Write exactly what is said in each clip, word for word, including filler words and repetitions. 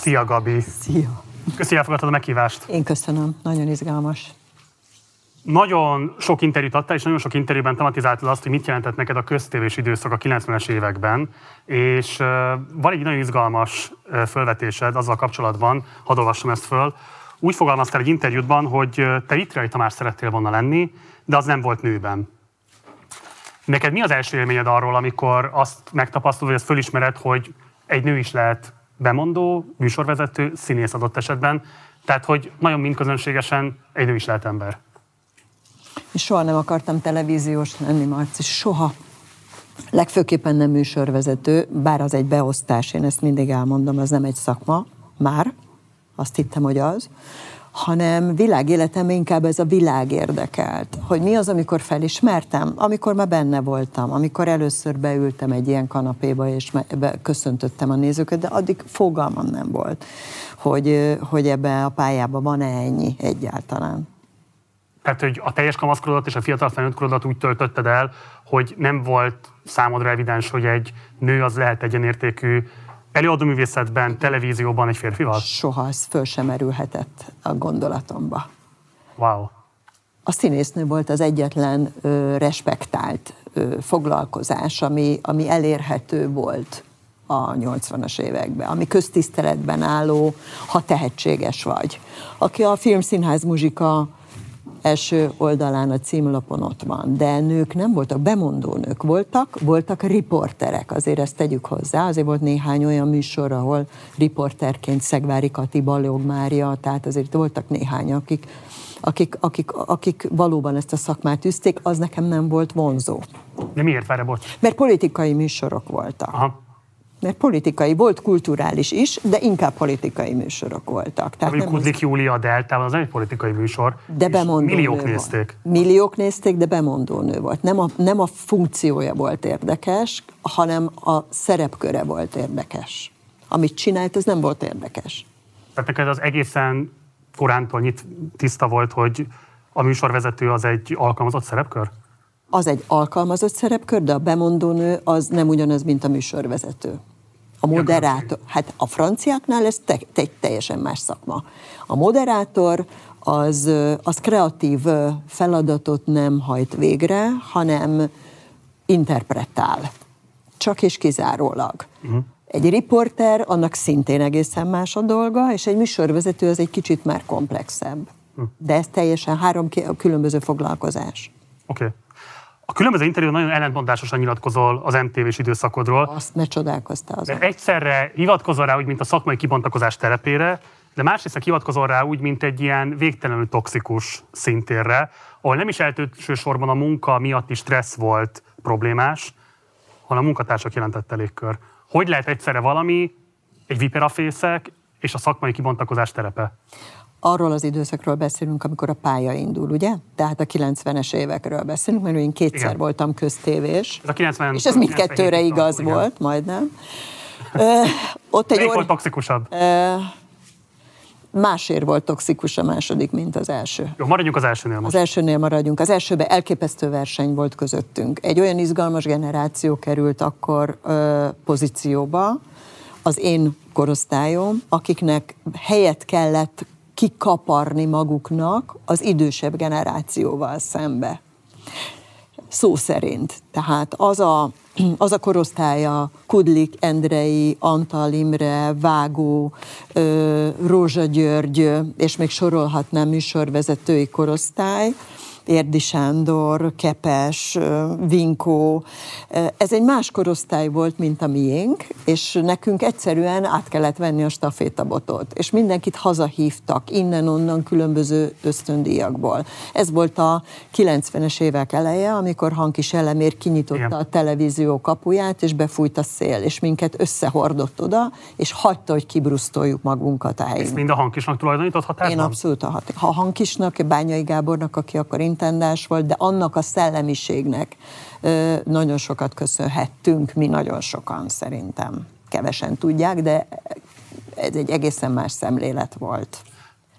Szia, Gabi! Szia! Köszi, elfogadtad a meghívást. Én köszönöm, nagyon izgalmas. Nagyon sok interjút adtál, és nagyon sok interjúban tematizáltad azt, hogy mit jelentett neked a köztévés időszak a kilencvenes években, és uh, van egy nagyon izgalmas uh, fölvetésed azzal kapcsolatban, hadd olvassam ezt föl. Úgy fogalmaztál egy interjútban, hogy uh, te Vitrai Tamás szerettél volna lenni, de az nem volt nőben. Neked mi az első élményed arról, amikor azt megtapasztalod, vagy azt fölismered, hogy egy nő is lehet bemondó, műsorvezető, színész adott esetben, tehát hogy nagyon mindközönségesen egy nő is lehet ember? És soha nem akartam televíziós lenni, Marci, soha. Legfőképpen nem műsorvezető, bár az egy beosztás, én ezt mindig elmondom, az nem egy szakma, már, azt hittem, hogy az, hanem világéletem inkább ez a világ érdekelt. Hogy mi az, amikor felismertem? Amikor már benne voltam, amikor először beültem egy ilyen kanapéba, és köszöntöttem a nézőket, de addig fogalmam nem volt, hogy, hogy ebbe a pályában van-e ennyi egyáltalán. Tehát, hogy a teljes kamaszkorodat és a fiatal felnőtt korodat úgy töltötted el, hogy nem volt számodra evidens, hogy egy nő az lehet egyenértékű előadóművészetben, televízióban egy férfival? Soha, ez föl sem erülhetett a gondolatomba. Wow. A színésznő volt az egyetlen ö, respektált ö, foglalkozás, ami, ami elérhető volt a nyolcvanas években, ami köztiszteletben álló, ha tehetséges vagy. Aki a Filmszínház muzsika első oldalán a címlapon ott van, de nők nem voltak, bemondó nők voltak, voltak riporterek, azért ezt tegyük hozzá, azért volt néhány olyan műsor, ahol riporterként Szegvári Kati, Balog Mária, tehát azért voltak néhány, akik, akik, akik, akik valóban ezt a szakmát űzték, az nekem nem volt vonzó. De miért, várj, bocs? Mert politikai műsorok voltak. Aha. Mert politikai, volt kulturális is, de inkább politikai műsorok voltak. Tehát nem Kudlik az... Júlia a Deltában, az nem egy politikai műsor. De bemondó milliók nő nézték. Volt. Milliók nézték, de bemondó nő volt. Nem a, nem a funkciója volt érdekes, hanem a szerepköre volt érdekes. Amit csinált, az nem volt érdekes. Tehát neked az egészen korántól nyit tiszta volt, hogy a műsorvezető az egy alkalmazott szerepkör? Az egy alkalmazott szerepkör, de a bemondónő az nem ugyanaz, mint a műsorvezető. A moderátor, hát a franciáknál ez te, te, teljesen más szakma. A moderátor az, az kreatív feladatot nem hajt végre, hanem interpretál. Csak és kizárólag. Uh-huh. Egy riporter, annak szintén egészen más a dolga, és egy műsorvezető az egy kicsit már komplexebb. Uh-huh. De ez teljesen három különböző foglalkozás. Oké. Okay. A különböző interjúban nagyon ellentmondásosan nyilatkozol az em té vés időszakodról. Azt ne csodálkoztál azon. De egyszerre hivatkozol rá úgy, mint a szakmai kibontakozás terepére, de másrészt hivatkozol rá úgy, mint egy ilyen végtelenül toxikus szintérre, ahol nem is elsősorban a munka miatti stressz volt problémás, hanem a munkatársak jelentette légkör. Hogy lehet egyszerre valami, egy viperafészek és a szakmai kibontakozás terepe? Arról az időszakról beszélünk, amikor a pálya indul, ugye? Tehát a kilencvenes évekről beszélünk, mert én kétszer igen. voltam köztévés, ez a kilencven, és ez mindkettőre igaz igen. volt, majdnem. Ö, ott egy Melyik or... volt toxikusabb? Ö, másért volt toxikus a második, mint az első. Jó, maradjunk az elsőnél most. Az elsőnél maradjunk. Az elsőben elképesztő verseny volt közöttünk. Egy olyan izgalmas generáció került akkor ö, pozícióba, az én korosztályom, akiknek helyet kellett kikaparni maguknak az idősebb generációval szembe. Szó szerint. Tehát az a, az a korosztálya Kudlik, Endrei, Antal Imre, Vágó, Rózsa György, és még sorolhatnám műsorvezetői korosztály, Érdi Sándor, Kepes, Vinkó. Ez egy más korosztály volt, mint a miénk, és nekünk egyszerűen át kellett venni a stafétabotot, és mindenkit hazahívtak, innen-onnan különböző ösztöndíjakból. Ez volt a kilencvenes évek eleje, amikor Hankis Elemér kinyitotta igen. a televízió kapuját, és befújt a szél, és minket összehordott oda, és hagyta, hogy kibrusztoljuk magunkat a helyünkbe. Ezt mind a Hankisnak tulajdonított hatásban? Én abszolút a, hat- a Hankisnak, Bányai Gábornak, aki akkor intendás volt, de annak a szellemiségnek ö, nagyon sokat köszönhettünk, mi nagyon sokan szerintem. Kevesen tudják, de ez egy egészen más szemlélet volt.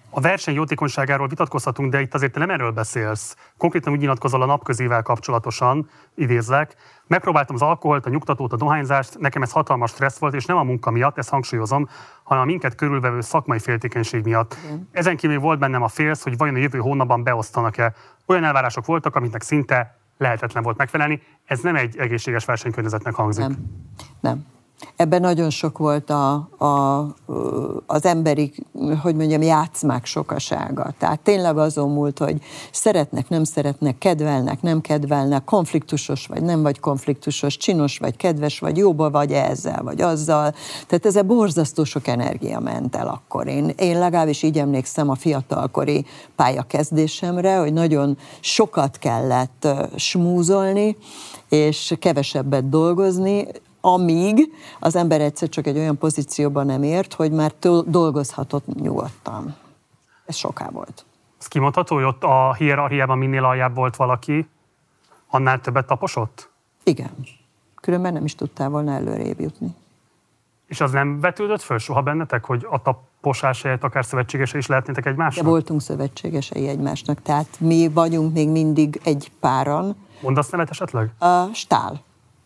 A verseny jótékonyságáról vitatkozhatunk, de itt azért te nem erről beszélsz. Konkrétan úgy nyilatkozol a napközével kapcsolatosan, idézlek, megpróbáltam az alkoholt, a nyugtatót, a dohányzást, nekem ez hatalmas stressz volt, és nem a munka miatt, ezt hangsúlyozom, hanem a minket körülvevő szakmai féltékenység miatt. Igen. Ezen kívül volt bennem a félsz, hogy vajon a jövő hónapban beosztanak-e. Olyan elvárások voltak, amiknek szinte lehetetlen volt megfelelni. Ez nem egy egészséges versenykörnyezetnek hangzik. Nem, nem. Ebben nagyon sok volt a, a, az emberi, hogy mondjam, játszmák sokasága. Tehát tényleg azon múlt, hogy szeretnek, nem szeretnek, kedvelnek, nem kedvelnek, konfliktusos vagy nem vagy konfliktusos, csinos vagy kedves vagy, jóba vagy ezzel vagy azzal. Tehát ezzel borzasztó sok energia ment el akkor. Én, én legalábbis így emlékszem a fiatalkori pályakezdésemre, hogy nagyon sokat kellett smúzolni, és kevesebbet dolgozni, amíg az ember egyszer csak egy olyan pozícióban nem ért, hogy már dolgozhatott nyugodtan. Ez soká volt. Ez kimondható, hogy ott a hierarchiában minél aljebb volt valaki, annál többet taposott? Igen. Különben nem is tudtál volna előrébb jutni. És az nem vetődött föl soha bennetek, hogy a taposás helyett akár szövetségesei is lehetnétek egymásnak? De voltunk szövetségesei egymásnak, tehát mi vagyunk még mindig egy páran. Mondasz nevet esetleg? A Stál.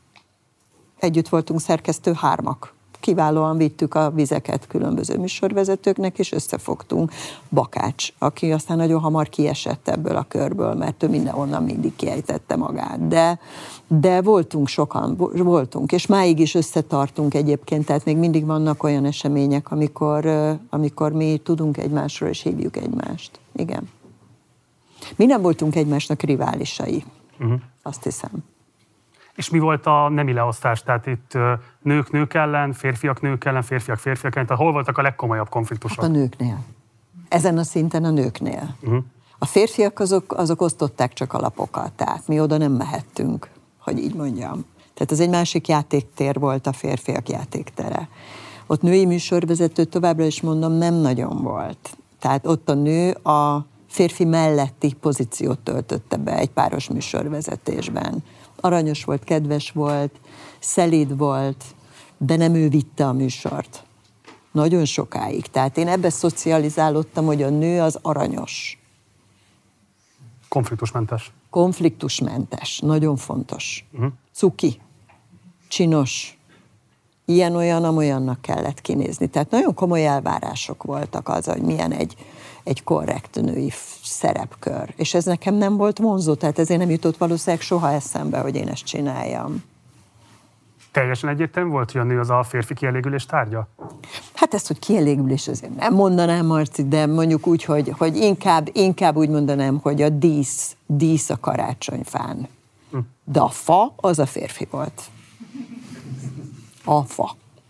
Együtt voltunk szerkesztő hármak. Kiválóan vittük a vizeket különböző műsorvezetőknek, és összefogtunk. Bakács, aki aztán nagyon hamar kiesett ebből a körből, mert ő mindenhonnan mindig kiejtette magát. De, de voltunk sokan, voltunk, és máig is összetartunk egyébként, tehát még mindig vannak olyan események, amikor, amikor mi tudunk egymásról, és hívjuk egymást. Igen. Mi nem voltunk egymásnak riválisai, uh-huh. Azt hiszem. És mi volt a nemi leosztás? Tehát itt nők nők ellen, férfiak nők ellen, férfiak férfiak ellen, tehát hol voltak a legkomolyabb konfliktusok? Hát a nőknél. Ezen a szinten a nőknél. Uh-huh. A férfiak azok, azok osztották csak a lapokat, tehát mi oda nem mehettünk, hogy így mondjam. Tehát ez egy másik játéktér volt, a férfiak játéktere. Ott női műsorvezető, továbbra is mondom, nem nagyon volt. Tehát ott a nő a férfi melletti pozíciót töltötte be egy páros műsorvezetésben. Aranyos volt, kedves volt, szelíd volt, de nem ő vitte a műsort. Nagyon sokáig. Tehát én ebbe szocializálódtam, hogy a nő az aranyos. Konfliktusmentes. Konfliktusmentes, nagyon fontos. Uh-huh. Cuki, csinos, ilyen-olyan, amolyannak kellett kinézni. Tehát nagyon komoly elvárások voltak az, hogy milyen egy, egy korrekt női szerepkör. És ez nekem nem volt vonzó, tehát ezért nem jutott valószínűleg soha eszembe, hogy én ezt csináljam. Teljesen egyértelmű volt, hogy a nő az a férfi kielégülés tárgya? Hát ezt, hogy kielégülés azért nem mondanám, Marci, de mondjuk úgy, hogy, hogy inkább, inkább úgy mondanám, hogy a dísz, dísz a karácsonyfán. Hm. De a fa, az a férfi volt. A fa.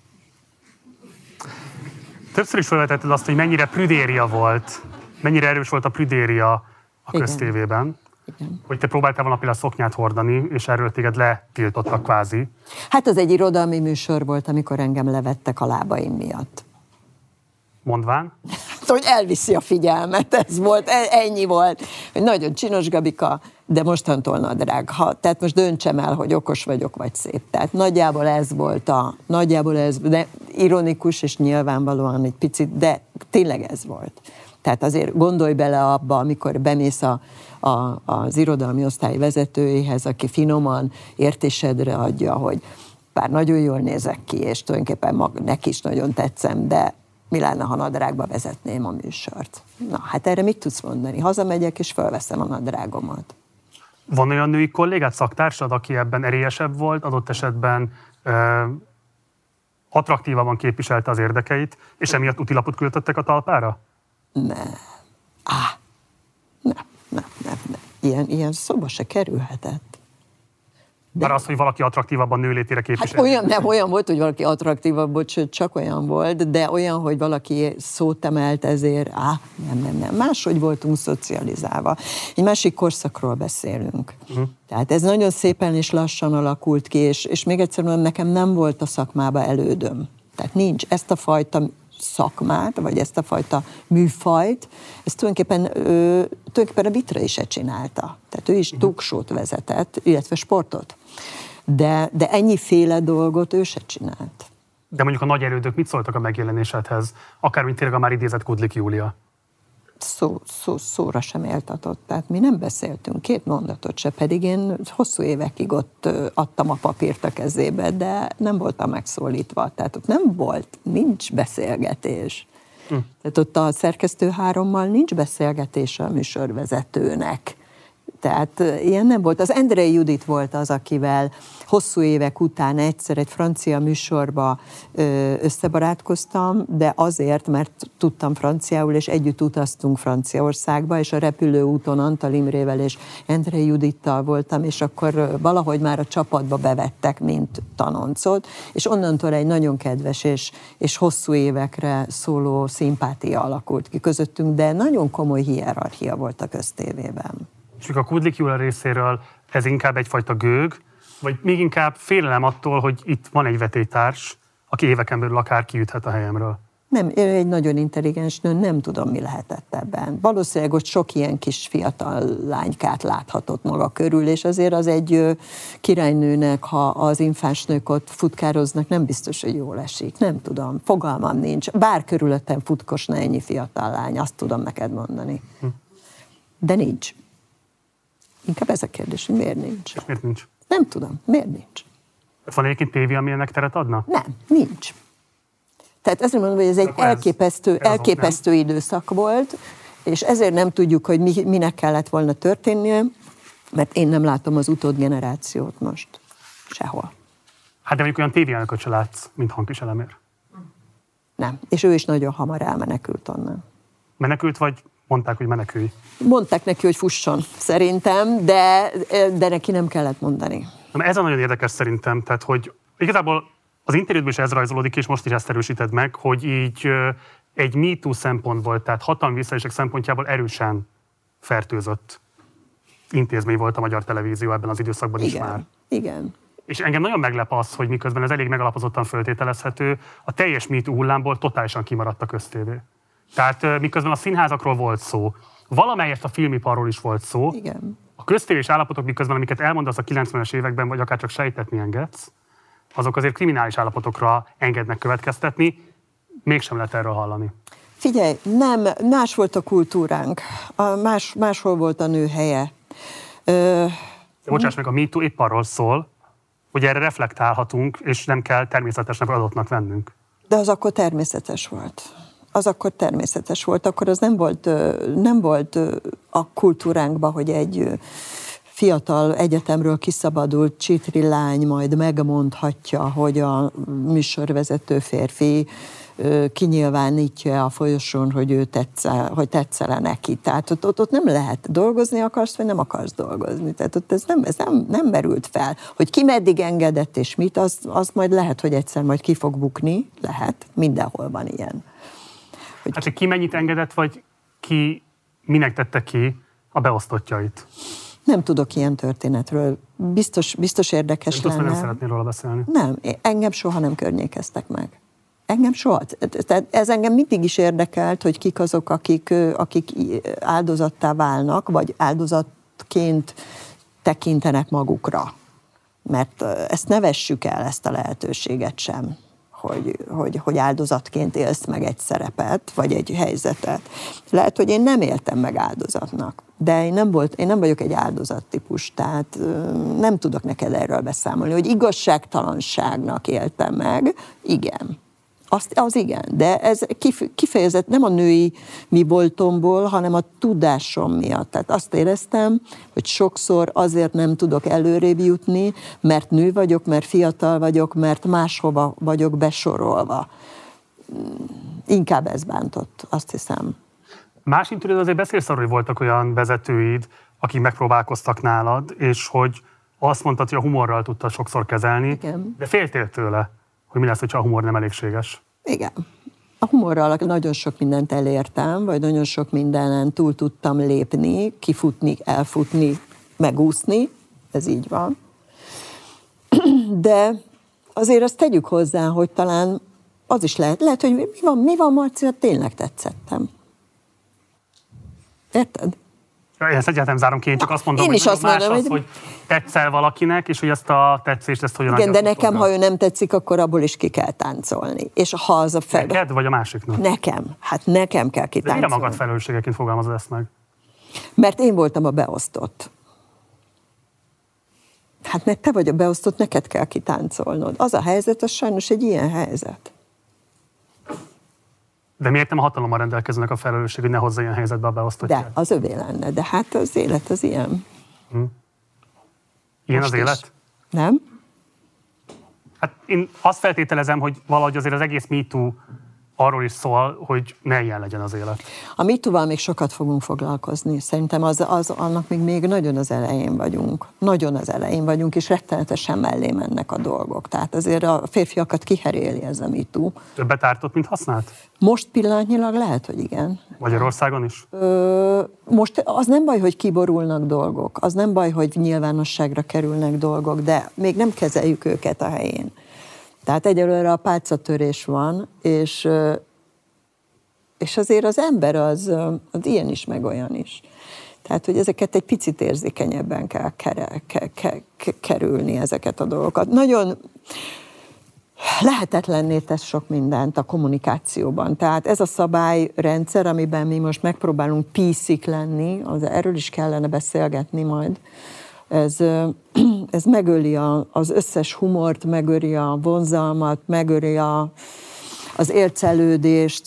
Többször is felvetetted azt, hogy mennyire prüdéria volt, mennyire erős volt a prüdéria a köztévében. Igen. Hogy te próbáltál volna például szoknyát hordani, és erről téged letiltottak kvázi. Hát az egy irodalmi műsor volt, amikor engem levettek a lábaim miatt. Mondván? Hát, hogy elviszi a figyelmet, ez volt, ennyi volt. Hogy nagyon csinos Gabika, de mostantól nadrág. Ha, tehát most döntsem el, hogy okos vagyok, vagy szép. Tehát nagyjából ez volt a, nagyjából ez, de ironikus, és nyilvánvalóan egy picit, de tényleg ez volt. Tehát azért gondolj bele abba, amikor bemész a, a, az irodalmi osztály vezetőjéhez, aki finoman értésedre adja, hogy bár nagyon jól nézek ki, és tulajdonképpen mag, neki is nagyon tetszem, de mi lenne, ha nadrágba vezetném a műsort? Na, hát erre mit tudsz mondani? Hazamegyek, és felveszem a nadrágomat. Van olyan női kollégát, szaktársad, aki ebben erélyesebb volt, adott esetben ö, attraktívabban képviselte az érdekeit, és emiatt utilapot küldöttek a talpára? Nem. Á, nem, nem, nem, nem. Ilyen, ilyen szóba se kerülhetett. De... Már az, hogy valaki attraktívabban nőlétére képviselte. Hát olyan, nem olyan volt, hogy valaki attraktívabb volt, sőt, csak olyan volt, de olyan, hogy valaki szót emelt ezért, á, nem, nem, nem. Máshogy voltunk szocializálva. Egy másik korszakról beszélünk. Uh-huh. Tehát ez nagyon szépen és lassan alakult ki, és, és még egyszer mondom, nekem nem volt a szakmába elődöm. Tehát nincs ezt a fajta szakmát, vagy ezt a fajta műfajt, ezt tulajdonképpen, ő, tulajdonképpen a Vitra is se csinálta. Tehát ő is talkshow-t vezetett, illetve sportot. De, de ennyiféle dolgot ő se csinált. De mondjuk a nagy erődök mit szóltak a megjelenésedhez? Akár, mint tényleg a már idézett Kudlik Júlia. szó, szó, szóra sem éltatott. Tehát mi nem beszéltünk két mondatot se, pedig én hosszú évekig ott adtam a papírt a kezébe, de nem voltam megszólítva. Tehát ott nem volt, nincs beszélgetés. Hm. Tehát ott a szerkesztő hárommal nincs beszélgetés a műsorvezetőnek. Tehát ilyen nem volt. Az Endrei Judit volt az, akivel hosszú évek után egyszer egy francia műsorba összebarátkoztam, de azért, mert tudtam franciául, és együtt utaztunk Franciaországba, és a repülőúton Antal Imrével és Endrei Judittal voltam, és akkor valahogy már a csapatba bevettek, mint tanoncot, és onnantól egy nagyon kedves és, és hosszú évekre szóló szimpátia alakult ki közöttünk, de nagyon komoly hierarchia volt a köztévében. És a Kudlik Júlia részéről ez inkább egyfajta gőg, vagy még inkább félelem attól, hogy itt van egy vetélytárs, aki éveken belül akár kiüthet a helyemről? Nem, egy nagyon intelligens nő, nem tudom, mi lehetett ebben. Valószínűleg ott sok ilyen kis fiatal lánykát láthatott maga körül, és azért az egy királynőnek, ha az infáns nők ott futkároznak, nem biztos, hogy jól esik. Nem tudom, fogalmam nincs. Bár körülöttem futkosna ennyi fiatal lány, azt tudom neked mondani. Hm. De nincs. Inkább ez a kérdés, hogy miért nincs. És miért nincs? Nem tudom, miért nincs. Van egyébként tévé, ami ennek teret adna? Nem, nincs. Tehát ezért mondom, hogy ez egy ez, elképesztő, ez elképesztő ok, időszak volt, és ezért nem tudjuk, hogy mi, minek kellett volna történnie, mert én nem látom az utódgenerációt most sehol. Hát de mondjuk olyan tévéelnököt se látsz, mint Hankis Elemér. Nem, és ő is nagyon hamar elmenekült onnan. Menekült, vagy mondták, hogy menekülj? Mondták neki, hogy fusson, szerintem, de, de neki nem kellett mondani. Ez a nagyon érdekes szerintem, tehát hogy igazából az interjútban is ez rajzolódik, és most is ezt erősíted meg, hogy így egy MeToo szempontból, tehát hatalmi visszaélések szempontjából erősen fertőzött intézmény volt a Magyar Televízió ebben az időszakban igen, is már. Igen. És engem nagyon meglep az, hogy miközben ez elég megalapozottan föltételezhető, a teljes MeToo hullámból totálisan kimaradt a köztévé. Tehát miközben a színházakról volt szó, valamelyest a filmiparról is volt szó, igen. A köztévés állapotok miközben, amiket elmondasz a kilencvenes években, vagy akár csak sejtetni engedsz, azok azért kriminális állapotokra engednek következtetni, mégsem lehet erről hallani. Figyelj, nem, más volt a kultúránk, a más, máshol volt a nő helye. Ö... De bocsáss meg, a MeToo épp arról szól, hogy erre reflektálhatunk, és nem kell természetesnek adottnak vennünk. De az akkor természetes volt. Az akkor természetes volt, akkor az nem volt, nem volt a kultúránkban, hogy egy fiatal egyetemről kiszabadult csitri lány majd megmondhatja, hogy a műsorvezető férfi kinyilvánítja a folyosón, hogy ő tetszel, hogy tetszele neki. Tehát ott, ott, ott nem lehet dolgozni akarsz, vagy nem akarsz dolgozni. Tehát ott ez nem, ez nem, nem merült fel. Hogy ki meddig engedett és mit, az, az majd lehet, hogy egyszer majd ki fog bukni. Lehet, mindenhol van ilyen. Hogy hát, hogy ki mennyit engedett, vagy ki minek tette ki a beosztottjait? Nem tudok ilyen történetről. Biztos, biztos érdekes nem lenne. Nem szeretnél róla beszélni? Nem, engem soha nem környékeztek meg. Engem soha. Tehát ez engem mindig is érdekelt, hogy kik azok, akik, akik áldozattá válnak, vagy áldozatként tekintenek magukra. Mert ezt ne vessük el, ezt a lehetőséget sem. Hogy, hogy, hogy áldozatként élsz meg egy szerepet, vagy egy helyzetet. Lehet, hogy én nem éltem meg áldozatnak, de én nem, volt, én nem vagyok egy áldozattípus, tehát nem tudok neked erről beszámolni, hogy igazságtalanságnak éltem meg, igen. Azt, az igen, de ez kifejezett nem a női mi voltomból, hanem a tudásom miatt. Tehát azt éreztem, hogy sokszor azért nem tudok előrébb jutni, mert nő vagyok, mert fiatal vagyok, mert máshova vagyok besorolva. Inkább ez bántott, azt hiszem. Más interjúban azért beszélsz arról, hogy voltak olyan vezetőid, akik megpróbálkoztak nálad, és hogy azt mondtad, hogy a humorral tudtad sokszor kezelni, igen. De féltél tőle, hogy mi lesz, hogyha a humor nem elégséges. Igen. A humorral nagyon sok mindent elértem, vagy nagyon sok mindenen túl tudtam lépni, kifutni, elfutni, megúszni, ez így van. De azért azt tegyük hozzá, hogy talán az is lehet, lehet, hogy mi van, mi van Marcia, tényleg tetszettem. Érted? ezt egyáltalán zárom ki, én csak azt mondom, én hogy is azt más mondom, az, hogy... hogy tetszel valakinek, és hogy ezt a tetszést, ezt hogyan Igen, de nekem, szolgál. ha ő nem tetszik, akkor abból is ki kell táncolni. És ha az a fel... Neked, vagy a másiknak? Nekem. Hát nekem kell kitáncolni. De mire magad felelősségeként fogalmazod ezt meg? Mert én voltam a beosztott. Hát mert te vagy a beosztott, neked kell kitáncolnod. Az a helyzet, az sajnos egy ilyen helyzet. De miért nem a hatalommal rendelkezőnek a felelősség, hogy ne hozza ilyen helyzetbe a beosztottját? De, az övé lenne. De hát az élet az ilyen. Hm. Ilyen Most az élet? is. Nem? Hát én azt feltételezem, hogy valahogy azért az egész MeToo arról is szól, hogy ne ilyen legyen az élet. A MeToo-val még sokat fogunk foglalkozni. Szerintem az, az, annak még, még nagyon az elején vagyunk. Nagyon az elején vagyunk, és rettenetesen mellé mennek a dolgok. Tehát azért a férfiakat kiheréli ez a MeToo. Többet ártott, mint használt? Most pillanatnyilag lehet, hogy igen. Magyarországon is? Ö, most az nem baj, hogy kiborulnak dolgok. Az nem baj, hogy nyilvánosságra kerülnek dolgok, de még nem kezeljük őket a helyén. Tehát egyelőre a pálcatörés van, és, és azért az ember az, az ilyen is, meg olyan is. Tehát, hogy ezeket egy picit érzékenyebben kell kerül, ke, ke, ke, kerülni, ezeket a dolgokat. Nagyon lehetetlenné tesz sok mindent a kommunikációban. Tehát ez a szabályrendszer, amiben mi most megpróbálunk píszik lenni, az, erről is kellene beszélgetni majd, Ez, ez megöli a, az összes humort, megöli a vonzalmat, megöli a, az élcelődést.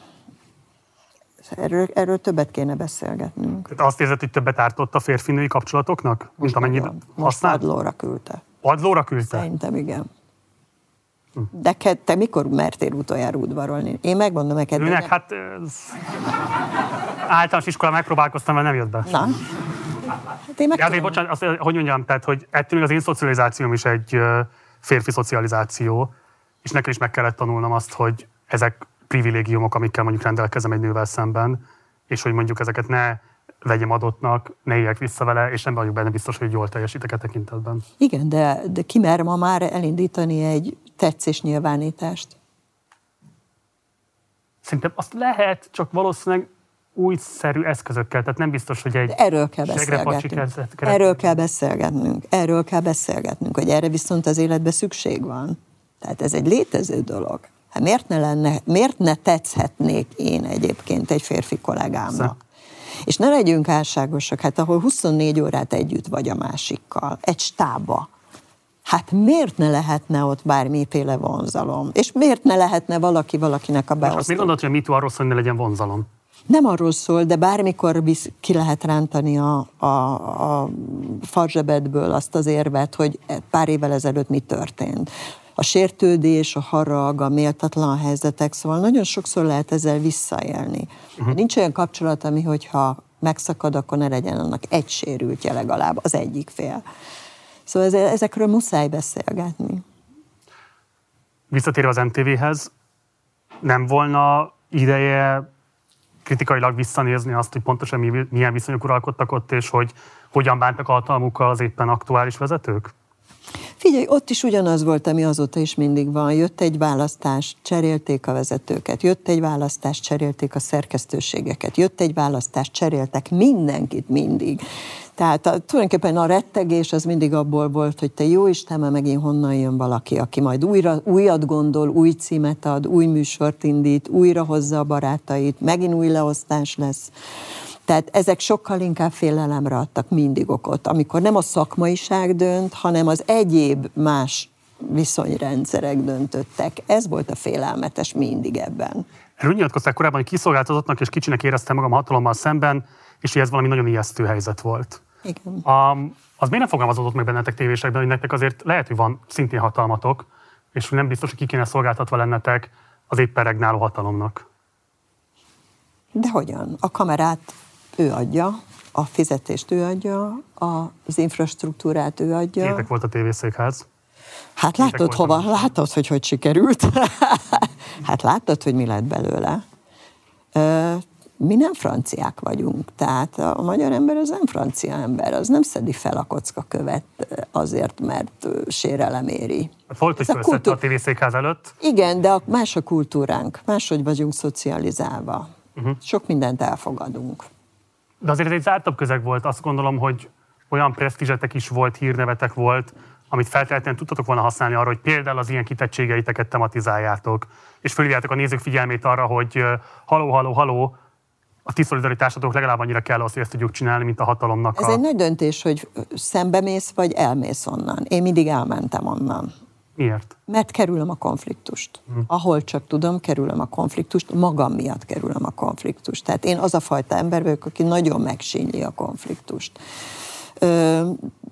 Erről, erről többet kéne beszélgetnünk. Tehát azt érzed, hogy többet ártott a férfi-női kapcsolatoknak? Mint amennyit használt? Most padlóra küldte. Padlóra küldte? Szerintem igen. Hm. De te mikor mertél utoljára udvarolni? Én megmondom neked. Őnek, de... hát ez... általános iskolán megpróbálkoztam, mert nem jött be. Na? Hát én meg ja, azért, bocsánat, azt, hogy mondjam, tehát, hogy ettől még az én szocializációm is egy férfi szocializáció, és nekem is meg kellett tanulnom azt, hogy ezek privilégiumok, amikkel mondjuk rendelkezem egy nővel szemben, és hogy mondjuk ezeket ne vegyem adottnak, ne éljek vissza vele, és nem vagyok benne biztos, hogy jól teljesítek e tekintetben. Igen, de, de ki mer ma már elindítani egy tetszésnyilvánítást? Szerintem azt lehet, csak valószínűleg újszerű eszközökkel, tehát nem biztos, hogy egy... De erről kell beszélgetnünk. Erről kell beszélgetnünk. Erről kell beszélgetnünk, hogy erre viszont az életben szükség van. Tehát ez egy létező dolog. Hát miért ne lenne, miért ne tetszhetnék én egyébként egy férfi kollégámnak? Szóval. És ne legyünk álságosak, hát ahol huszonnégy órát együtt vagy a másikkal, egy stába. Hát miért ne lehetne ott bármiféle vonzalom? És miért ne lehetne valaki valakinek a beosztó? Miért gondolod, hogy a MeToo arról szól, hogy ne legyen vonzalom? Nem arról szól, de bármikor ki lehet rántani a, a, a farzsebedből azt az érvet, hogy pár évvel ezelőtt mi történt. A sértődés, a harag, a méltatlan helyzetek, szóval nagyon sokszor lehet ezzel visszaélni. Uh-huh. Nincs olyan kapcsolat, ami hogyha megszakad, akkor ne legyen annak egy sérültje legalább, az egyik fél. Szóval ezekről muszáj beszélgetni. Visszatérve az em té véhez, nem volna ideje kritikailag visszanézni azt, hogy pontosan milyen viszonyok uralkodtak ott, és hogy hogyan bántak a hatalmukkal az éppen aktuális vezetők? Figyelj, ott is ugyanaz volt, ami azóta is mindig van. Jött egy választás, cserélték a vezetőket. Jött egy választás, cserélték a szerkesztőségeket. Jött egy választás, cseréltek mindenkit mindig. Tehát a, tulajdonképpen a rettegés az mindig abból volt, hogy te jó Isten, mert megint honnan jön valaki, aki majd újra, újat gondol, új címet ad, új műsort indít, újra hozza a barátait, megint új leosztás lesz. Tehát ezek sokkal inkább félelemre adtak mindig okot, amikor nem a szakmaiság dönt, hanem az egyéb más viszonyrendszerek döntöttek. Ez volt a félelmetes mindig ebben. Erről nyilatkozták korábban, hogy kiszolgáltatottnak és kicsinek éreztem magam hatalommal szemben, és hogy ez valami nagyon ijesztő helyzet volt. Igen. Um, az miért nem fogalmazódott meg bennetek tévésekben, hogy nektek azért lehet, hogy van szintén hatalmatok, és nem biztos, hogy ki kéne szolgáltatva lennetek az éppen regnáló hatalomnak? De hogyan? A kamerát ő adja, a fizetést ő adja, az infrastruktúrát ő adja. Kétek volt a tévészékház. Hát látod, hova, látod, hogy hogy sikerült. Hát látod, hogy mi lett belőle. Mi nem franciák vagyunk, tehát a magyar ember az nem francia ember, az nem szedi fel a kockakövet azért, mert sérelem éri. Hát volt, hogy felszedte kultúr... a tévészékház előtt. Igen, de más a kultúránk, máshogy vagyunk szocializálva. Uh-huh. Sok mindent elfogadunk. De azért ez egy zártabb közeg volt, azt gondolom, hogy olyan presztízsetek is volt, hírnevetek volt, amit feltétlenül tudtatok volna használni arra, hogy például az ilyen kitettségeiteket tematizáljátok, és fölhívjátok a nézők figyelmét arra, hogy haló, haló, haló, a ti szolidaritásotok legalább annyira kell az, hogy ezt tudjuk csinálni, mint a hatalomnak. Ez a... egy nagy döntés, hogy szembemész, vagy elmész onnan. Én mindig elmentem onnan. Miért? Mert kerülöm a konfliktust. Hm. Ahol csak tudom, kerülöm a konfliktust, magam miatt kerülöm a konfliktust. Tehát én az a fajta ember vagyok, aki nagyon megsínli a konfliktust. Ö,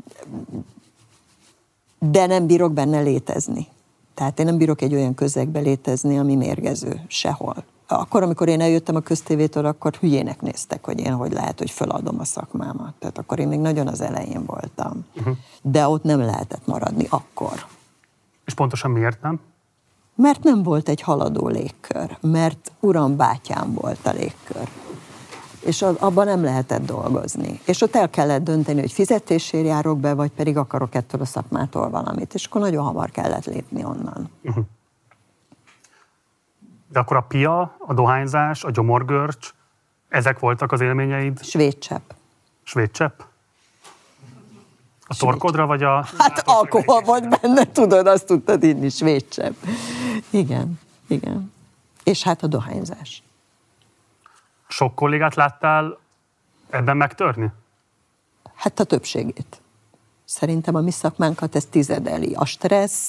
de nem bírok benne létezni. Tehát én nem bírok egy olyan közegbe létezni, ami mérgező sehol. Akkor, amikor én eljöttem a köztévétől, akkor hülyének néztek, hogy én hogy lehet, hogy feladom a szakmámat. Tehát akkor én még nagyon az elején voltam. Uh-huh. De ott nem lehetett maradni akkor. És pontosan miért nem? Mert nem volt egy haladó légkör. Mert uram, bátyám volt a légkör. És abban nem lehetett dolgozni. És ott el kellett dönteni, hogy fizetésért járok be, vagy pedig akarok ettől a szakmától valamit. És akkor nagyon hamar kellett lépni onnan. Uh-huh. De akkor a pia, a dohányzás, a gyomorgörcs, ezek voltak az élményeid? Svédcsepp. Svédcsepp? A torkodra, vagy a... Hát alkohol volt benne, tudod, azt tudtad inni, svédcsepp. Igen, igen. És hát a dohányzás. Sok kollégát láttál ebben megtörni? Hát a többségét. Szerintem a mi szakmánkat ez tizedeli. A stressz,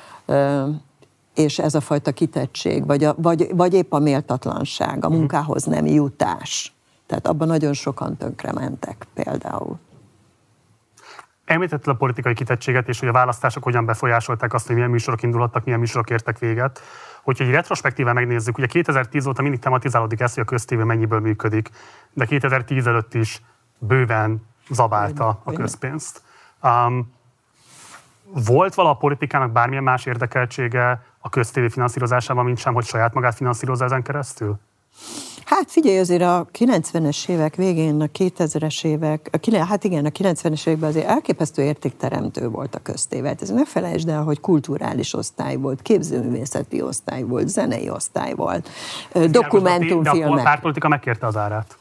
és ez a fajta kitettség, vagy, a, vagy, vagy épp a méltatlanság, a munkához nem jutás. Tehát abban nagyon sokan tönkre mentek például. Említetted a politikai kitettséget, és hogy a választások hogyan befolyásolták azt, hogy milyen műsorok indulhattak, milyen műsorok értek véget. Hogyha egy retrospektíven megnézzük, ugye kétezer-tíz óta mindig tematizálódik ez, hogy a köztévé mennyiből működik, de kétezer-tíz előtt is bőven zabálta a közpénzt. Um, volt vala a politikának bármilyen más érdekeltsége a köztévé finanszírozásában, mint sem, hogy saját magát finanszírozza ezen keresztül? Hát figyelj, azért a kilencvenes évek végén, a kétezres évek, a, hát igen, a kilencvenes években azért elképesztő értékteremtő volt a köztévé. Ez ne felejtsd el, hogy kulturális osztály volt, képzőművészeti osztály volt, zenei osztály volt, dokumentumfilmek. De a pártpolitika megkérte az árát.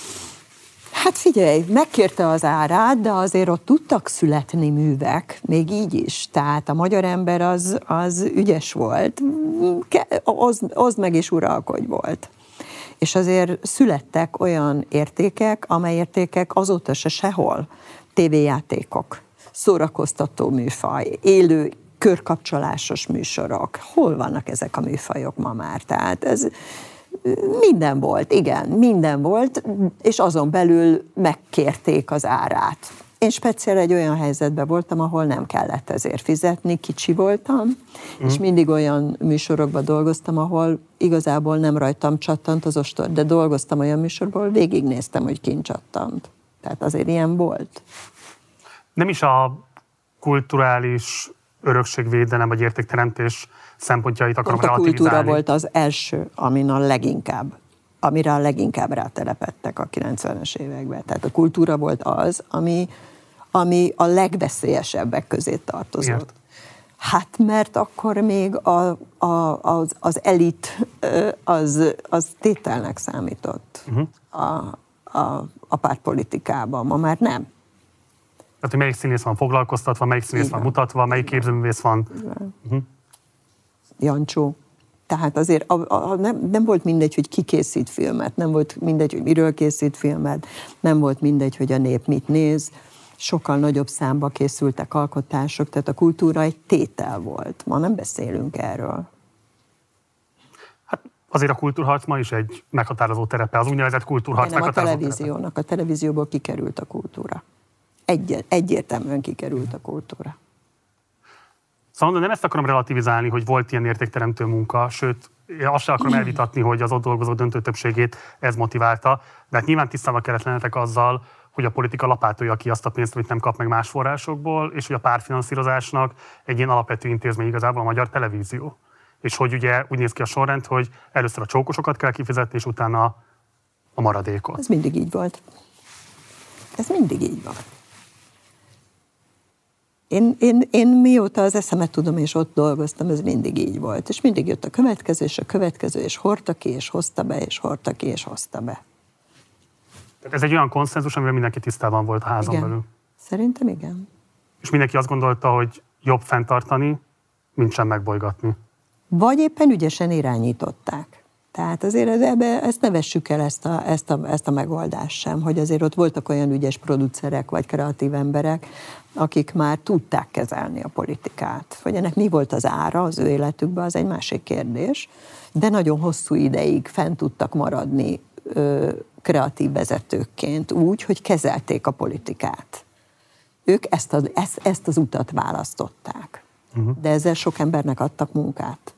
Hát figyelj, megkérte az árát, de azért ott tudtak születni művek, még így is. Tehát a magyar ember az, az ügyes volt, oszd, oszd meg és uralkodj volt. És azért születtek olyan értékek, amely értékek azóta se sehol. Tévéjátékok, szórakoztató műfaj, élő körkapcsolásos műsorok. Hol vannak ezek a műfajok ma már? Tehát ez minden volt, igen, minden volt, és azon belül megkérték az árát. Én speciál egy olyan helyzetben voltam, ahol nem kellett ezért fizetni, kicsi voltam, mm. és mindig olyan műsorokban dolgoztam, ahol igazából nem rajtam csattant az ostor, de dolgoztam olyan műsorból, ahol végignéztem, hogy kint csattant. Tehát azért ilyen volt. Nem is a kulturális örökségvédelem vagy értékteremtés szempontjait akarom relativizálni. A kultúra volt az első, amin a leginkább, amire a leginkább rátelepettek a kilencvenes években. Tehát a kultúra volt az, ami, ami a legveszélyesebbek közé tartozott. Miért? Hát mert akkor még a, a, az, az elit az, az tételnek számított uh-huh. a, a, a pártpolitikában, ma már nem. Tehát, hogy melyik színész van foglalkoztatva, melyik színész Igen. van mutatva, melyik Igen. képzőművész van. Uh-huh. Jancsó. Tehát azért a, a, nem, nem volt mindegy, hogy ki készít filmet, nem volt mindegy, hogy miről készít filmet, nem volt mindegy, hogy a nép mit néz. Sokkal nagyobb számba készültek alkotások, tehát a kultúra egy tétel volt. Ma nem beszélünk erről. Hát azért a kultúrharc ma is egy meghatározó terepe, az úgynevezett kultúrharc meghatározó terepe. Nem a televíziónak, a televízióból kikerült a kultúra. Egy, egyértelműen kikerült a kultúra. Szóval nem ezt akarom relativizálni, hogy volt ilyen értékteremtő munka, sőt, én azt sem akarom elvitatni, hogy az ott dolgozók döntő többségét ez motiválta, de hát nyilván tisztában kellett lennetek azzal, hogy a politika lapátolja ki azt a pénzt, amit nem kap meg más forrásokból, és hogy a pártfinanszírozásnak egy ilyen alapvető intézmény igazából a magyar televízió. És hogy ugye úgy néz ki a sorrend, hogy először a csókosokat kell kifizetni, és utána a maradékot. Ez mindig így volt. Ez mindig így van. Én, én, én mióta az eszemet tudom, és ott dolgoztam, ez mindig így volt. És mindig jött a következő, és a következő, és hordta ki, és hozta be, és hordta ki, és hozta be. Tehát ez egy olyan konszenzus, amivel mindenki tisztában volt a házon igen. belül. Szerintem igen. És mindenki azt gondolta, hogy jobb fenntartani, mint sem megbolygatni. Vagy éppen ügyesen irányították. Tehát azért ebbe, ezt ne vessük el, ezt a, ezt, a, ezt a megoldást sem, hogy azért ott voltak olyan ügyes producerek, vagy kreatív emberek, akik már tudták kezelni a politikát. Hogy ennek mi volt az ára az ő életükben, az egy másik kérdés, de nagyon hosszú ideig fent tudtak maradni ö, kreatív vezetőkként úgy, hogy kezelték a politikát. Ők ezt az, ezt, ezt az utat választották. Uh-huh. De ezzel sok embernek adtak munkát.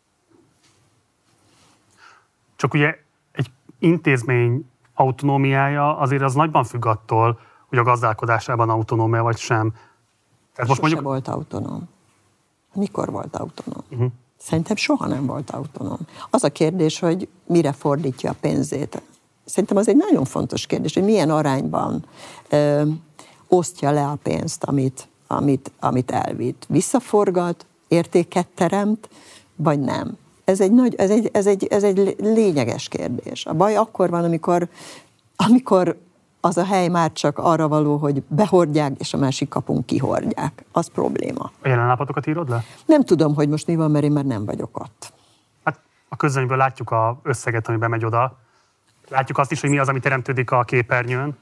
Csak ugye egy intézmény autonómiája azért az nagyban függ attól, hogy a gazdálkodásában autonómia vagy sem. Tehát most mondjuk... volt autonóm. Mikor volt autonóm? Uh-huh. Szerintem soha nem volt autonóm. Az a kérdés, hogy mire fordítja a pénzét. Szerintem az egy nagyon fontos kérdés, hogy milyen arányban ö, osztja le a pénzt, amit, amit, amit elvitt. Visszaforgat, értéket teremt, vagy nem. Ez egy, nagy, ez, egy, ez, egy, ez egy lényeges kérdés. A baj akkor van, amikor, amikor az a hely már csak arra való, hogy behordják, és a másik kapun kihordják. Az probléma. A jelenállapotokat írod le? Nem tudom, hogy most mi van, mert én már nem vagyok ott. Hát a közönyből látjuk az összeget, ami bemegy oda. Látjuk azt is, hogy mi az, ami teremtődik a képernyőn.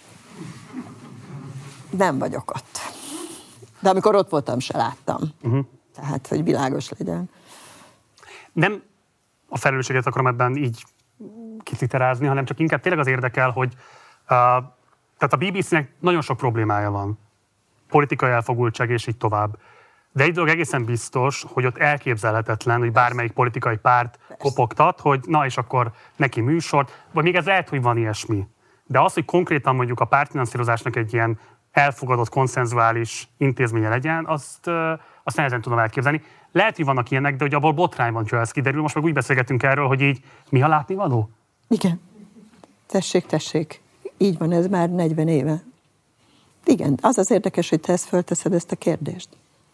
Nem vagyok ott. De amikor ott voltam, se láttam. Uh-huh. Tehát, hogy világos legyen. Nem a felelősséget akarom ebben így kiciterázni, hanem csak inkább tényleg az érdekel, hogy uh, tehát a bé bé cének nagyon sok problémája van. Politikai elfogultság és így tovább. De egy dolog egészen biztos, hogy ott elképzelhetetlen, hogy bármelyik politikai párt kopogtat, hogy na és akkor neki műsort, vagy még ez lehet, hogy van ilyesmi. De az, hogy konkrétan mondjuk a pártfinanszírozásnak egy ilyen elfogadott, konszenzuális intézménye legyen, azt, azt nehezen tudom elképzelni. Lehet, hogy vannak ilyenek, de hogy abból botrány van, ha ez kiderül. Most meg úgy beszélgetünk erről, hogy így mi a látnivaló? Igen. Tessék, tessék. Így van, ez már negyven éve. Igen, az az érdekes, hogy te ezt fölteszed, ezt a kérdést.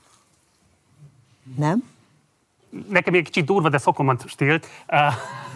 Nem? Nekem egy kicsit durva, de szokom a stilt. Uh...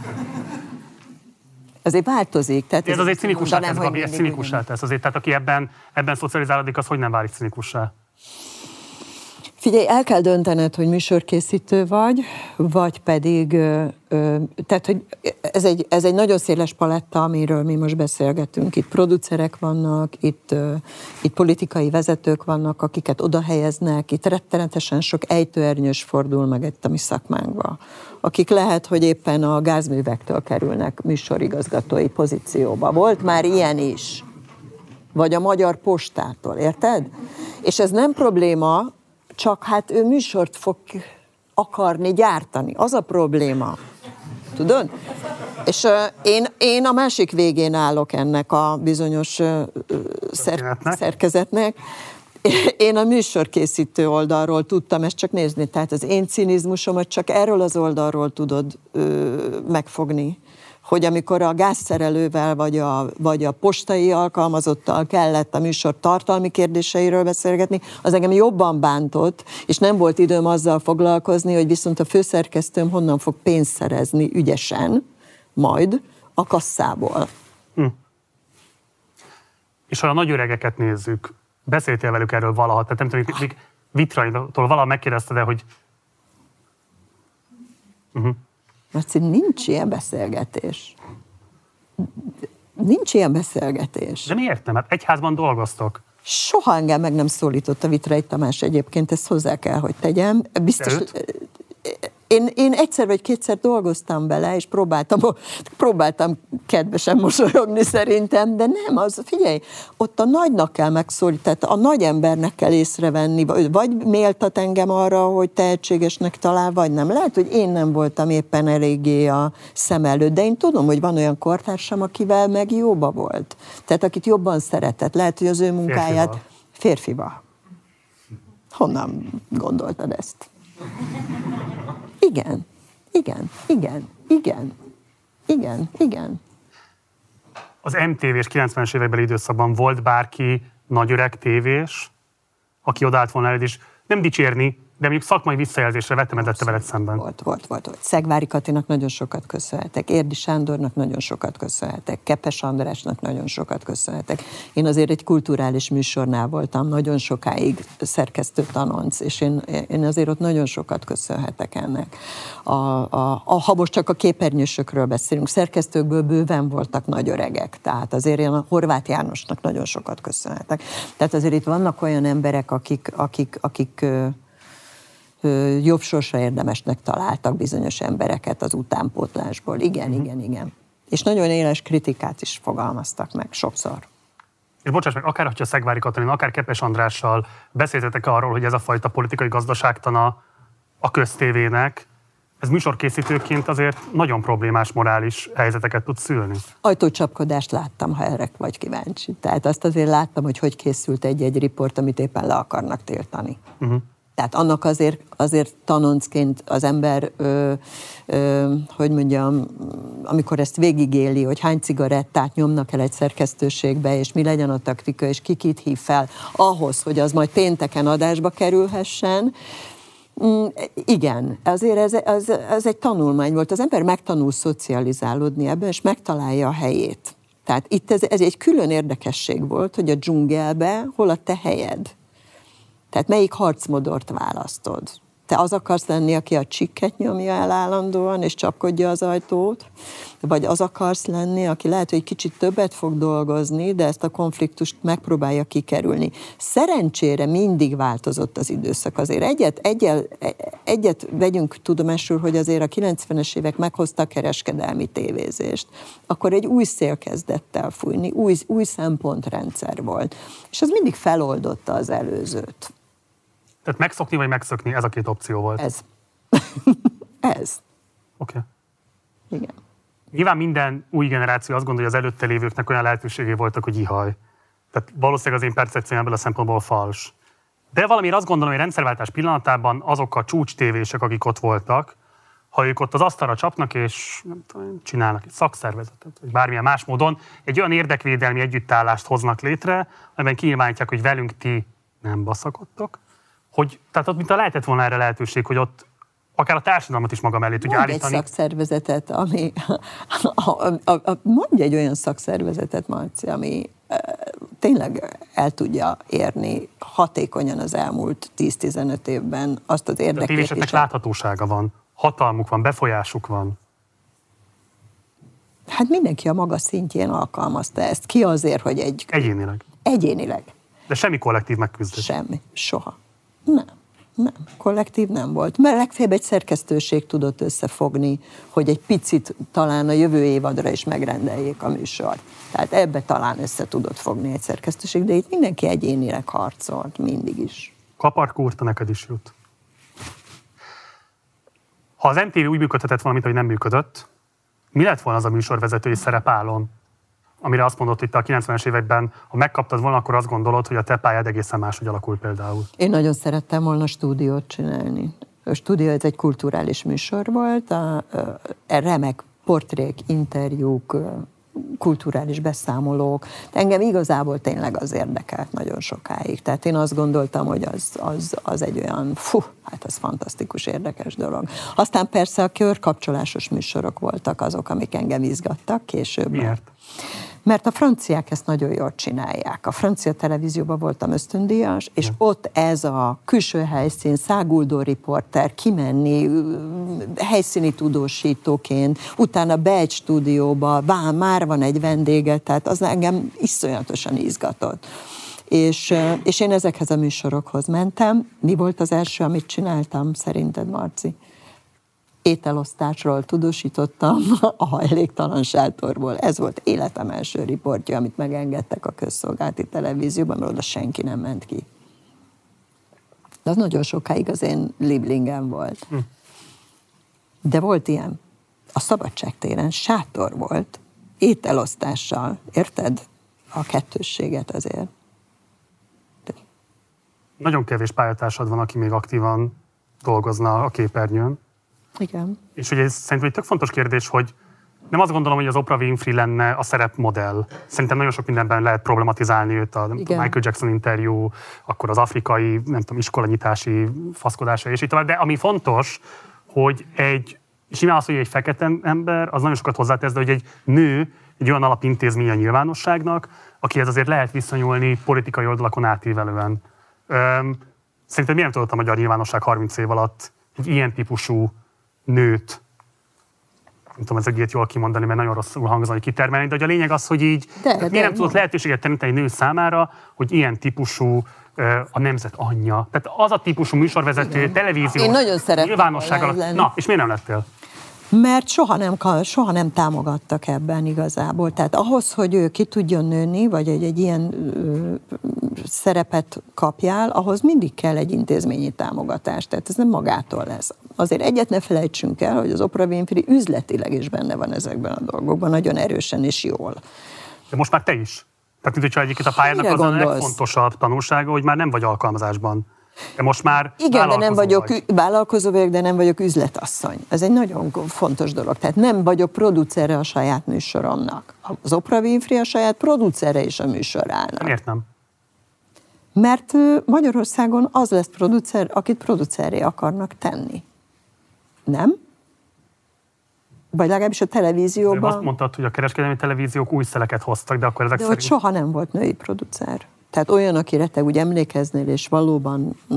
Azért változik. Tehát ez, ez azért cinikussá tesz, Gabi, ez cinikussá tesz azért. Tehát aki ebben, ebben szocializálódik, az hogy nem válik cinikussá? Figyelj, el kell döntened, hogy műsorkészítő vagy, vagy pedig, ö, ö, tehát, hogy ez egy, ez egy nagyon széles paletta, amiről mi most beszélgetünk. Itt producerek vannak, itt, ö, itt politikai vezetők vannak, akiket oda helyeznek, itt rettenetesen sok ejtőernyős fordul meg itt a mi szakmánkba, akik lehet, hogy éppen a gázművektől kerülnek műsorigazgatói pozícióba. Volt már ilyen is. Vagy a Magyar Postától, érted? És ez nem probléma, csak hát ő műsort fog akarni gyártani. Az a probléma. Tudod? És uh, én, én a másik végén állok ennek a bizonyos uh, szer- szerkezetnek. Én a műsorkészítő oldalról tudtam ezt csak nézni. Tehát az én cinizmusomat csak erről az oldalról tudod uh, megfogni. Hogy amikor a gázszerelővel vagy a, vagy a postai alkalmazottal kellett a műsor tartalmi kérdéseiről beszélgetni, az engem jobban bántott, és nem volt időm azzal foglalkozni, hogy viszont a főszerkesztőm honnan fog pénzt szerezni ügyesen, majd a kasszából. Hm. És ha a nagy öregeket nézzük, beszéltél velük erről valaha, tehát nem tudom, hogy Vitraitól valaha megkérdezted el, hogy... Uh-huh. Marci, nincs ilyen beszélgetés. Nincs ilyen beszélgetés. De miért nem? Hát egyházban dolgoztok. Soha engem meg nem szólított a Vitrai Tamás egyébként, ezt hozzá kell, hogy tegyem. Biztos, én, én egyszer vagy kétszer dolgoztam bele, és próbáltam, próbáltam kedvesen mosolyogni szerintem, de nem, az, figyelj, ott a nagynak kell megszólítani, tehát a nagy embernek kell észrevenni, vagy méltat engem arra, hogy tehetségesnek talál, vagy nem. Lehet, hogy én nem voltam éppen eléggé a szem előtt, de én tudom, hogy van olyan kortársam, akivel meg jóba volt. Tehát akit jobban szeretett. Lehet, hogy az ő munkáját férfival. férfival. Honnan gondoltad ezt? Igen, igen, igen, igen, igen, igen. Az em té vés kilencvenes évekbeli időszakban volt bárki nagyöreg tévés, aki odállt volna eléd is, nem dicsérni, De mondjuk szakmai visszajelzésre vetemedette veled szemben. Volt, volt, volt, volt. Szegvári Katinak nagyon sokat köszönhetek, Érdi Sándornak nagyon sokat köszönhetek, Kepes Andrásnak nagyon sokat köszönhetek. Én azért egy kulturális műsornál voltam nagyon sokáig szerkesztő tanonc, és én, én azért ott nagyon sokat köszönhetek ennek. A, a, a, ha most csak a képernyősökről beszélünk, szerkesztőkből bőven voltak nagy öregek, tehát azért én a Horváth Jánosnak nagyon sokat köszönhetek. Tehát azért itt vannak olyan emberek, akik, akik, akik jobb sorsra érdemesnek találtak bizonyos embereket az utánpótlásból. Igen, mm. igen, igen. És nagyon éles kritikát is fogalmaztak meg sokszor. És bocsáss meg, akár hogyha Szegvári Katalin, akár Kepes Andrással beszéltetek arról, hogy ez a fajta politikai gazdaságtana a köztévének, ez műsorkészítőként azért nagyon problémás morális helyzeteket tud szülni. Ajtócsapkodást láttam, ha erre vagy kíváncsi. Tehát azt azért láttam, hogy hogy készült egy-egy riport, amit éppen le akarnak tiltani. Uh-huh. Tehát annak azért, azért tanoncként az ember, ö, ö, hogy mondjam, amikor ezt végigéli, hogy hány cigarettát nyomnak el egy szerkesztőségbe, és mi legyen a taktika, és ki kit hív fel ahhoz, hogy az majd pénteken adásba kerülhessen. Mm, igen, azért ez, ez, ez egy tanulmány volt. Az ember megtanul szocializálódni ebben, és megtalálja a helyét. Tehát itt ez, ez egy külön érdekesség volt, hogy a dzsungelbe hol a te helyed. Tehát melyik harcmodort választod? Te az akarsz lenni, aki a csikket nyomja el állandóan, és csapkodja az ajtót? Vagy az akarsz lenni, aki lehet, hogy kicsit többet fog dolgozni, de ezt a konfliktust megpróbálja kikerülni. Szerencsére mindig változott az időszak. Azért egyet, egyel, egyet vegyünk tudomásul, hogy azért a kilencvenes évek meghozta a kereskedelmi tévézést. Akkor egy új szél kezdett el fújni, új, új szempontrendszer volt. És az mindig feloldotta az előzőt. Tehát megszokni vagy megszökni, ez a két opció volt. Ez. ez. Oké. Okay. Igen. Nyilván minden új generáció azt gondolja, hogy az előtte lévőknek olyan lehetőségé voltak, hogy ihaj. Tehát valószínűleg az én percepcióm ebből a szempontból fals. De valamiért azt gondolom, hogy rendszerváltás pillanatában azok a csúcs tévések, akik ott voltak, ha ők ott az asztalra csapnak, és nem tudom, csinálnak egy szakszervezetet, vagy bármilyen más módon, egy olyan érdekvédelmi együttállást hoznak létre, amiben kinyilvánítják, hogy velünk ti nem baszakodtok, hogy, tehát ott mint a lehetett volna erre lehetőség, hogy ott akár a társadalmat is maga mellé tudja állítani. Mondj egy szakszervezetet, ami... A, a, a, a, mondj egy olyan szakszervezetet, Marci, ami e, tényleg el tudja érni hatékonyan az elmúlt tíz-tizenöt évben azt az érdekét. A tévéseknek láthatósága van, hatalmuk van, befolyásuk van. Hát mindenki a maga szintjén alkalmazta ezt. Ki azért, hogy egy... Egyénileg. Egyénileg. De semmi kollektív megküzdés. Semmi. Soha. Nem. Nem. Kollektív nem volt. Mert legfeljebb egy szerkesztőség tudott összefogni, hogy egy picit talán a jövő évadra is megrendeljék a műsort. Tehát ebbe talán össze tudott fogni egy szerkesztőség, de itt mindenki egyénileg harcolt, mindig is. Kaparkúrta neked is jut. Ha az em té vé úgy működhetett valamit, hogy nem működött, mi lett volna az a műsorvezetői szerepállon, amire azt mondott itt a kilencvenes években, ha megkaptad volna, akkor azt gondolod, hogy a te pályád egészen máshogy alakul például. Én nagyon szerettem volna stúdiót csinálni. A stúdió ez egy kulturális műsor volt, a, a, a remek portrék, interjúk, kulturális beszámolók. De engem igazából tényleg az érdekelt nagyon sokáig. Tehát én azt gondoltam, hogy az, az, az egy olyan, fú, hát az fantasztikus, érdekes dolog. Aztán persze a körkapcsolásos műsorok voltak azok, amik engem izgattak később. Miért? Mert a franciák ezt nagyon jól csinálják. A francia televízióban voltam ösztöndíjas, és ja. ott ez a külső helyszín, száguldó riporter, kimenni helyszíni tudósítóként, utána be egy stúdióba, bár már van egy vendége, tehát az engem iszonyatosan izgatott. És, és én ezekhez a műsorokhoz mentem. Mi volt az első, amit csináltam, szerinted, Marci? Ételosztásról tudósítottam a hajléktalan sátorból. Ez volt életem első riportja, amit megengedtek a közszolgálati televízióban, mert oda senki nem ment ki. De az nagyon sokáig az én lieblingem volt. Hm. De volt ilyen. A Szabadságtéren sátor volt, ételosztással. Érted? A kettősséget azért. De... Nagyon kevés pályatársad van, aki még aktívan dolgozna a képernyőn. Igen. És ugye ez szerintem egy tök fontos kérdés, hogy Nem azt gondolom, hogy az Oprah Winfrey lenne a szerepmodell. Szerintem nagyon sok mindenben lehet problematizálni őt, a Michael Jackson interjú, akkor az afrikai, nem tudom, iskolanyitási faszkodása, és így tovább. De ami fontos, hogy egy, és nyilván az, hogy egy fekete ember, az nagyon sokat hozzátesz, de hogy egy nő, egy olyan alapintézmény a nyilvánosságnak, akihez azért lehet viszonyulni politikai oldalakon átívelően. Öm, Szerinted miért nem tudott a magyar nyilvánosság harminc év alatt egy ilyen típusú nőt, nem tudom, ez egy ilyet jól kimondani, mert nagyon rosszul hangzani, kitermelni, de hogy a lényeg az, hogy így, de, de, miért nem tudott lehetőséget teremteni egy nő számára, hogy ilyen típusú a nemzet anyja. Tehát az a típusú műsorvezető, igen. televízió, nyilvánosság alatt. Na, és miért nem lettél? Mert soha nem, soha nem támogattak ebben igazából. Tehát ahhoz, hogy ő ki tudjon nőni, vagy egy, egy ilyen ö, szerepet kapjál, ahhoz mindig kell egy intézményi támogatás. Tehát ez nem magától lesz. Azért egyet ne felejtsünk el, hogy az Oprah Winfrey üzletileg is benne van ezekben a dolgokban, nagyon erősen és jól. De most már te is. Tehát, mint hogyha egyébként a pályának az a legfontosabb tanulsága, hogy már nem vagy alkalmazásban. De most már igen, de nem vagyok vagy. vállalkozó vagyok, de nem vagyok üzletasszony. Ez egy nagyon fontos dolog. Tehát nem vagyok producere a saját műsoromnak. Az Oprah Winfrey a saját producere is a műsorának. Miért nem? Mert Magyarországon az lesz producer, akit producerré akarnak tenni. Nem? Vagy legalábbis a televízióban. De azt mondtad, hogy a kereskedelmi televíziók új szeleket hoztak, de akkor ezek de szerint... hogy soha nem volt női producer. Tehát olyan, akire te úgy emlékeznél, és valóban mm,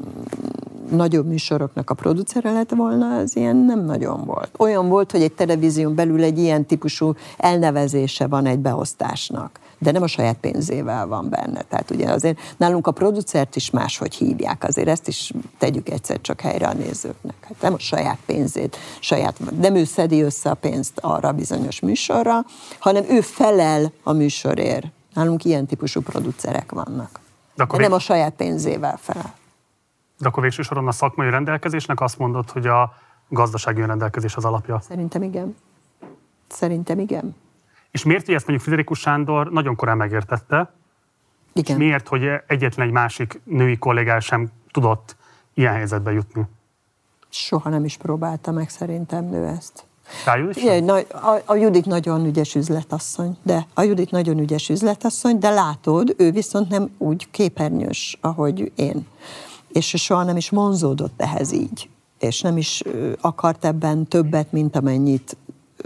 nagyobb műsoroknak a producere lett volna, az ilyen nem nagyon volt. Olyan volt, hogy egy televízión belül egy ilyen típusú elnevezése van egy beosztásnak, de nem a saját pénzével van benne. Tehát ugye azért nálunk a producert is máshogy hívják, azért ezt is tegyük egyszer csak helyre a nézőknek. Hát nem a saját pénzét, saját, nem ő szedi össze a pénzt arra a bizonyos műsorra, hanem ő felel a műsorért. Nálunk ilyen típusú producerek vannak. De, de nem vég... a saját pénzével felel. De akkor végső soron a szakmai rendelkezésnek azt mondod, hogy a gazdasági rendelkezés az alapja? Szerintem igen. Szerintem igen. És miért, hogy ezt mondjuk Friderikus Sándor nagyon korán megértette? Igen. És miért, hogy egyetlen egy másik női kollégá sem tudott ilyen helyzetbe jutni? Soha nem is próbálta meg szerintem nő ezt. Igen, a, a Judit nagyon ügyes üzletasszony, de a Judit nagyon ügyes üzletasszony, de látod, ő viszont nem úgy képernyős, ahogy én. És soha nem is vonzódott ehhez így. És nem is akart ebben többet, mint amennyit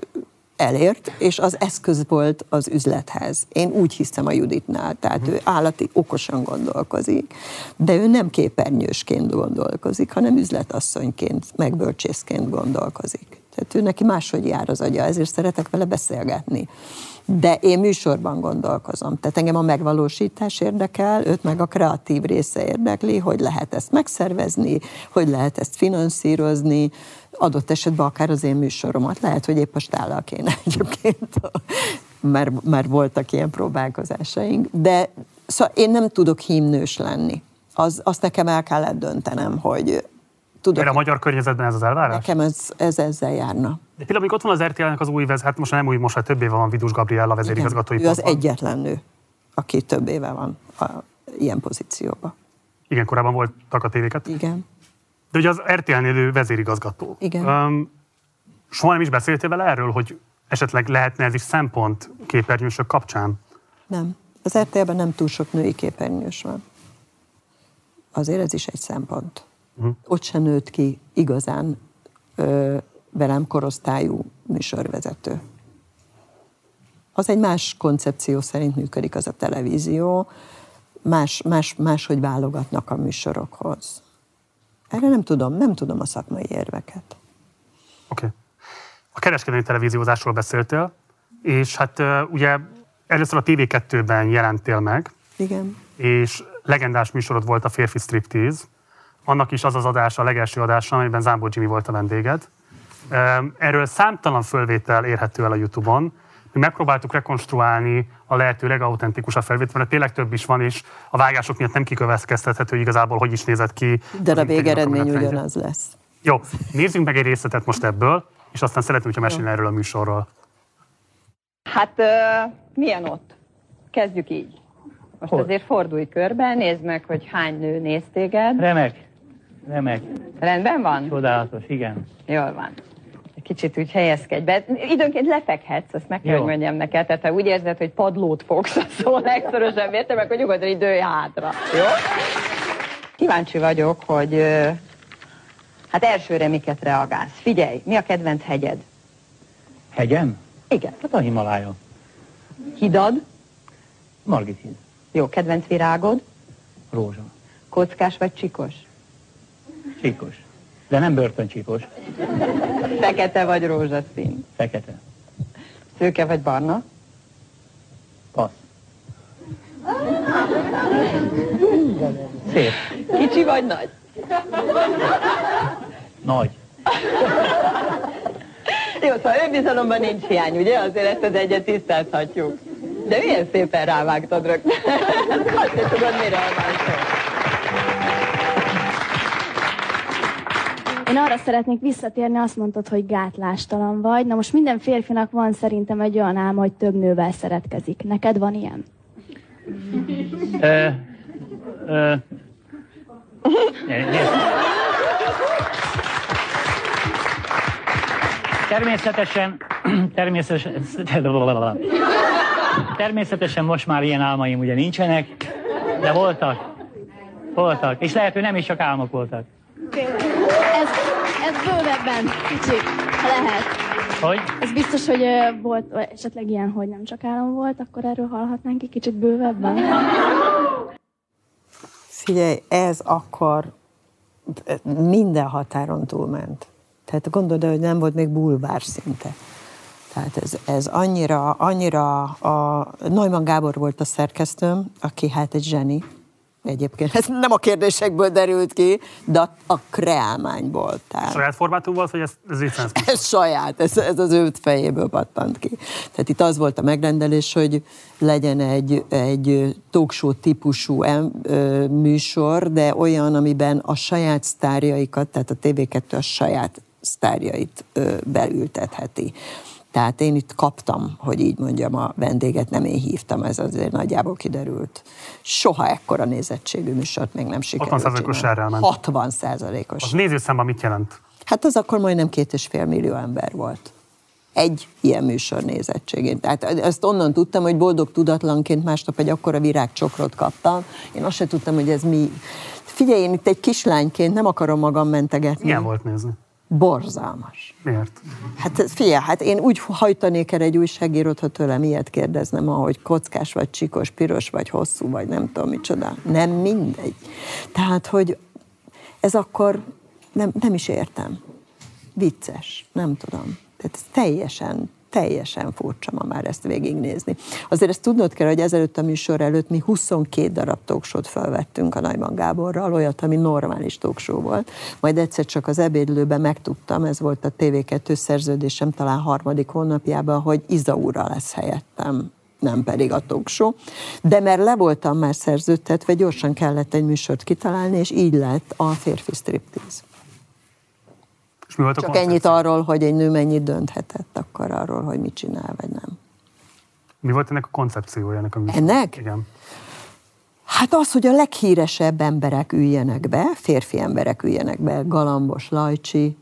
elért, és az eszköz volt az üzlethez. Én úgy hiszem a Juditnál, tehát ő állati okosan gondolkozik, de ő nem képernyősként gondolkozik, hanem üzletasszonyként, meg bölcsészként gondolkozik. Tehát ő neki máshogy jár az agya, ezért szeretek vele beszélgetni. De én műsorban gondolkozom. Tehát engem a megvalósítás érdekel, őt meg a kreatív része érdekli, hogy lehet ezt megszervezni, hogy lehet ezt finanszírozni, adott esetben akár az én műsoromat. Lehet, hogy épp a Stállal kéne egyébként, mert, mert voltak ilyen próbálkozásaink. De szóval én nem tudok hímnős lenni. Az, azt nekem el kellett döntenem, hogy tudok. Erre a magyar környezetben ez az elvárás? Nekem ez, ez ezzel járna. De például, amikor ott van az er té el-nek az új vezet, hát most nem új, most már több éve van Vidus Gabriella vezérigazgatói posztban. Ő az egyetlen nő, aki több éve van a, ilyen pozícióban. Igen, korábban voltak a tévéket. Igen. De ugye az er té el-nél ő vezérigazgató. Igen. Um, soha nem is beszéltél vele erről, hogy esetleg lehetne ez is szempont képernyősök kapcsán? Nem. Az er té el-ben nem túl sok női képernyős van. Azért ez is egy szempont. Uh-huh. Ott sem nőtt ki igazán ö, velem korosztályú műsorvezető. Az egy más koncepció szerint működik az a televízió, más, más, máshogy válogatnak a műsorokhoz. Erre nem tudom, nem tudom a szakmai érveket. Oké. Okay. A kereskedelmi televíziózásról beszéltél, és hát ugye először a té vé kettőben jelentél meg. Igen. És legendás műsorod volt a Férfi Striptease. Annak is az az adása, a legelső adása, amelyben Zámbó Jimmy volt a vendéged. Erről számtalan fölvétel érhető el a YouTube-on. Mi megpróbáltuk rekonstruálni a lehető legautentikusabb felvételt, mert tényleg több is van, és a vágások miatt nem kikövetkeztethető igazából, hogy is nézett ki. De a végeredmény ugyanaz lesz. Jó, nézzünk meg egy részletet most ebből, és aztán szeretném, hogyha mesélni erről a műsorról. Hát uh, milyen ott? Kezdjük így. Most Hol? Azért fordulj körbe, nézd meg, hogy hány nő néz téged. Remek, remek. Rendben van? Csodálatos, igen. Jól van. kicsit úgy helyezkedj be. Időnként lefekhetsz, azt meg kell, hogy mondjam neked. Tehát ha úgy érzed, hogy padlót fogsz, szóval legszorosabb értem, akkor nyugodtan így dőlj hátra. Jó? Kíváncsi vagyok, hogy hát elsőre miket reagálsz. Figyelj, mi a kedvenc hegyed? Hegyem? Igen. Hát a Himalája. Hidad? Margit híd. Jó, kedvenc virágod? Rózsa. Kockás vagy csikos? Csíkos. De nem börtöncsíkos. Fekete vagy rózsaszín? Fekete. Szőke vagy barna? Passz. Szép. Kicsi vagy nagy? Nagy. Jó, szóval önbizalomban nincs hiány, ugye? Azért ezt az egyet tisztázhatjuk. De milyen szépen rávágtad rögtön. Azt se tudod, mire van szó. Én arra szeretnék visszatérni, azt mondtad, hogy gátlástalan vagy. Na most minden férfinak van szerintem egy olyan álma, hogy több nővel szeretkezik. Neked van ilyen? Ö, ö, természetesen, természetesen, természetesen most már ilyen álmaim ugye nincsenek, de voltak, voltak, és lehet, hogy nem is csak álmok voltak. Ez, ez bővebben, kicsit, ha lehet. Hogy? Ez biztos, hogy ö, volt esetleg ilyen, hogy nem csak álom volt, akkor erről hallhatnánk egy kicsit bővebben. Figyelj, ez akkor minden határon túlment. Tehát gondolod, hogy nem volt még bulvár szinte. Tehát ez, ez annyira, annyira, a Neumann Gábor volt a szerkesztőm, aki hát egy zseni. Egyébként ez nem a kérdésekből derült ki, de a, a kreálmányból. Tehát. Saját formátum volt, vagy ez, ez licenc? Ez saját, ez, ez az ő fejéből pattant ki. Tehát itt az volt a megrendelés, hogy legyen egy, egy talkshow típusú em, ö, műsor, de olyan, amiben a saját sztárjaikat, tehát a té vé kettő a saját sztárjait ö, beültetheti. Tehát én itt kaptam, hogy így mondjam, a vendéget nem én hívtam, ez azért nagyjából kiderült. Soha ekkora nézettségű műsort még nem sikerült. hatvan százalékos erre ment. hatvan százalékos. Az nézőszámban mit jelent? Hát az akkor majdnem két és fél millió ember volt. Egy ilyen műsor nézettségén. Tehát ezt onnan tudtam, hogy boldog tudatlanként másnap egy akkora virágcsokrot kaptam. Én azt se tudtam, hogy ez mi. Figyelj, én itt egy kislányként nem akarom magam mentegetni. Milyen volt nézni? Borzalmas. Miért? Hát figyelj, hát én úgy hajtanék el egy újságírót, ha tőlem ilyet kérdeznem, ahogy kockás vagy csikos, piros vagy hosszú, vagy nem tudom micsoda. Nem mindegy. Tehát, hogy ez akkor nem, nem is értem. Vicces, nem tudom. Tehát ez teljesen, teljesen furcsa ma már ezt végignézni. Azért ezt tudnod kell, hogy ezelőtt a műsor előtt mi huszonkét darab talkshow-t felvettünk a Neumann Gáborral, olyat, ami normális talkshow volt. Majd egyszer csak az ebédlőben megtudtam, ez volt a té vé kettő szerződésem talán harmadik hónapjában, hogy Izaura lesz helyettem, nem pedig a talkshow. De mert le voltam már szerződtetve, gyorsan kellett egy műsort kitalálni, és így lett a férfi striptease. Csak ennyit arról, hogy egy nő mennyit dönthetett, akkor arról, hogy mit csinál, vagy nem. Mi volt ennek a koncepciója? Ennek? A ennek? Igen. Hát az, hogy a leghíresebb emberek üljenek be, férfi emberek üljenek be, Galambos Lajcsi,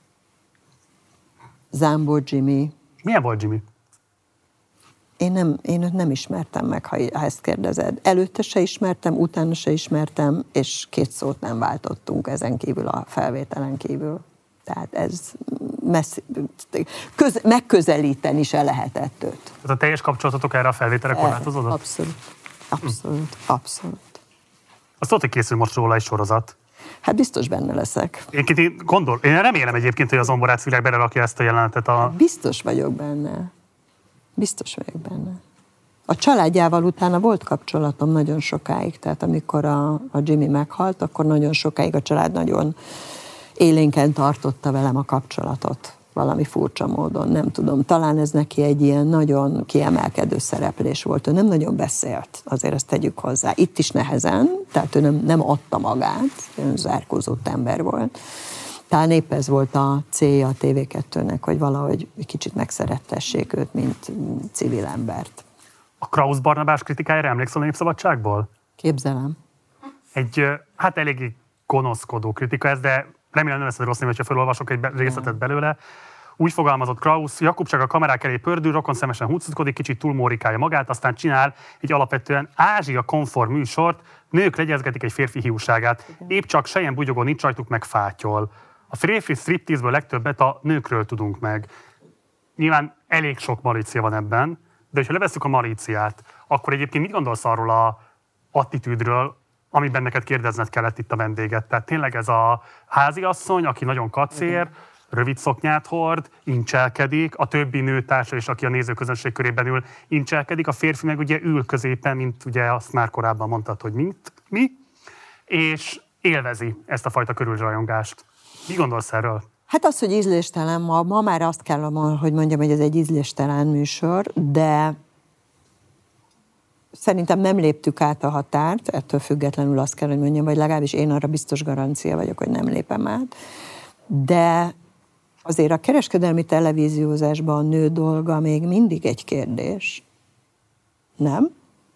Zámbor Jimmy. Milyen volt Jimmy? Én, nem, én őt nem ismertem meg, ha ezt kérdezed. Előtte se ismertem, utána se ismertem, és két szót nem váltottunk ezen kívül, a felvételen kívül. Tehát ez messzi, köz, megközelíteni se lehetett őt. Tehát a teljes kapcsolatotok erre a felvételre korlátozódott? Abszolút, abszolút, abszolút. Azt tudod, hogy készül most róla egy sorozat? Hát biztos benne leszek. Én, én, gondol, én remélem egyébként, hogy az Zomborác világ belerakja ezt a jelenetet a... Biztos vagyok benne. Biztos vagyok benne. A családjával utána volt kapcsolatom nagyon sokáig, tehát amikor a, a Jimmy meghalt, akkor nagyon sokáig a család nagyon élénken tartotta velem a kapcsolatot. Valami furcsa módon, nem tudom. Talán ez neki egy ilyen nagyon kiemelkedő szereplés volt. Ő nem nagyon beszélt, azért ezt tegyük hozzá. Itt is nehezen, tehát ő nem, nem adta magát, ő zárkózott ember volt. Talán épp ez volt a célja a té vé kettőnek, hogy valahogy kicsit megszerettessék őt, mint civil embert. A Krausz Barnabás kritikájára emlékszel a Népszabadságból? Képzelem. Egy, hát eléggé gonoszkodó kritika ez, de remélem nem lesz rossz név, hogyha felolvasok egy részletet belőle, Úgy fogalmazott Krausz, Jakub a kamerák elé pördül, rokon szemesen húzkodik, kicsit túlmórikálja magát, aztán csinál egy alapvetően Ázsia konform műsort, nők legyezgetik egy férfi hiúságát. Épp csak sejen bugyogó nincs rajtuk, meg fátyol. A férfi striptease-ből legtöbbet a nőkről tudunk meg. Nyilván elég sok malícia van ebben, de ha levesszük a malíciát, akkor egyébként mit gondolsz arról a attitűdről, amiben neked kérdezned kellett itt a vendéget? Tehát tényleg ez a háziasszony, aki nagyon kacér, rövid szoknyát hord, incselkedik, a többi nőtársa is, aki a nézőközönség körében ül, incselkedik, a férfi meg ugye ül középen, mint ugye azt már korábban mondtad, hogy mint mi, és élvezi ezt a fajta körülzsajongást. Mi gondolsz erről? Hát az, hogy ízléstelen ma, ma már azt kell, hogy mondjam, hogy ez egy ízléstelen műsor, de szerintem nem léptük át a határt, ettől függetlenül azt kell, hogy mondjam, vagy legalábbis én arra biztos garancia vagyok, hogy nem lépem át, de azért a kereskedelmi televíziózásban a nő dolga még mindig egy kérdés. Nem?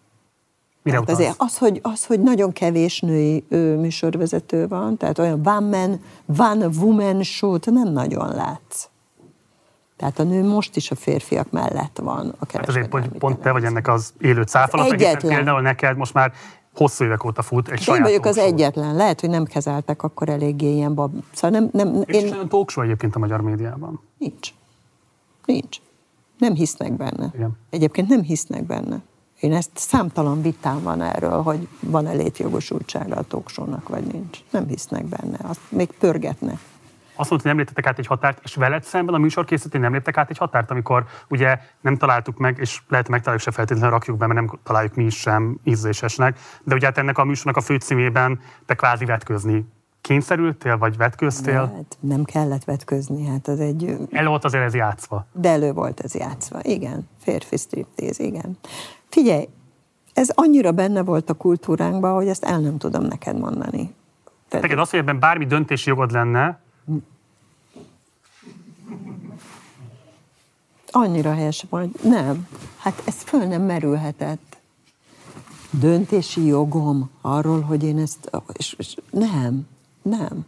Hát azért az, hogy, az, hogy nagyon kevés női ő, műsorvezető van, tehát olyan one man, one woman show-t nem nagyon látsz. Tehát a nő most is a férfiak mellett van a kereskedelmi. Hát azért pont te vagy ennek az élő cáfolat, egyetlen. Például neked most már hosszú évek óta fut egy saját Én vagyok az talkshow. Egyetlen. Lehet, hogy nem kezeltek akkor eléggé ilyen bab... Szóval nem... nem és én... olyan talkshow egyébként a magyar médiában? Nincs. Nincs. Nem hisznek benne. Igen. Egyébként nem hisznek benne. Én ezt számtalan vitám van erről, hogy van-e létjogosultsága a talkshownak, vagy nincs. Nem hisznek benne. Azt még pörgetnek. Azt mondta, hogy nem léptetek át egy határt, és veled szemben a műsorkészítőn nem léptek át egy határt, amikor ugye nem találtuk meg, és lehet, hogy megtaláljuk, se feltétlenül rakjuk be, mert nem találjuk mi is sem ízlésesnek, de ugye hát ennek a műsornak a főcímében te kvázi vetközni kényszerültél, vagy vetköztél? Hát nem kellett vetközni, hát az egy... Elő volt azért ez játszva. De elő volt ez játszva, igen. Férfi striptease, igen. Figyelj, ez annyira benne volt a kultúránkban, hogy ezt el nem tudom neked mondani. Tehát... Neked az, hogy ebben bármi döntési jogod lenne, annyira helyes van, hogy nem. Hát ez föl nem merülhetett. Döntési jogom arról, hogy én ezt... És, és nem, nem.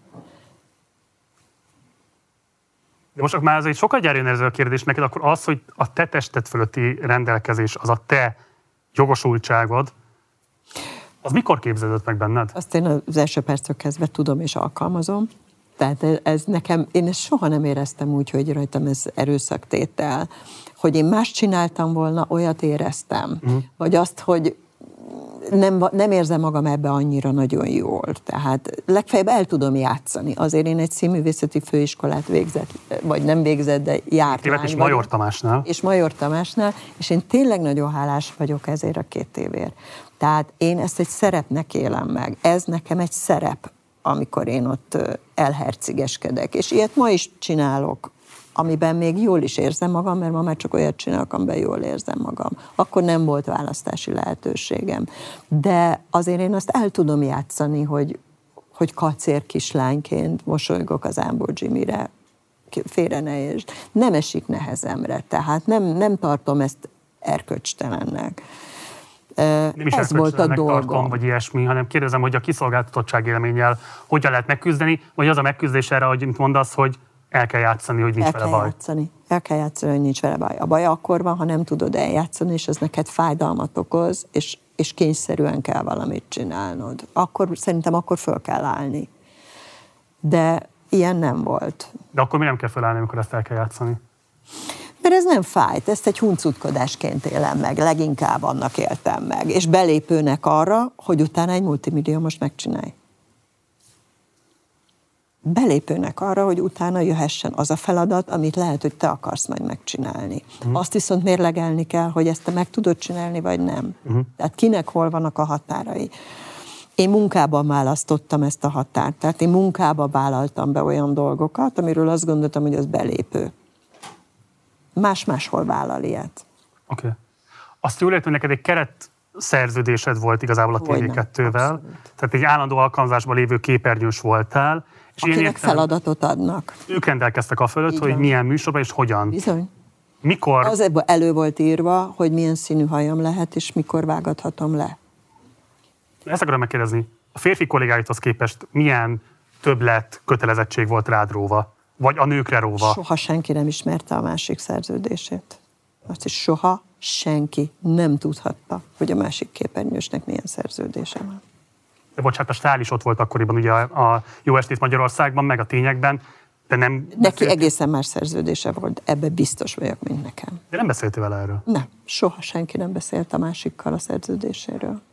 De most már ez egy sokat gyárjon ez a kérdés neked, akkor az, hogy a te tested fölötti rendelkezés, az a te jogosultságod, az mikor képződött meg benned? Azt én az első perctől kezdve tudom és alkalmazom. Tehát ez nekem, én ezt soha nem éreztem úgy, hogy rajtam ez erőszaktétel. Hogy én más csináltam volna, olyat éreztem. Uh-huh. Vagy azt, hogy nem, nem érzem magam ebbe annyira nagyon jól. Tehát legfeljebb el tudom játszani. Azért én egy színművészeti főiskolát végzett, vagy nem végzett, de járt lány és Major Tamásnál. És Major Tamásnál, és én tényleg nagyon hálás vagyok ezért a két évért. Tehát én ezt egy szerepnek élem meg. Ez nekem egy szerep, amikor én ott elhercigeskedek. És ilyet ma is csinálok, amiben még jól is érzem magam, mert ma már csak olyat csinálok, amiben jól érzem magam. Akkor nem volt választási lehetőségem. De azért én azt el tudom játszani, hogy, hogy kacér kislányként mosolygok az Ámbó Jimmy-re, félre ne értsd. Nem esik nehezemre, tehát nem, nem tartom ezt erkölcstelennek. Nem is ez volt a dolgom. Tartom, vagy ilyesmi, hanem kérdezem, hogy a kiszolgáltatottság élménnyel hogyan lehet megküzdeni, vagy az a megküzdés erre, hogy mondasz, hogy el kell játszani, hogy nincs el vele kell baj. Játszani. El kell játszani, hogy nincs vele baj. A baj akkor van, ha nem tudod eljátszani, és ez neked fájdalmat okoz, és, és kényszerűen kell valamit csinálnod. Akkor, szerintem akkor föl kell állni. De ilyen nem volt. De akkor mi nem kell felállni, amikor ezt el kell játszani? Mert ez nem fájt, ezt egy huncutkodásként élem meg, leginkább annak éltem meg. És belépőnek arra, hogy utána egy multimillió most megcsinálj. Belépőnek arra, hogy utána jöhessen az a feladat, amit lehet, hogy te akarsz majd megcsinálni. Uh-huh. Azt viszont mérlegelni kell, hogy ezt te meg tudod csinálni, vagy nem. Uh-huh. Tehát kinek hol vannak a határai. Én munkában választottam ezt a határt, tehát én munkában vállaltam be olyan dolgokat, amiről azt gondoltam, hogy az belépő. Más-máshol vállal ilyet. Oké. Okay. Azt jól értem, hogy neked egy keret szerződésed volt igazából a té vé kettővel, tehát egy állandó alkalmazásban lévő képernyős voltál. És akinek értem, feladatot adnak. Ők rendelkeztek a fölött, hogy milyen műsorban és hogyan. Bizony. Mikor? Az elő volt írva, hogy milyen színű hajam lehet, és mikor vágathatom le. Ezt akarom megkérdezni. A férfi kollégáithoz képest milyen többlet kötelezettség volt rád róva? Vagy a nőkre róva? Soha senki nem ismerte a másik szerződését. Azt is soha senki nem tudhatta, hogy a másik képernyősnek milyen szerződése van. De bocsánat, a Stál is ott volt akkoriban ugye a, a Jó estét Magyarországban, meg a Tényekben, de nem... Neki beszélt... egészen más szerződése volt, ebben biztos vagyok, mint nekem. De nem beszéltél vele erről? Nem, soha senki nem beszélt a másikkal a szerződéséről.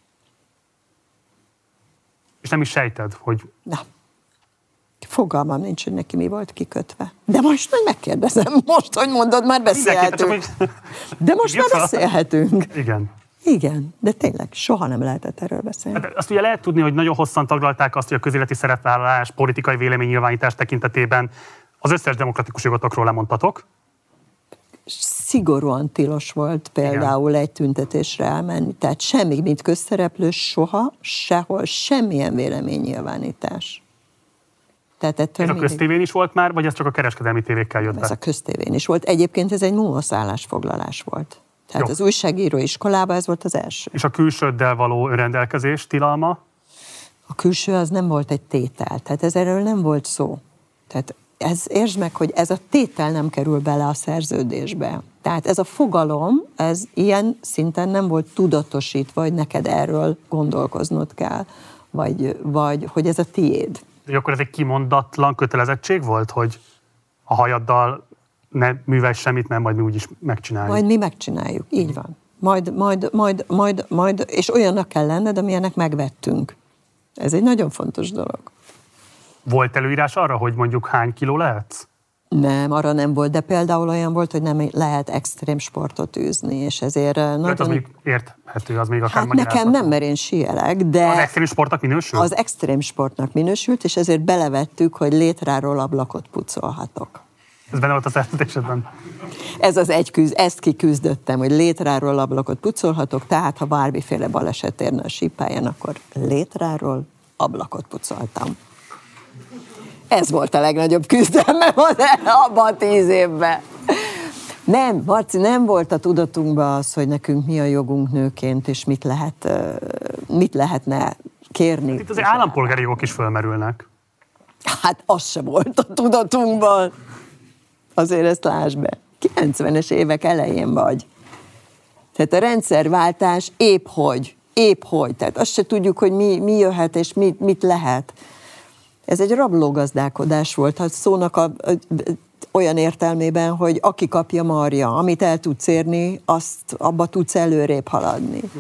És nem is sejted, hogy... Nem. Fogalmam nincs, hogy neki mi volt kikötve. De most meg megkérdezem, most, hogy mondod, már beszélhetünk. De most már beszélhetünk. Igen. Igen, de tényleg soha nem lehetett erről beszélni. Hát azt ugye lehet tudni, hogy nagyon hosszan taglalták azt, hogy a közéleti szerepvállalás, politikai véleménynyilvánítás tekintetében az összes demokratikus jogotokról lemondtatok. Szigorúan tilos volt például igen. egy tüntetésre elmenni, tehát semmi, mint közszereplő, soha, sehol, semmilyen véleménynyilvánítás. Tehát ez mindig... a köztévén is volt már, vagy ez csak a kereskedelmi tévékkel jött be? Ez a köztévén is volt. Egyébként ez egy nullasz állásfoglalás volt. Tehát jó. Az újságíró iskolában ez volt az első. És a külsőddel való önrendelkezés tilalma? A külső az nem volt egy tétel, tehát ez erről nem volt szó. Tehát ez, értsd meg, hogy ez a tétel nem kerül bele a szerződésbe. Tehát ez a fogalom, ez ilyen szinten nem volt tudatosítva, hogy neked erről gondolkoznod kell, vagy, vagy hogy ez a tiéd. De akkor ez egy kimondatlan kötelezettség volt, hogy a hajaddal ne művelj semmit, mert majd mi úgyis megcsináljuk. Majd mi megcsináljuk, így van. Majd, majd, majd, majd, majd, és olyannak kell lenned, amilyenek megvettünk. Ez egy nagyon fontos dolog. Volt előírás arra, hogy mondjuk hány kiló lehetsz? Nem, arra nem volt, de például olyan volt, hogy nem lehet extrém sportot űzni, és ezért nagyon... Hát az még érthető, az még akár hát nekem nem, mert én síelek, de... Az extrém sportnak minősül? Az extrém sportnak minősült, és ezért belevettük, hogy létráról ablakot pucolhatok. Ez benne volt a szerződésedben? Ez az egy küzd, ezt kiküzdöttem, hogy létráról ablakot pucolhatok, tehát ha bármiféle baleset érne a sípályán, akkor létráról ablakot pucoltam. Ez volt a legnagyobb küzdelmem abban a tíz évben. Nem, Marci, nem volt a tudatunkban az, hogy nekünk mi a jogunk nőként, és mit, lehet, mit lehetne kérni. Itt azért állampolgári jogok is fölmerülnek. Hát az se volt a tudatunkban. Azért ezt lásd be. kilencvenes évek elején vagy. Tehát a rendszerváltás épp hogy, épp hogy. Tehát azt se tudjuk, hogy mi, mi jöhet és mit, mit lehet. Ez egy rablógazdálkodás volt, hát szónak a, a, olyan értelmében, hogy aki kapja marja, amit el tudsz érni, azt abba tudsz előrébb haladni. Hm.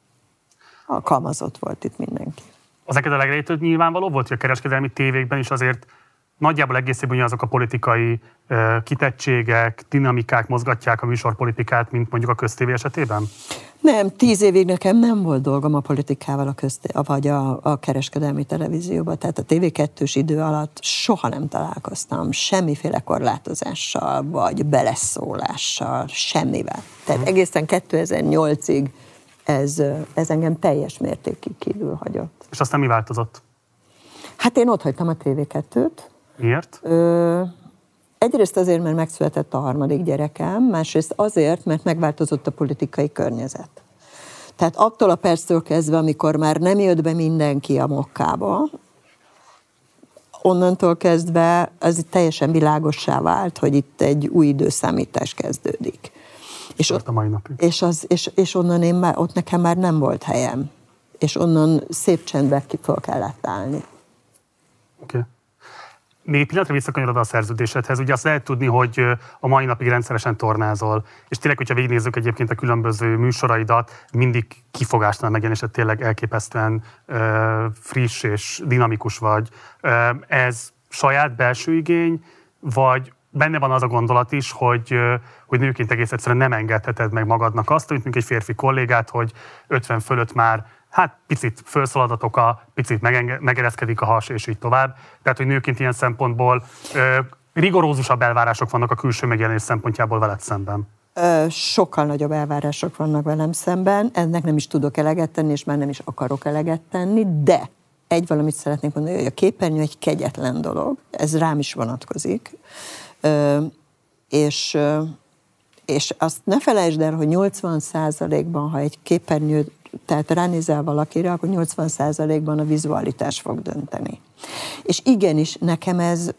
Alkalmazott volt itt mindenki. Az neked a legrejtőbb nyilvánvaló volt, hogy a kereskedelmi tévékben is azért nagyjából egészében azok a politikai uh, kitettségek, dinamikák mozgatják a műsorpolitikát, mint mondjuk a köztévé esetében? Nem, tíz évig nekem nem volt dolgom a politikával a közté, vagy a, a kereskedelmi televízióban, tehát a té vé kettős idő alatt soha nem találkoztam semmiféle korlátozással, vagy beleszólással, semmivel. Tehát uh-huh. egészen kétezer-nyolcig ez, ez engem teljes mértékig kívül hagyott. És aztán mi változott? Hát én ott hagytam a té vé kettőt. Miért? Ö, egyrészt azért, mert megszületett a harmadik gyerekem, másrészt azért, mert megváltozott a politikai környezet. Tehát attól a perctől kezdve, amikor már nem jött be mindenki a mokkába, onnantól kezdve ez teljesen világossá vált, hogy itt egy új időszámítás kezdődik. És, a mai napig. És, az, és, és onnan én már, ott nekem már nem volt helyem. És onnan szép csendben ki föl kellett állni. Oké. Okay. Még egy pillanatra visszakanyarodva a szerződésedhez. Ugye azt lehet tudni, hogy a mai napig rendszeresen tornázol, és tényleg, hogyha végignézzük egyébként a különböző műsoraidat, mindig kifogástalan megjelenésed, tényleg elképesztően uh, friss és dinamikus vagy. Uh, ez saját belső igény, vagy benne van az a gondolat is, hogy, hogy nőként egész egyszerűen nem engedheted meg magadnak azt, mint egy férfi kollégát, hogy ötven fölött már hát picit fölszaladatok a, picit megenge- megereszkedik a has, és így tovább. Tehát, hogy nőként ilyen szempontból ö, rigorózusabb elvárások vannak a külső megjelenés szempontjából veled szemben. Ö, sokkal nagyobb elvárások vannak velem szemben, ennek nem is tudok eleget tenni, és már nem is akarok eleget tenni, de egy valamit szeretnék mondani, hogy a képernyő egy kegyetlen dolog, ez rám is vonatkozik, ö, és, ö, és azt ne felejtsd el, hogy nyolcvan százalékban, ha egy képernyő, tehát ránézel valakire, akkor nyolcvan százalékban a vizualitás fog dönteni. És igenis, nekem ez ö,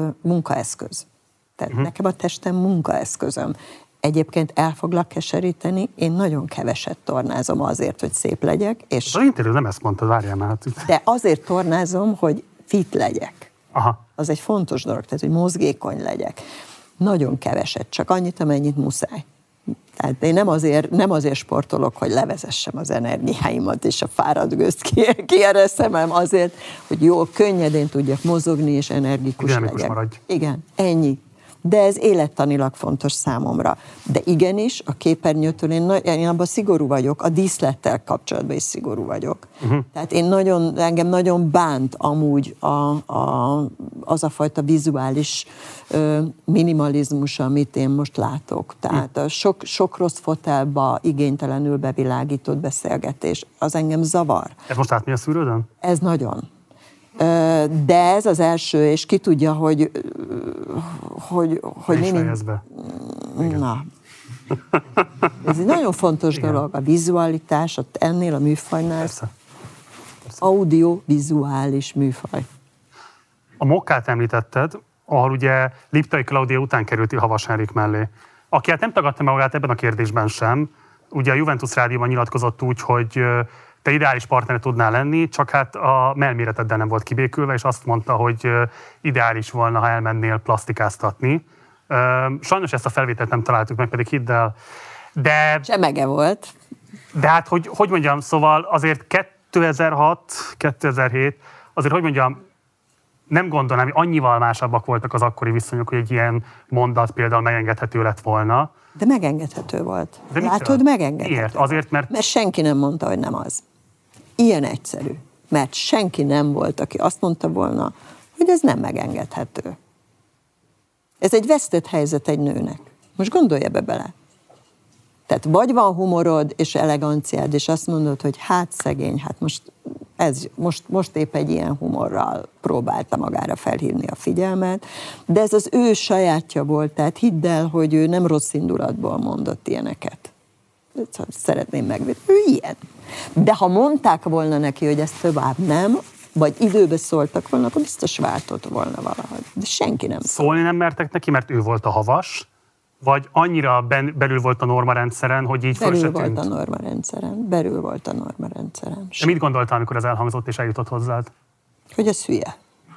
munkaeszköz. Tehát uh-huh. nekem a testem munkaeszközöm. Egyébként el foglak keseríteni, én nagyon keveset tornázom azért, hogy szép legyek. És az interjú nem ezt mondtad, várjál már. De azért tornázom, hogy fit legyek. Aha. Az egy fontos dolog, tehát hogy mozgékony legyek. Nagyon keveset, csak annyit, amennyit muszáj. Tehát én nem azért, nem azért sportolok, hogy levezessem az energiáimat és a fáradt gőzt kiereszem, hanem azért, hogy jól, könnyedén tudjak mozogni és energikus Dinamikus legyek. Maradj. Igen, ennyi. De ez élettanilag fontos számomra. De igenis, a képernyőtől én, én abban szigorú vagyok, a díszlettel kapcsolatban is szigorú vagyok. Uh-huh. Tehát én nagyon, engem nagyon bánt amúgy a, a, az a fajta vizuális ö, minimalizmus, amit én most látok. Tehát a sok, sok rossz fotelba igénytelenül bevilágított beszélgetés, az engem zavar. Ez most átmegy a szűrődön? Ez nagyon. De ez az első, és ki tudja, hogy... hogy, hogy ne is minim... fejezd be. Na. Ez egy nagyon fontos Igen. dolog, a vizualitás, ott ennél a műfajnál. Persze. Persze. Audio-vizuális műfaj. A Mokkát említetted, ahol ugye Liptai Klaudia után került Havas Henrik mellé. Aki hát nem tagadta magát ebben a kérdésben sem, ugye a Juventus Rádióban nyilatkozott úgy, hogy te ideális partner tudnál lenni, csak hát a mellméreteddel nem volt kibékülve, és azt mondta, hogy ideális volna, ha elmennél plasztikáztatni. Sajnos ezt a felvételt nem találtuk meg, pedig hidd el. De... Semege volt. De hát, hogy, hogy mondjam, szóval azért kétezer-hat kétezer-hét, azért, hogy mondjam, nem gondolnám, hogy annyival másabbak voltak az akkori viszonyok, hogy egy ilyen mondat például megengedhető lett volna. De megengedhető volt. De Látod, megengedhető. Miért? Azért, mert... Mert senki nem mondta, hogy nem az. Ilyen egyszerű. Mert senki nem volt, aki azt mondta volna, hogy ez nem megengedhető. Ez egy vesztett helyzet egy nőnek. Most gondolj ebbe bele. Tehát vagy van humorod és eleganciád, és azt mondod, hogy hát szegény, hát most, ez, most, most épp egy ilyen humorral próbálta magára felhívni a figyelmet, de ez az ő sajátja volt, tehát hidd el, hogy ő nem rossz indulatból mondott ilyeneket. Szeretném megvédeni. Ő ilyen. De ha mondták volna neki, hogy ezt tovább nem, vagy időbe szóltak volna, akkor biztos váltott volna valahogy. De senki nem szólt. Szólni nem mertek neki, mert ő volt a Havas, vagy annyira ben, belül volt a normarendszeren, hogy így föl se tűnt? Belül volt a normarendszeren. Belül volt a normarendszeren. De mit gondoltál, amikor ez elhangzott és eljutott hozzád? Hogy ez hülye.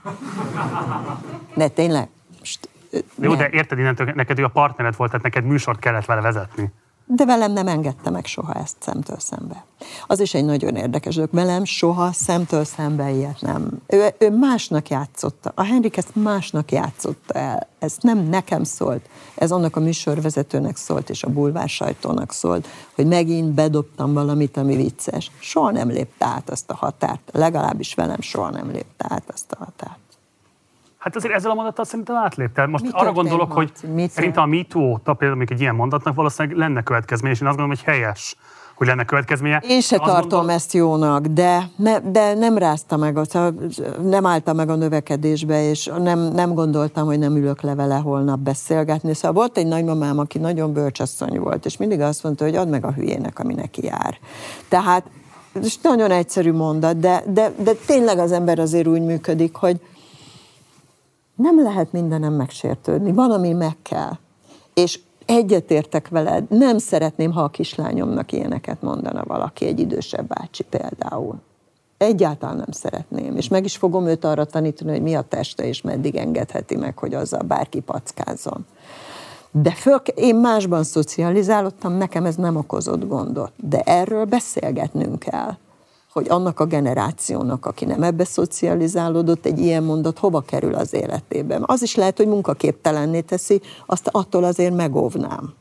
De tényleg? Most, Jó, nem. De érted, innentől neked ő a partnered volt, tehát neked műsort kellett vele vezetni. De velem nem engedte meg soha ezt szemtől szembe. Az is egy nagyon érdekes dolog. Velem soha szemtől szembe ilyet nem. Ő, ő másnak játszotta. A Henrik ezt másnak játszotta el. Ez nem nekem szólt. Ez annak a műsorvezetőnek szólt, és a bulvár sajtónak szólt, hogy megint bedobtam valamit, ami vicces. Soha nem lépte át azt a határt. Legalábbis velem soha nem lépte át azt a határt. Hát azért ezzel a mondattal szerintem átlépte. Most Mi arra gondolok, Marci? hogy Mit szerintem a MeToo óta például még egy ilyen mondatnak valószínűleg lenne következménye, és én azt gondolom, hogy helyes, hogy lenne következménye. Én se azt tartom gondolom... ezt jónak, de, ne, de nem rázta meg, nem állta meg a növekedésbe, és nem, nem gondoltam, hogy nem ülök le vele holnap beszélgetni. Szóval volt egy nagymamám, aki nagyon bölcsasszony volt, és mindig azt mondta, hogy add meg a hülyének, ami neki jár. Tehát ez nagyon egyszerű mondat, de, de, de tényleg az ember azért úgy működik, hogy nem lehet mindenem megsértődni, van, ami meg kell. És egyetértek veled, nem szeretném, ha a kislányomnak ilyeneket mondana valaki, egy idősebb bácsi például. Egyáltalán nem szeretném, és meg is fogom őt arra tanítani, hogy mi a teste, és meddig engedheti meg, hogy azzal bárki packázzon. De föl, én másban szocializálódtam, nekem ez nem okozott gondot, de erről beszélgetnünk kell, hogy annak a generációnak, aki nem ebbe szocializálódott, egy ilyen mondat hova kerül az életében. Az is lehet, hogy munkaképtelenné teszi, azt attól azért megóvnám.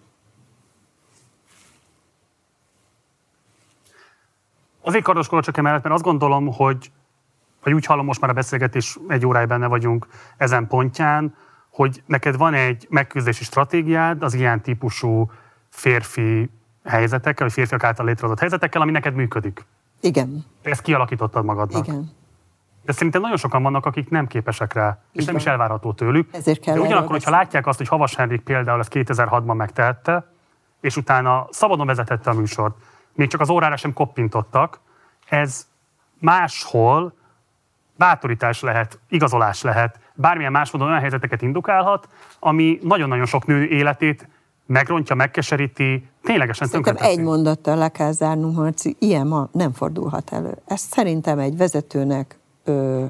Azért kardoskodok csak emellett, mert azt gondolom, hogy, vagy úgy hallom, most már a beszélgetés egy órája benne vagyunk ezen pontján, hogy neked van egy megküzdési stratégiád az ilyen típusú férfi helyzetekkel, vagy férfiak által létrehozott helyzetekkel, ami neked működik. Igen. Ezt kialakítottad magadnak. Igen. De szerintem nagyon sokan vannak, akik nem képesek rá, és Igen. nem is elvárható tőlük. Ezért kell. De ugyanakkor, hogyha látják azt, hogy Havas Henrik például ezt kétezer-hatban megtehette, és utána szabadon vezetette a műsort, még csak az órára sem koppintottak, ez máshol bátorítás lehet, igazolás lehet, bármilyen más módon olyan helyzeteket indukálhat, ami nagyon-nagyon sok nő életét megrontja, megkeseríti, ténylegesen tönkreteszi. Egy mondattal le kell zárnunk, Marci, ilyen ma nem fordulhat elő. Ezt szerintem egy vezetőnek ö,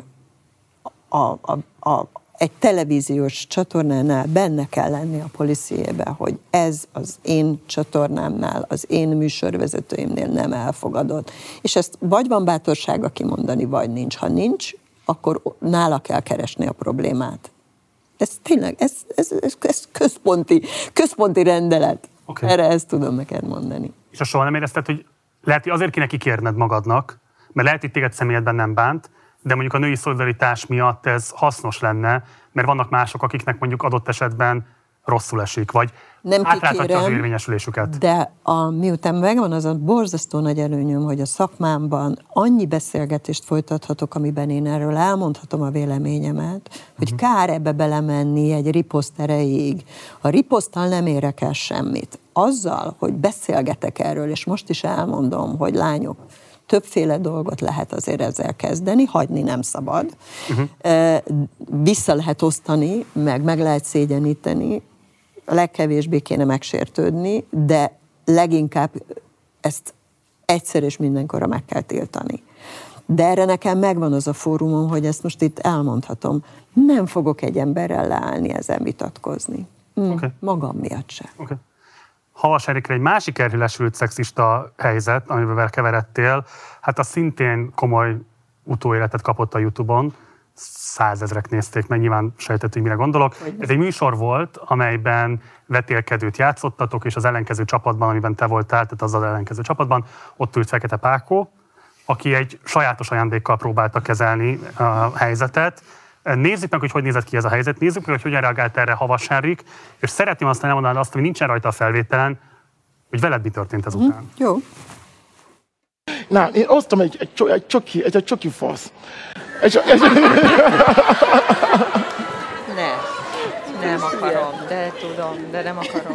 a, a, a, egy televíziós csatornánál benne kell lenni a policyjében, hogy ez az én csatornámnál, az én műsorvezetőimnél nem elfogadott. És ezt vagy van bátorsága kimondani, vagy nincs. Ha nincs, akkor nála kell keresni a problémát. Ez tényleg, ez, ez, ez, ez központi, központi rendelet. Okay. Erre ezt tudom neked mondani. És azt soha nem érezted, hogy lehet, hogy azért kéne kikérned magadnak, mert lehet, hogy téged személyedben nem bánt, de mondjuk a női szolidaritás miatt ez hasznos lenne, mert vannak mások, akiknek mondjuk adott esetben rosszul esik, vagy nem átláthatja az érvényesülésüket. De a, miután megvan az a borzasztó nagy előnyöm, hogy a szakmámban annyi beszélgetést folytathatok, amiben én erről elmondhatom a véleményemet, hogy uh-huh. kár ebbe belemenni egy riposzt erejéig. A riposzttal nem érek el semmit. Azzal, hogy beszélgetek erről, és most is elmondom, hogy lányok, többféle dolgot lehet azért ezzel kezdeni, hagyni nem szabad. Uh-huh. Vissza lehet osztani, meg meg lehet szégyeníteni, a legkevésbé kéne megsértődni, de leginkább ezt egyszer és mindenkorra meg kell tiltani. De erre nekem megvan az a fórumom, hogy ezt most itt elmondhatom. Nem fogok egy emberrel leállni, ezen vitatkozni. Mm, okay. Magam miatt se. Okay. Havas Erikre egy másik elhíresült szexista helyzet, amiben keveredtél, hát az szintén komoly utóéletet kapott a YouTube-on. Százezrek nézték meg, nyilván sejtett, hogy mire gondolok. Ez egy műsor volt, amelyben vetélkedőt játszottatok, és az ellenkező csapatban, amiben te voltál, tehát az az ellenkező csapatban, ott ült Fekete Pákó, aki egy sajátos ajándékkal próbálta kezelni a helyzetet. Nézzük meg, hogy hogy nézett ki ez a helyzet, nézzük meg, hogy hogyan reagált erre Havas Henrik, és szeretném aztán elmondani azt, hogy nincsen rajta a felvételen, hogy veled mi történt ezután. Mm, jó. Na, én osztom egy, egy, egy csoki, egy, egy csoki fasz. Egy, egy... Ne, nem akarom, de tudom, de nem akarom.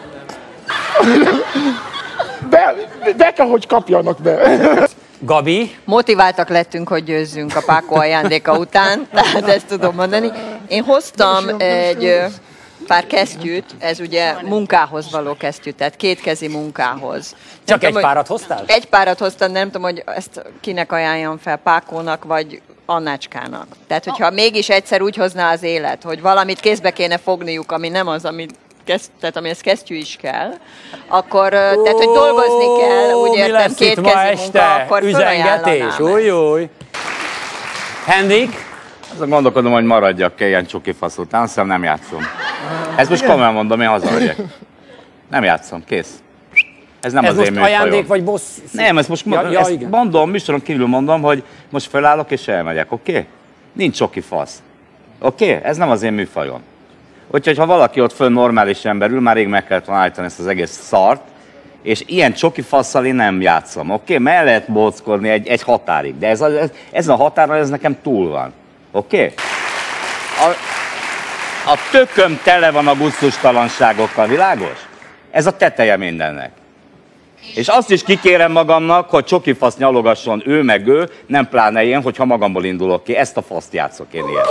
Be, be kell, hogy kapjanak be. Gabi? Motiváltak lettünk, hogy győzzünk a Pákó ajándéka után, tehát ezt tudom mondani. Én hoztam egy pár kesztyűt, ez ugye munkához való kesztyű, tehát kétkezi munkához. Csak nem egy tudom, párat hoztál? Egy párat hoztam, nem tudom, hogy ezt kinek ajánljam fel, Pákónak vagy Annácskának. Tehát, hogyha mégis egyszer úgy hozná az élet, hogy valamit kézbe kéne fogniuk, ami nem az, amit Keszt, tehát amihez kesztyű is kell, akkor, oh, tehát, hogy dolgozni kell, úgy értem, kétkezi munka, akkor üzengetés, új, új. Henrik? Azon gondolkodom, hogy maradjak ilyen csoki fasz után, azt hiszem nem játszom. Ezt most komolyan mondom, én hazamegyek. Nem játszom, kész. Ez nem ez az én műfajom. Ez most ajándék vagy bossz? Nem, ezt most ja, ja, ezt mondom, műsoron kívül mondom, hogy most felállok és elmegyek, oké? Okay? Nincs csoki fasz. Oké? Okay? Ez nem az én műfajom. Úgyhogy ha valaki ott föl normális emberül, már rég meg kellett volna állítani ezt az egész szart, és ilyen csoki fasszal én nem játszom, oké? Okay? Mert el lehet bóckodni egy, egy határig, de ez a, ez, ez a határon ez nekem túl van, oké? Okay? A, a tököm tele van a gusztustalanságokkal, világos? Ez a teteje mindennek. És azt is kikérem magamnak, hogy csoki fasz nyalogasson ő meg ő, nem pláne én, hogyha magamból indulok ki. Ezt a faszt játszok én ilyen.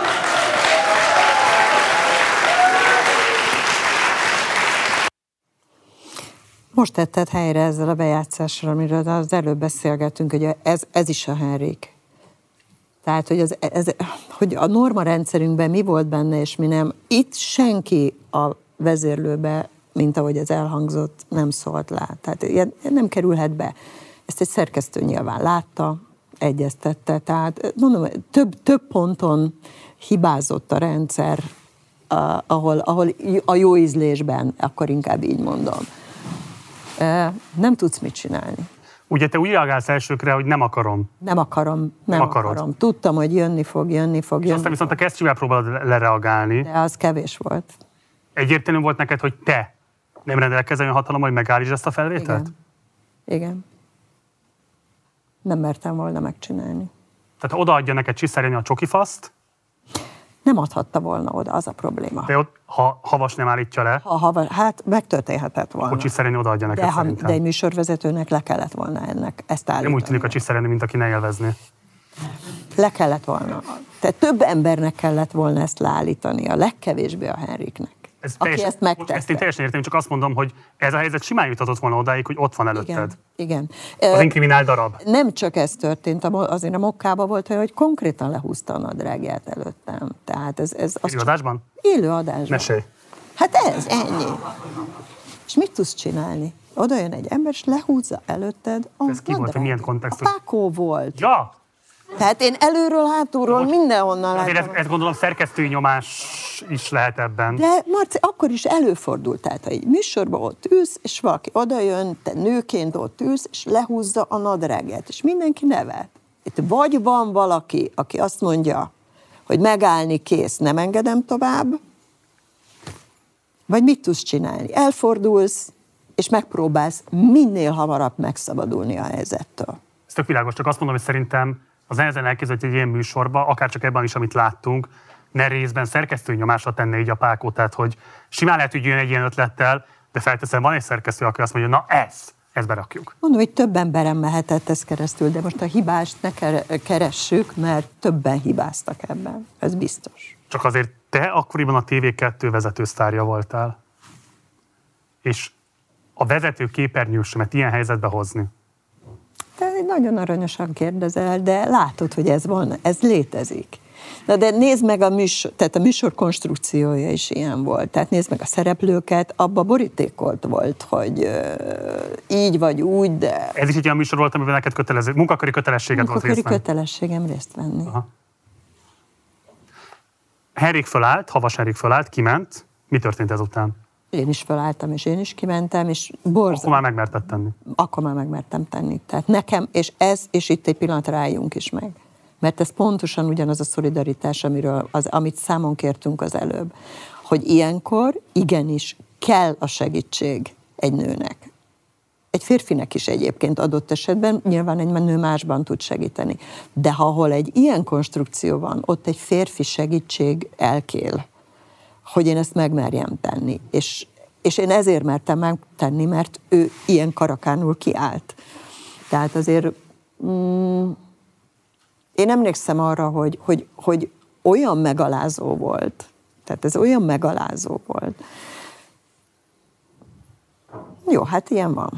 Most tetted helyre ezzel a bejátszással, amiről az előbb beszélgettünk, hogy ez, ez is a Henrik. Tehát, hogy, az, ez, hogy a norma rendszerünkben mi volt benne, és mi nem. Itt senki a vezérlőbe, mint ahogy ez elhangzott, nem szólt le. Tehát ilyen nem kerülhet be. Ezt egy szerkesztő nyilván látta, egyeztette. Tehát mondom, több, több ponton hibázott a rendszer, ahol, ahol a jó ízlésben, akkor inkább így mondom. Nem tudsz mit csinálni. Ugye te úgy reagálsz elsőkre, hogy nem akarom. Nem akarom, nem, nem akarom. Tudtam, hogy jönni fog, jönni fog, és jönni aztán viszont fog. a kesztyűvel próbálod lereagálni. De az kevés volt. Egyértelmű volt neked, hogy te nem rendelkezel olyan hatalom, hogy megállítsd ezt a felvételt? Igen. Igen. Nem mertem volna megcsinálni. Tehát odaadja neked Csiszárjányi a csokifaszt? Nem adhatta volna oda, az a probléma. De ott, ha Havas nem állítja le, ha, ha, hát megtörténhetett volna. Akkor Csiszárjányi odaadja neked de, ha, szerintem. de egy műsorvezetőnek le kellett volna ennek ezt állítani. Nem úgy tűnik a Csiszárjányi, mint aki ne élvezné. Le kellett volna. Tehát több embernek kellett volna ezt leállítani, a legkevésbé a Henriknek. Ez aki teljesen, ezt megtette. Ezt én teljesen értem, csak azt mondom, hogy ez a helyzet simán juthatott volna odáig, hogy ott van előtted. Igen. igen. Az inkriminált darab. Nem csak ez történt, azért a mokkában volt, hogy konkrétan lehúzta a nadrágját előttem. Tehát ez, ez élő adásban? Élő adásban. Mesélj. Hát ez, ennyi. És mit tudsz csinálni? Oda jön egy ember, és lehúzza előtted a ez ki volt, hogy milyen kontextus? A Pákó volt. Ja! Tehát én előről, hátulról, mindenhonnan láttam. láttam. Ez, ez gondolom szerkesztői nyomás is lehet ebben. De Marci, akkor is előfordult, tehát ha egy műsorban ott ülsz, és valaki odajön, te nőként ott ülsz, és lehúzza a nadrágját, és mindenki nevet. Itt vagy van valaki, aki azt mondja, hogy megállni kész, nem engedem tovább, vagy mit tudsz csinálni? Elfordulsz, és megpróbálsz minél hamarabb megszabadulni a helyzettől. Ez tök világos, csak azt mondom, hogy szerintem az nehezen elképzelhető egy ilyen műsorba, akár csak ebben is, amit láttunk, ne részben szerkesztői nyomásra tenne így a Pákó, tehát hogy simán lehet, hogy jön egy ilyen ötlettel, de felteszem, van egy szerkesztő, aki azt mondja, na ez, ezt berakjuk. Mondom, hogy több emberen mehetett ez keresztül, de most a hibást ne keressük, mert többen hibáztak ebben, ez biztos. Csak azért te akkoriban a té vé kettő vezetősztárja voltál, és a vezető képernyősömet ilyen helyzetbe hozni. Te nagyon aranyosan kérdezel, de látod, hogy ez van, ez létezik. Na de nézd meg a műsor, tehát a műsor konstrukciója is ilyen volt. Tehát nézd meg a szereplőket, abba borítékolt volt, hogy uh, így vagy úgy, de... Ez is egy olyan műsor volt, amiben neked kötelező, munkaköri kötelességed volt részt venni. Munkaköri kötelességem részt venni. Aha. Henrik fölállt, Havas Henrik fölállt, kiment. Mi történt ezután? Én is felálltam, és én is kimentem, és borzasztó. Akkor már megmerted tenni. Akkor már megmertem tenni. Tehát nekem, és ez, és itt egy pillanat rájunk is meg. Mert ez pontosan ugyanaz a szolidaritás, amiről az, amit számon kértünk az előbb. Hogy ilyenkor igenis kell a segítség egy nőnek. Egy férfinek is egyébként adott esetben, nyilván egy nő másban tud segíteni. De ha ahol egy ilyen konstrukció van, ott egy férfi segítség elkél, hogy én ezt megmerjem tenni. És, és én ezért mertem megtenni, mert ő ilyen karakánul kiállt. Tehát azért mm, én emlékszem arra, hogy, hogy, hogy olyan megalázó volt. Tehát ez olyan megalázó volt. Jó, hát ilyen van.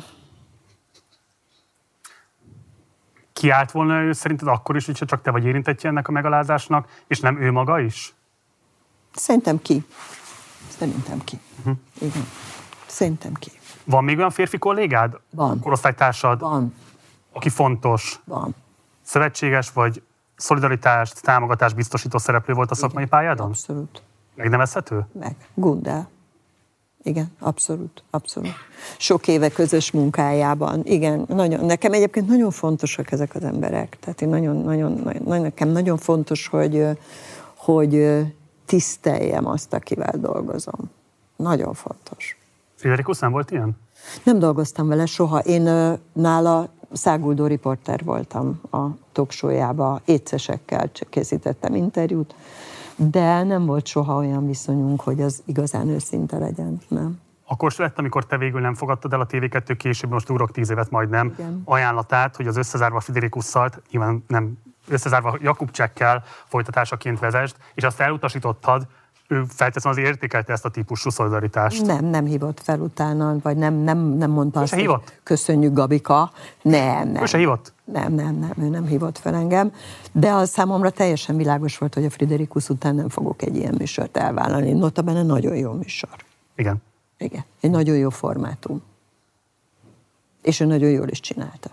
Kiállt volna ő szerinted akkor is, hogyha csak te vagy érintettje ennek a megalázásnak, és nem ő maga is? Szerintem ki. Szerintem ki. Uh-huh. Igen. Szerintem ki. Van még olyan férfi kollégád? Van. Korosztálytársad? Van. Aki fontos? Van. Szövetséges vagy szolidaritást, támogatást biztosító szereplő volt a szakmai pályádon? Abszolút. Megnevezhető? Meg. Gundel. Igen, abszolút, abszolút. Sok éve közös munkájában, igen, nagyon, nekem egyébként nagyon fontosak ezek az emberek. Tehát én nagyon, nagyon, nagyon nekem nagyon fontos, hogy, hogy tiszteljem azt, akivel dolgozom. Nagyon fontos. Friderikus nem volt ilyen? Nem dolgoztam vele soha. Én nála száguldó riporter voltam a talkshow-jába, étcesekkel készítettem interjút, de nem volt soha olyan viszonyunk, hogy az igazán őszinte legyen, nem. Akkor se lett, amikor te végül nem fogadtad el a té vé kettő később, most ugrok tíz évet majdnem, igen, ajánlatát, hogy az összezárva Friderikusszal, nyilván nem összezárva Jakubcsekkel folytatásaként vezest, és azt elutasítottad, ő felteszem az értékelte ezt a típusú szolidaritást. Nem, nem hívott fel utána, vagy nem, nem, nem mondta ő azt, hogy hívott? Köszönjük, Gabika. Nem, nem. Ő se hívott? Nem, nem, nem, ő nem hívott fel engem. De az számomra teljesen világos volt, hogy a Friderikus után nem fogok egy ilyen műsort elvállalni. Notabene nagyon jó műsor. Igen. Igen, egy nagyon jó formátum. És ő nagyon jól is csinálta.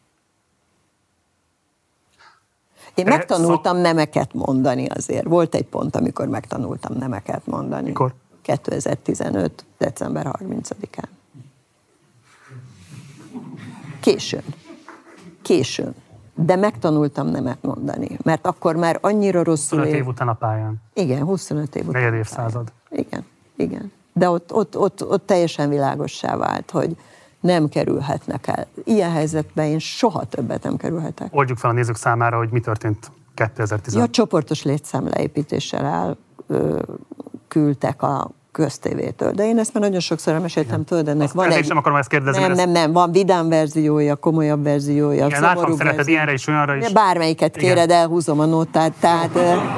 Én De megtanultam szak... nemeket mondani azért. Volt egy pont, amikor megtanultam nemeket mondani. Mikor? kétezer-tizenöt. december harmincadikán. Későn. Későn. De megtanultam nemet mondani. Mert akkor már annyira rosszul... huszonöt év után a pályán. Igen, huszonöt év után. Negyed évszázad. Igen, igen. De ott, ott, ott, ott teljesen világossá vált, hogy nem kerülhetnek el. Ilyen helyzetben én soha többet nem kerülhetek. Oldjuk fel a nézők számára, hogy mi történt kétezer-tizenöt. Ja, csoportos létszám leépítéssel el ö, küldtek a köztévétől. De én ezt már nagyon sokszor elmeséltem, tudod, ennek van egy... nem akarom ezt kérdezni. Nem, nem, nem, van vidám verziója, komolyabb verziója, igen, látom, szereted ilyenre is, olyanra is. Bármelyiket kéred, elhúzom a nótát, tehát...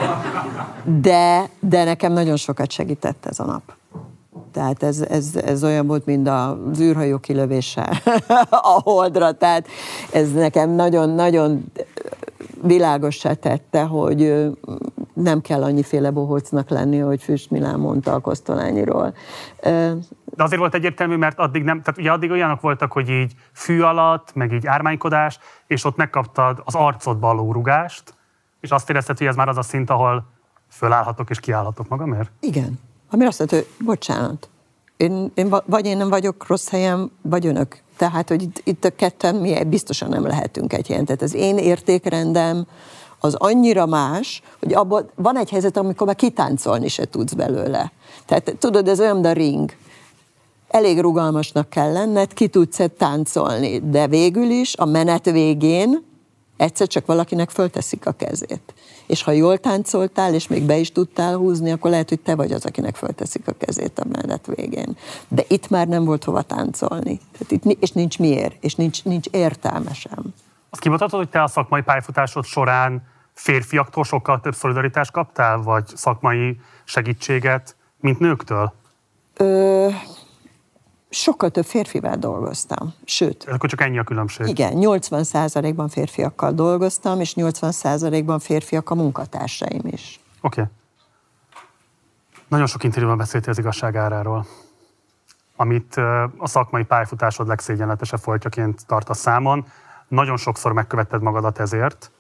De, de nekem nagyon sokat segített ez a nap. Tehát ez, ez, ez olyan volt, mint az űrhajó kilövése a Holdra, tehát ez nekem nagyon-nagyon világossá tette, hogy nem kell annyiféle bohócnak lenni, hogy Füst Milán mondta a Kosztolányiról. De azért volt egyértelmű, mert addig nem, tehát ugye addig olyanok voltak, hogy így fű alatt, meg így ármánykodás, és ott megkaptad az arcodba való rugást, és azt érezted, hogy ez már az a szint, ahol fölállhatok és kiállhatok magamért? Igen. Ami azt mondta, hogy bocsánat, én, én, vagy én nem vagyok rossz helyen, vagy önök. Tehát, hogy itt, itt a ketten mi biztosan nem lehetünk egy helyen. Tehát az én értékrendem az annyira más, hogy abban van egy helyzet, amikor már kitáncolni se tudsz belőle. Tehát tudod, ez olyan, mint a ring. Elég rugalmasnak kell lenned, ki tudsz táncolni, de végül is a menet végén egyszer csak valakinek fölteszik a kezét. És ha jól táncoltál, és még be is tudtál húzni, akkor lehet, hogy te vagy az, akinek fölteszik a kezét a menet végén. De itt már nem volt hova táncolni. Tehát itt, és nincs miért, és nincs, nincs értelme sem. Azt kimutatod, hogy te a szakmai pályafutásod során férfiaktól sokkal több szolidaritást kaptál, vagy szakmai segítséget, mint nőktől? Ö, sokkal több férfivel dolgoztam, sőt. Akkor csak ennyi a különbség. Igen, nyolcvan százalékban férfiakkal dolgoztam, és nyolcvan százalékban férfiak a munkatársaim is. Oké. Okay. Nagyon sok interjúban beszéltél az igazság áráról, amit a szakmai pályafutásod legszégyenletesebb foltjaként tartasz számon. Nagyon sokszor megkövetted magadat ezért.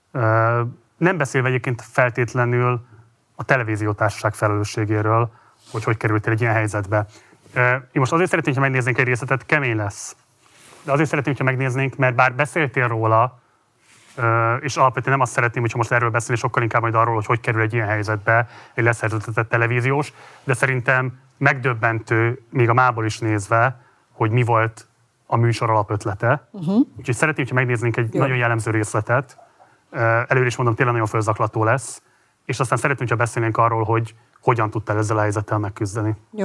Nem beszélve egyébként feltétlenül a televíziótársaság felelősségéről, hogy hogy kerültél egy ilyen helyzetbe. Én most azért szeretném, ha megnéznénk egy részletet, kemény lesz. De azért szeretném, ha megnéznénk, mert bár beszéltél róla, és alapvetően nem azt szeretném, hogyha most erről beszélni, sokkal inkább majd arról, hogy hogy kerül egy ilyen helyzetbe egy leszerződtetett televíziós, de szerintem megdöbbentő, még a mából is nézve, hogy mi volt a műsor alapötlete. Uh-huh. Úgyhogy szeretném, ha megnéznénk egy Jó. nagyon jellemző részletet. Előre is mondom, tényleg nagyon fölzaklató lesz, és aztán szeretném, ha beszélnénk arról, hogy hogyan tudtál ezzel a helyzettel megküzdeni. Jó.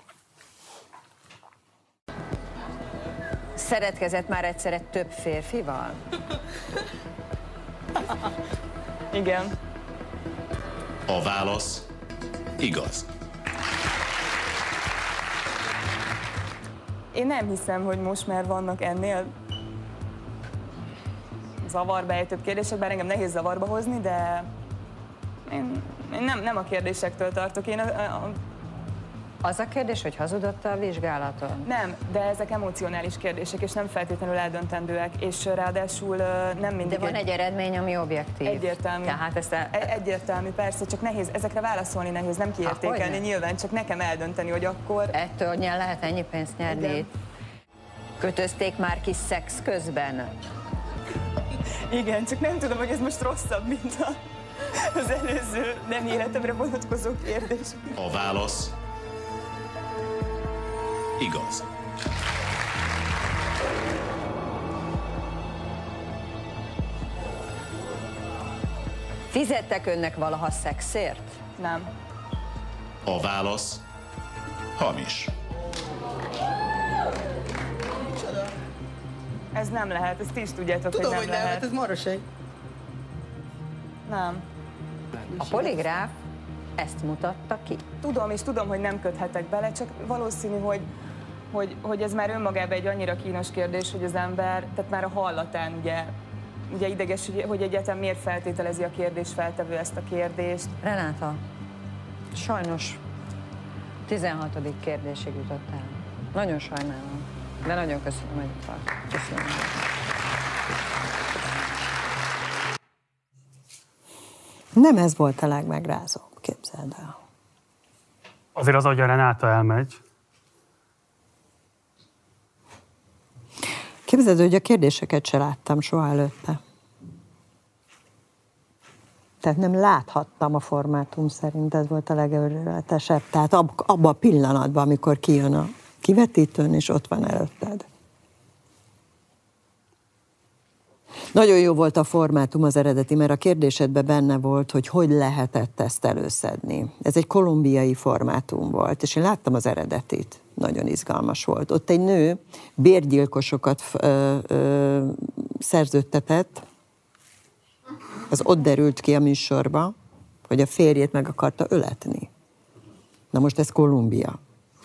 Szeretkezett már egyszer egy több férfival? Igen. A válasz igaz. Én nem hiszem, hogy most már vannak ennél zavarba ejtőbb kérdések, bár engem nehéz zavarba hozni, de én, én nem, nem a kérdésektől tartok. Én a, a, Az a kérdés, hogy hazudott a vizsgálaton? Nem, de ezek emocionális kérdések, és nem feltétlenül eldöntendőek, és ráadásul nem mindig... De van egy eredmény, ami objektív. Egyértelmű. Tehát ezt a... Egyértelmű, persze, csak nehéz, ezekre válaszolni nehéz, nem kiértékelni, nyilván, csak nekem eldönteni, hogy akkor... Ettől nyel lehet ennyi pénzt nyerni? Igen. Kötözték már ki szex közben? Igen, csak nem tudom, hogy ez most rosszabb, mint a, az előző nem életemre vonatkozó kérdés. A válasz igaz. Fizettek önnek valaha szexért? Nem. A válasz hamis. Ez nem lehet, ezt ti is tudjátok, Tudom, hogy nem hogy lehet. lehet, ez maraság. Nem. A poligráf ezt mutatta ki. Tudom, és tudom, hogy nem köthetek bele, csak valószínű, hogy, hogy, hogy ez már önmagában egy annyira kínos kérdés, hogy az ember, tehát már a hallatán ugye, ugye ideges, hogy, hogy egyáltalán miért feltételezi a kérdés feltevő ezt a kérdést. Renáta, sajnos tizenhatodik kérdésig jutottál. Nagyon sajnálom, de nagyon köszönöm, hogy itt vagy. Köszönöm. Nem ez volt a legmegrázóbb, képzeld el. Azért az, ahogy a Renáta elmegy. Képzeld, hogy a kérdéseket se láttam soha előtte. Tehát nem láthattam a formátum szerint, ez volt a legőrületesebb. Tehát ab, abban a pillanatban, amikor kijön a kivetítőn, és ott van előtted. Nagyon jó volt a formátum az eredeti, mert a kérdésedben benne volt, hogy hogy lehetett ezt előszedni. Ez egy kolumbiai formátum volt, és én láttam az eredetit. Nagyon izgalmas volt. Ott egy nő bérgyilkosokat ö, ö, szerződtetett, az ott derült ki a műsorba, hogy a férjét meg akarta öletni. Na most ez Kolumbia.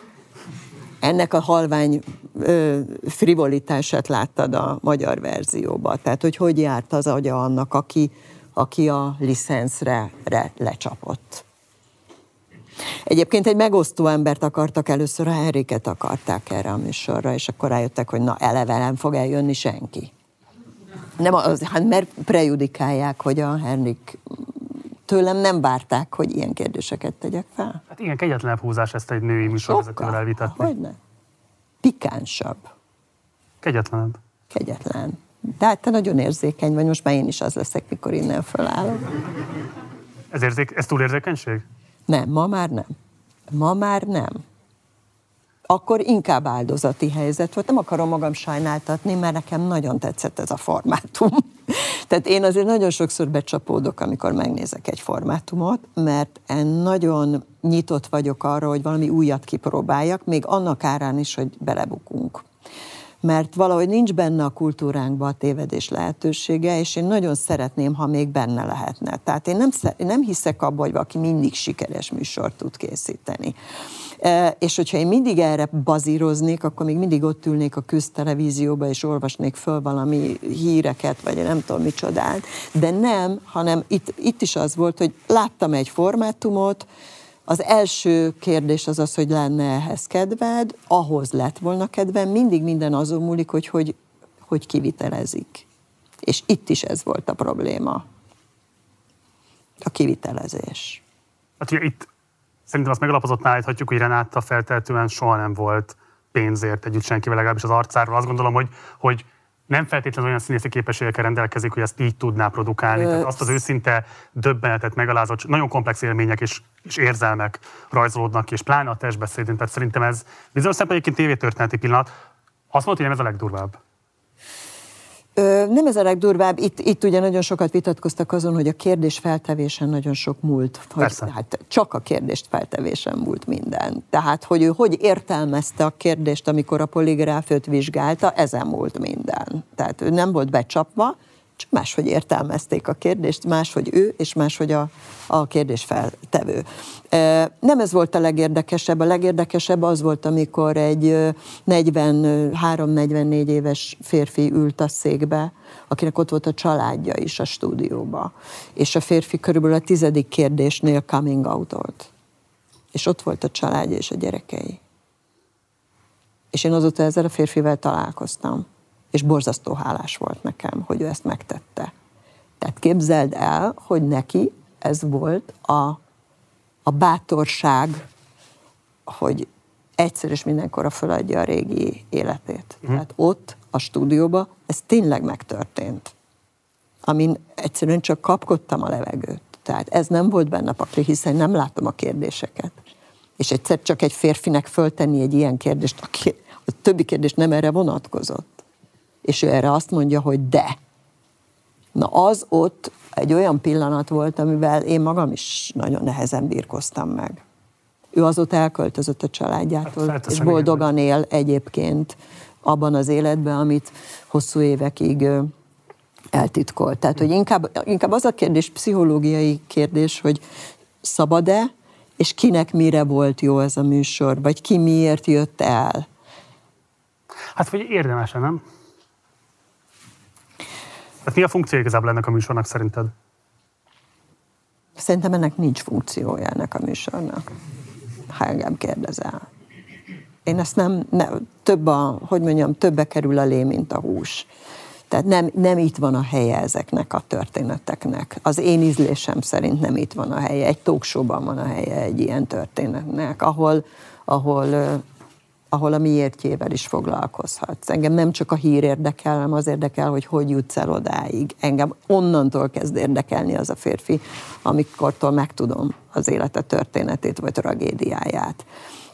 Ennek a halvány ö, frivolitását láttad a magyar verzióban. Tehát, hogy hogy járt az agya annak, aki, aki a licenszre re, lecsapott. Egyébként egy megosztó embert akartak először, a Henriket akarták erre a műsorra, és akkor rájöttek, hogy na, eleve nem fog eljönni senki. Nem az, hát mert prejudikálják, hogy a Henrik tőlem nem várták, hogy ilyen kérdéseket tegyek fel. Hát igen, kegyetlenebb húzás ezt egy női műsorvezetővel elvitatni. Hogyne? Pikánsabb. Kegyetlenebb. Kegyetlen. De hát te nagyon érzékeny vagy, most már én is az leszek, mikor innen fölállok. Ez, érzék, ez túlérzékenység? Nem, ma már nem. Ma már nem. Akkor inkább áldozati helyzet volt. Nem akarom magam sajnáltatni, mert nekem nagyon tetszett ez a formátum. Tehát én azért nagyon sokszor becsapódok, amikor megnézek egy formátumot, mert én nagyon nyitott vagyok arra, hogy valami újat kipróbáljak, még annak árán is, hogy belebukunk. Mert valahogy nincs benne a kultúránkban a tévedés lehetősége, és én nagyon szeretném, ha még benne lehetne. Tehát én nem, én nem hiszek abba, hogy valaki mindig sikeres műsort tud készíteni. E, és hogyha én mindig erre bazíroznék, akkor még mindig ott ülnék a köztelevízióba, és olvasnék föl valami híreket, vagy nem tudom micsodát. De nem, hanem itt, itt is az volt, hogy láttam egy formátumot. Az első kérdés az az, hogy lenne ehhez kedved, ahhoz lett volna kedvem, mindig minden azon múlik, hogy, hogy hogy kivitelezik. És itt is ez volt a probléma. A kivitelezés. Hát ugye itt szerintem azt megalapozottná állíthatjuk, hogy Renáta feltehetően soha nem volt pénzért együtt senkivel, legalábbis az arcáról. Azt gondolom, hogy, hogy nem feltétlenül olyan színészi képességekkel rendelkezik, hogy ezt így tudná produkálni. Ö... Tehát azt az őszinte döbbenetet, megalázott, nagyon komplex élmények és, és érzelmek rajzolódnak ki, és pláne a testbeszédén. Tehát szerintem ez bizonyos szempontból egyébként tévétörténeti pillanat. Azt mondta, hogy nem ez a legdurvább. Ö, nem ez a legdurvább. Itt, itt ugye nagyon sokat vitatkoztak azon, hogy a kérdés feltevésen nagyon sok múlt. Hogy, hát csak a kérdést feltevésen múlt minden. Tehát, hogy ő hogy értelmezte a kérdést, amikor a poligráf őt vizsgálta, ezen múlt minden. Tehát ő nem volt becsapva, csak máshogy értelmezték a kérdést, máshogy ő, és máshogy a, a kérdés feltevő. Nem ez volt a legérdekesebb, a legérdekesebb az volt, amikor egy negyvenhárom-negyvennégy éves férfi ült a székbe, akinek ott volt a családja is a stúdióba. És a férfi körülbelül a tizedik kérdésnél coming out-olt. És ott volt a családja és a gyerekei. És én azóta ezzel a férfivel találkoztam. És borzasztó hálás volt nekem, hogy ő ezt megtette. Tehát képzeld el, hogy neki ez volt a, a bátorság, hogy egyszer és mindenkorra feladja a régi életét. Mm. Tehát ott, a stúdióban ez tényleg megtörtént. Amin egyszerűen csak kapkodtam a levegőt. Tehát ez nem volt benne pakli, hiszen nem látom a kérdéseket. És egyszer csak egy férfinek föltenni egy ilyen kérdést, aki a többi kérdés nem erre vonatkozott. És ő erre azt mondja, hogy de. Na az ott egy olyan pillanat volt, amivel én magam is nagyon nehezen birkoztam meg. Ő azóta elköltözött a családjától, hát és boldogan él egyébként abban az életben, amit hosszú évekig eltitkolt. Tehát, hogy inkább, inkább az a kérdés, pszichológiai kérdés, hogy szabad-e, és kinek mire volt jó ez a műsor, vagy ki miért jött el. Hát, vagy érdemes-e, nem? Tehát mi a funkció igazából ennek a műsornak szerinted? Szerintem ennek nincs funkciója ennek a műsornak, ha engem kérdezel. Én ezt nem, nem több a, hogy mondjam, többe kerül a lé, mint a hús. Tehát nem, nem itt van a helye ezeknek a történeteknek. Az én ízlésem szerint nem itt van a helye. Egy talk show-ban van a helye egy ilyen történetnek, ahol, ahol ahol a miértjével is foglalkozhatsz. Engem nem csak a hír érdekel, hanem az érdekel, hogy hogy jutsz el odáig. Engem onnantól kezd érdekelni az a férfi, amikortól megtudom az élete történetét, vagy tragédiáját.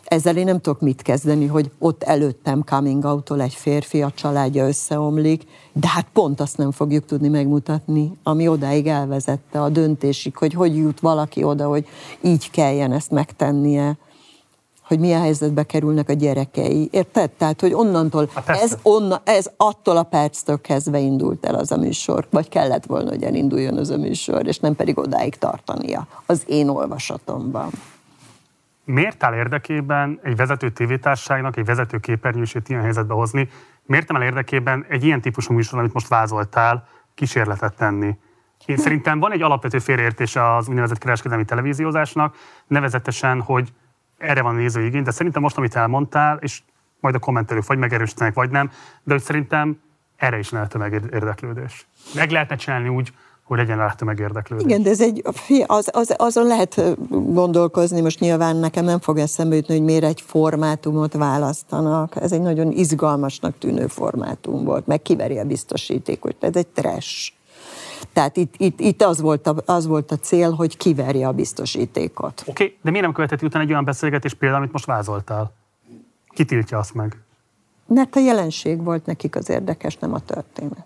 Ezzel én nem tudok mit kezdeni, hogy ott előttem coming out-tól egy férfi, a családja összeomlik, de hát pont azt nem fogjuk tudni megmutatni, ami odáig elvezette a döntésig, hogy hogy jut valaki oda, hogy így kelljen ezt megtennie, hogy milyen helyzetbe kerülnek a gyerekei. Érted? Tehát, hogy onnantól, ez, onna, ez attól a perctől kezdve indult el az a műsor, vagy kellett volna, hogy elinduljon az a műsor, és nem pedig odáig tartania az én olvasatomban. Miért áll érdekében egy vezető tévétársaságnak, egy vezető képernyősét ilyen helyzetbe hozni? Miért nem áll érdekében egy ilyen típusú műsor, amit most vázoltál, kísérletet tenni? Én szerintem van egy alapvető félreértése az úgynevezett kereskedelmi televíziózásnak, nevezetesen, hogy erre van nézőigény, de szerintem most, amit elmondtál, és majd a kommentelők vagy megerősítenek, vagy nem, de hogy szerintem erre is lehet tömegérdeklődés. Meg lehetne csinálni úgy, hogy legyen rá tömegérdeklődés. Igen, de ez egy, az, az, azon lehet gondolkozni, most nyilván nekem nem fog eszembe jutni, hogy miért egy formátumot választanak. Ez egy nagyon izgalmasnak tűnő formátum volt, meg kiveri a biztosítékot, ez egy trash. Tehát itt, itt, itt az, volt a, az volt a cél, hogy kiverje a biztosítékot. Oké, okay, de miért nem követett utána egy olyan beszélgetés például, amit most vázoltál? Ki tiltja azt meg? Mert a jelenség volt nekik az érdekes, nem a történet.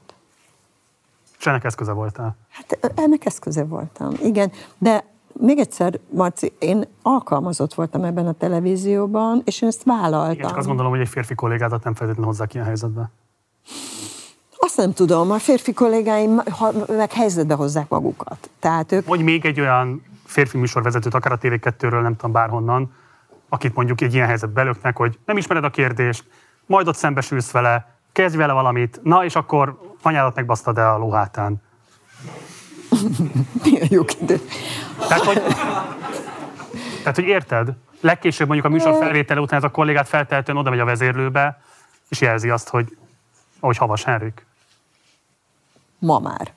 És ennek eszköze voltál? Hát ennek eszköze voltam, igen. De még egyszer, Marci, én alkalmazott voltam ebben a televízióban, és én ezt vállaltam. Igen, csak azt gondolom, hogy egy férfi kollégádat nem feltétlenül hozzák ilyen helyzetbe. Azt nem tudom, a férfi kollégáim meg helyzetbe hozzák magukat. Tehát ők... Vagy még egy olyan férfi műsorvezetőt, akár a té vé kettőről, nem tudom, bárhonnan, akit mondjuk egy ilyen helyzetbe belöknek, hogy nem ismered a kérdést, majd ott szembesülsz vele, kezdj vele valamit, na és akkor anyádat megbasztad el a lóhátán. Milyen jó idő. Tehát, hogy, tehát, hogy érted? Legkésőbb mondjuk a műsor felvétele után ez a kollégát feltehetően oda megy a vezérlőbe, és jelzi azt, hogy ahogy Havas Henrik. Ma már.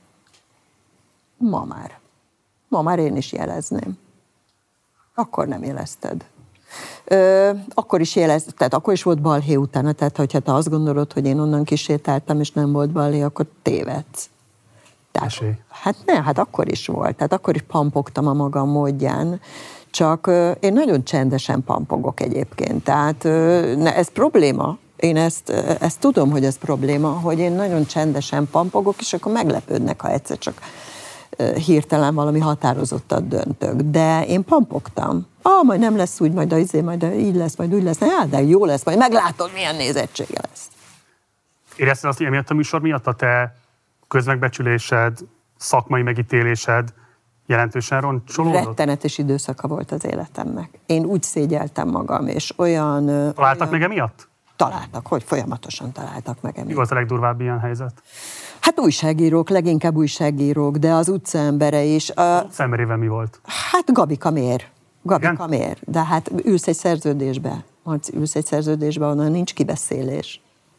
Ma már. Ma már én is jelezném. Akkor nem jelezted. Ö, akkor is jelezted, tehát akkor is volt balhé utána, tehát hogyha te azt gondolod, hogy én onnan kisétáltam, és nem volt balhé, akkor tévedsz. Tehát, hát nem, hát akkor is volt, tehát akkor is pampogtam a magam módján, csak ö, én nagyon csendesen pampogok egyébként, tehát ö, ne, ez probléma. Én ezt, ezt tudom, hogy ez probléma, hogy én nagyon csendesen pampogok, és akkor meglepődnek, ha egyszer csak hirtelen valami határozottat döntök. De én pampogtam. Ah, majd nem lesz úgy, majd, izé, majd így lesz, majd úgy lesz. Hát, de jó lesz, majd meglátod, milyen nézettsége lesz. Érezted azt, hogy emiatt a műsor miatt a te közmegbecsülésed, szakmai megítélésed jelentősen roncsolódott? Rettenetes időszaka volt az életemnek. Én úgy szégyeltem magam, és olyan... Találtak olyan... meg emiatt? Találtak, hogy folyamatosan találtak meg emiatt. Mi volt a legdurvább ilyen helyzet? Hát újságírók, leginkább újságírók, de az utcaembere is. Az utcaemberével mi volt? Hát Gabika mér. Gabika mér. De hát ülsz egy szerződésbe. Marci, ülsz egy szerződésbe, onnan nincs kibeszélés.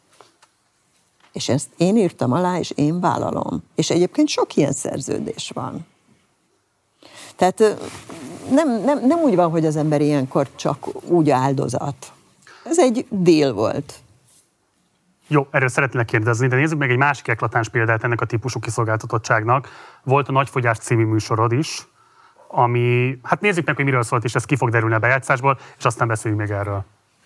És ezt én írtam alá, és én vállalom. És egyébként sok ilyen szerződés van. Tehát nem, nem, nem úgy van, hogy az ember ilyenkor csak úgy áldozat. Ez egy deal volt. Jó, erről szeretnék kérdezni, de nézzük meg egy másik eklatáns példát ennek a típusú kiszolgáltatottságnak. Volt a Nagyfogyás című műsorod is, ami, hát nézzük meg, hogy miről szólt, és ez ki fog derülni a bejátszásból, és aztán beszéljünk még erről.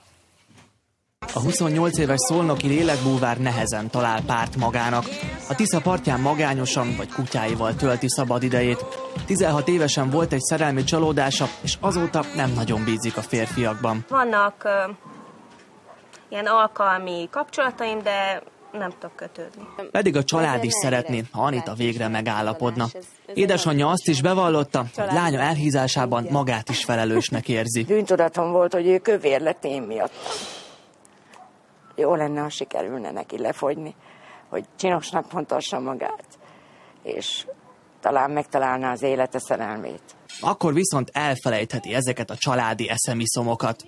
A huszonnyolc éves szolnoki lélekbúvár nehezen talál párt magának. A Tisza partján magányosan vagy kutyáival tölti szabad idejét. tizenhat évesen volt egy szerelmi csalódása, és azóta nem nagyon bízik a férfiakban. Vannak uh, ilyen alkalmi kapcsolataim, de nem tudok kötődni. Pedig a család is szeretné, ha Anita végre megállapodna. Édesanyja azt is bevallotta, hogy lánya elhízásában magát is felelősnek érzi. Bűntudatom volt, hogy ő kövér lett én miatt. Jó lenne, ha sikerülne neki lefogyni, hogy csinosnak mondhassa magát, és talán megtalálná az élete szerelmét. Akkor viszont elfelejtheti ezeket a családi eszemisszomokat.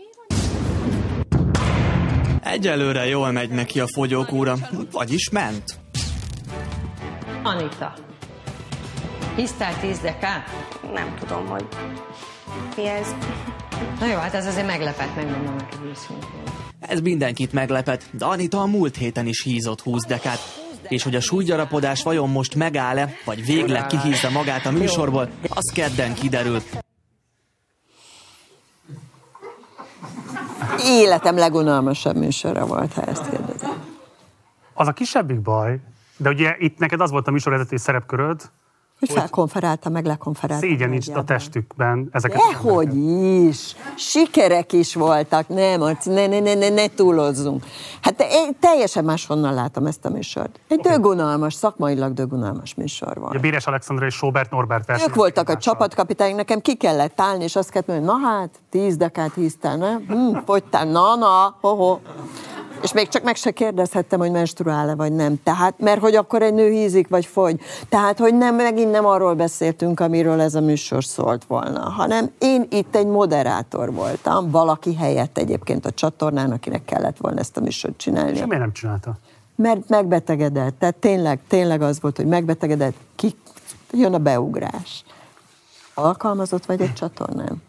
Egyelőre jól megy neki a fogyókúra, vagyis ment. Anita, hisztál tíz dekát? Nem tudom, hogy mi ez. Na jó, hát ez azért meglepett, megmondom neki őszintén. Ez mindenkit meglepett, de Anita a múlt héten is hízott húsz dekát. És hogy a súlygyarapodás vajon most megáll-e, vagy végleg kihízza magát a műsorból, az kedden kiderül. életem legunalmasabb műsora volt, ha ezt kérdezem. Az a kisebbik baj, de ugye itt neked az volt a műsorvezető szerepköröd, hogy felkonferáltam, meg lekonferáltam. Szégyenlítsd a testükben ezeket. Dehogy is! Sikerek is voltak, nem, ne, ne, ne, ne, ne túlozzunk. Hát én teljesen máshonnan látom ezt a műsort. Egy okay. dögunalmas, szakmailag dögunalmas műsor volt. A Béres Alexandra és Sobert Norbert verseny. Ők voltak a csapatkapitány, nekem ki kellett állni, és azt kellett mondani, na hát, tíz dekát híztál, ne? Hm, fogytál, na, na, ho-ho. És még csak meg se kérdezhettem, hogy menstruál-e vagy nem. Tehát, mert hogy akkor egy nő hízik, vagy fogy. Tehát, hogy nem, megint nem arról beszéltünk, amiről ez a műsor szólt volna, hanem én itt egy moderátor voltam, valaki helyett egyébként a csatornán, akinek kellett volna ezt a műsort csinálni. És miért nem csinálta? Mert megbetegedett. Tehát tényleg, tényleg az volt, hogy megbetegedett, ki jön a beugrás. Alkalmazott vagy egy csatornán?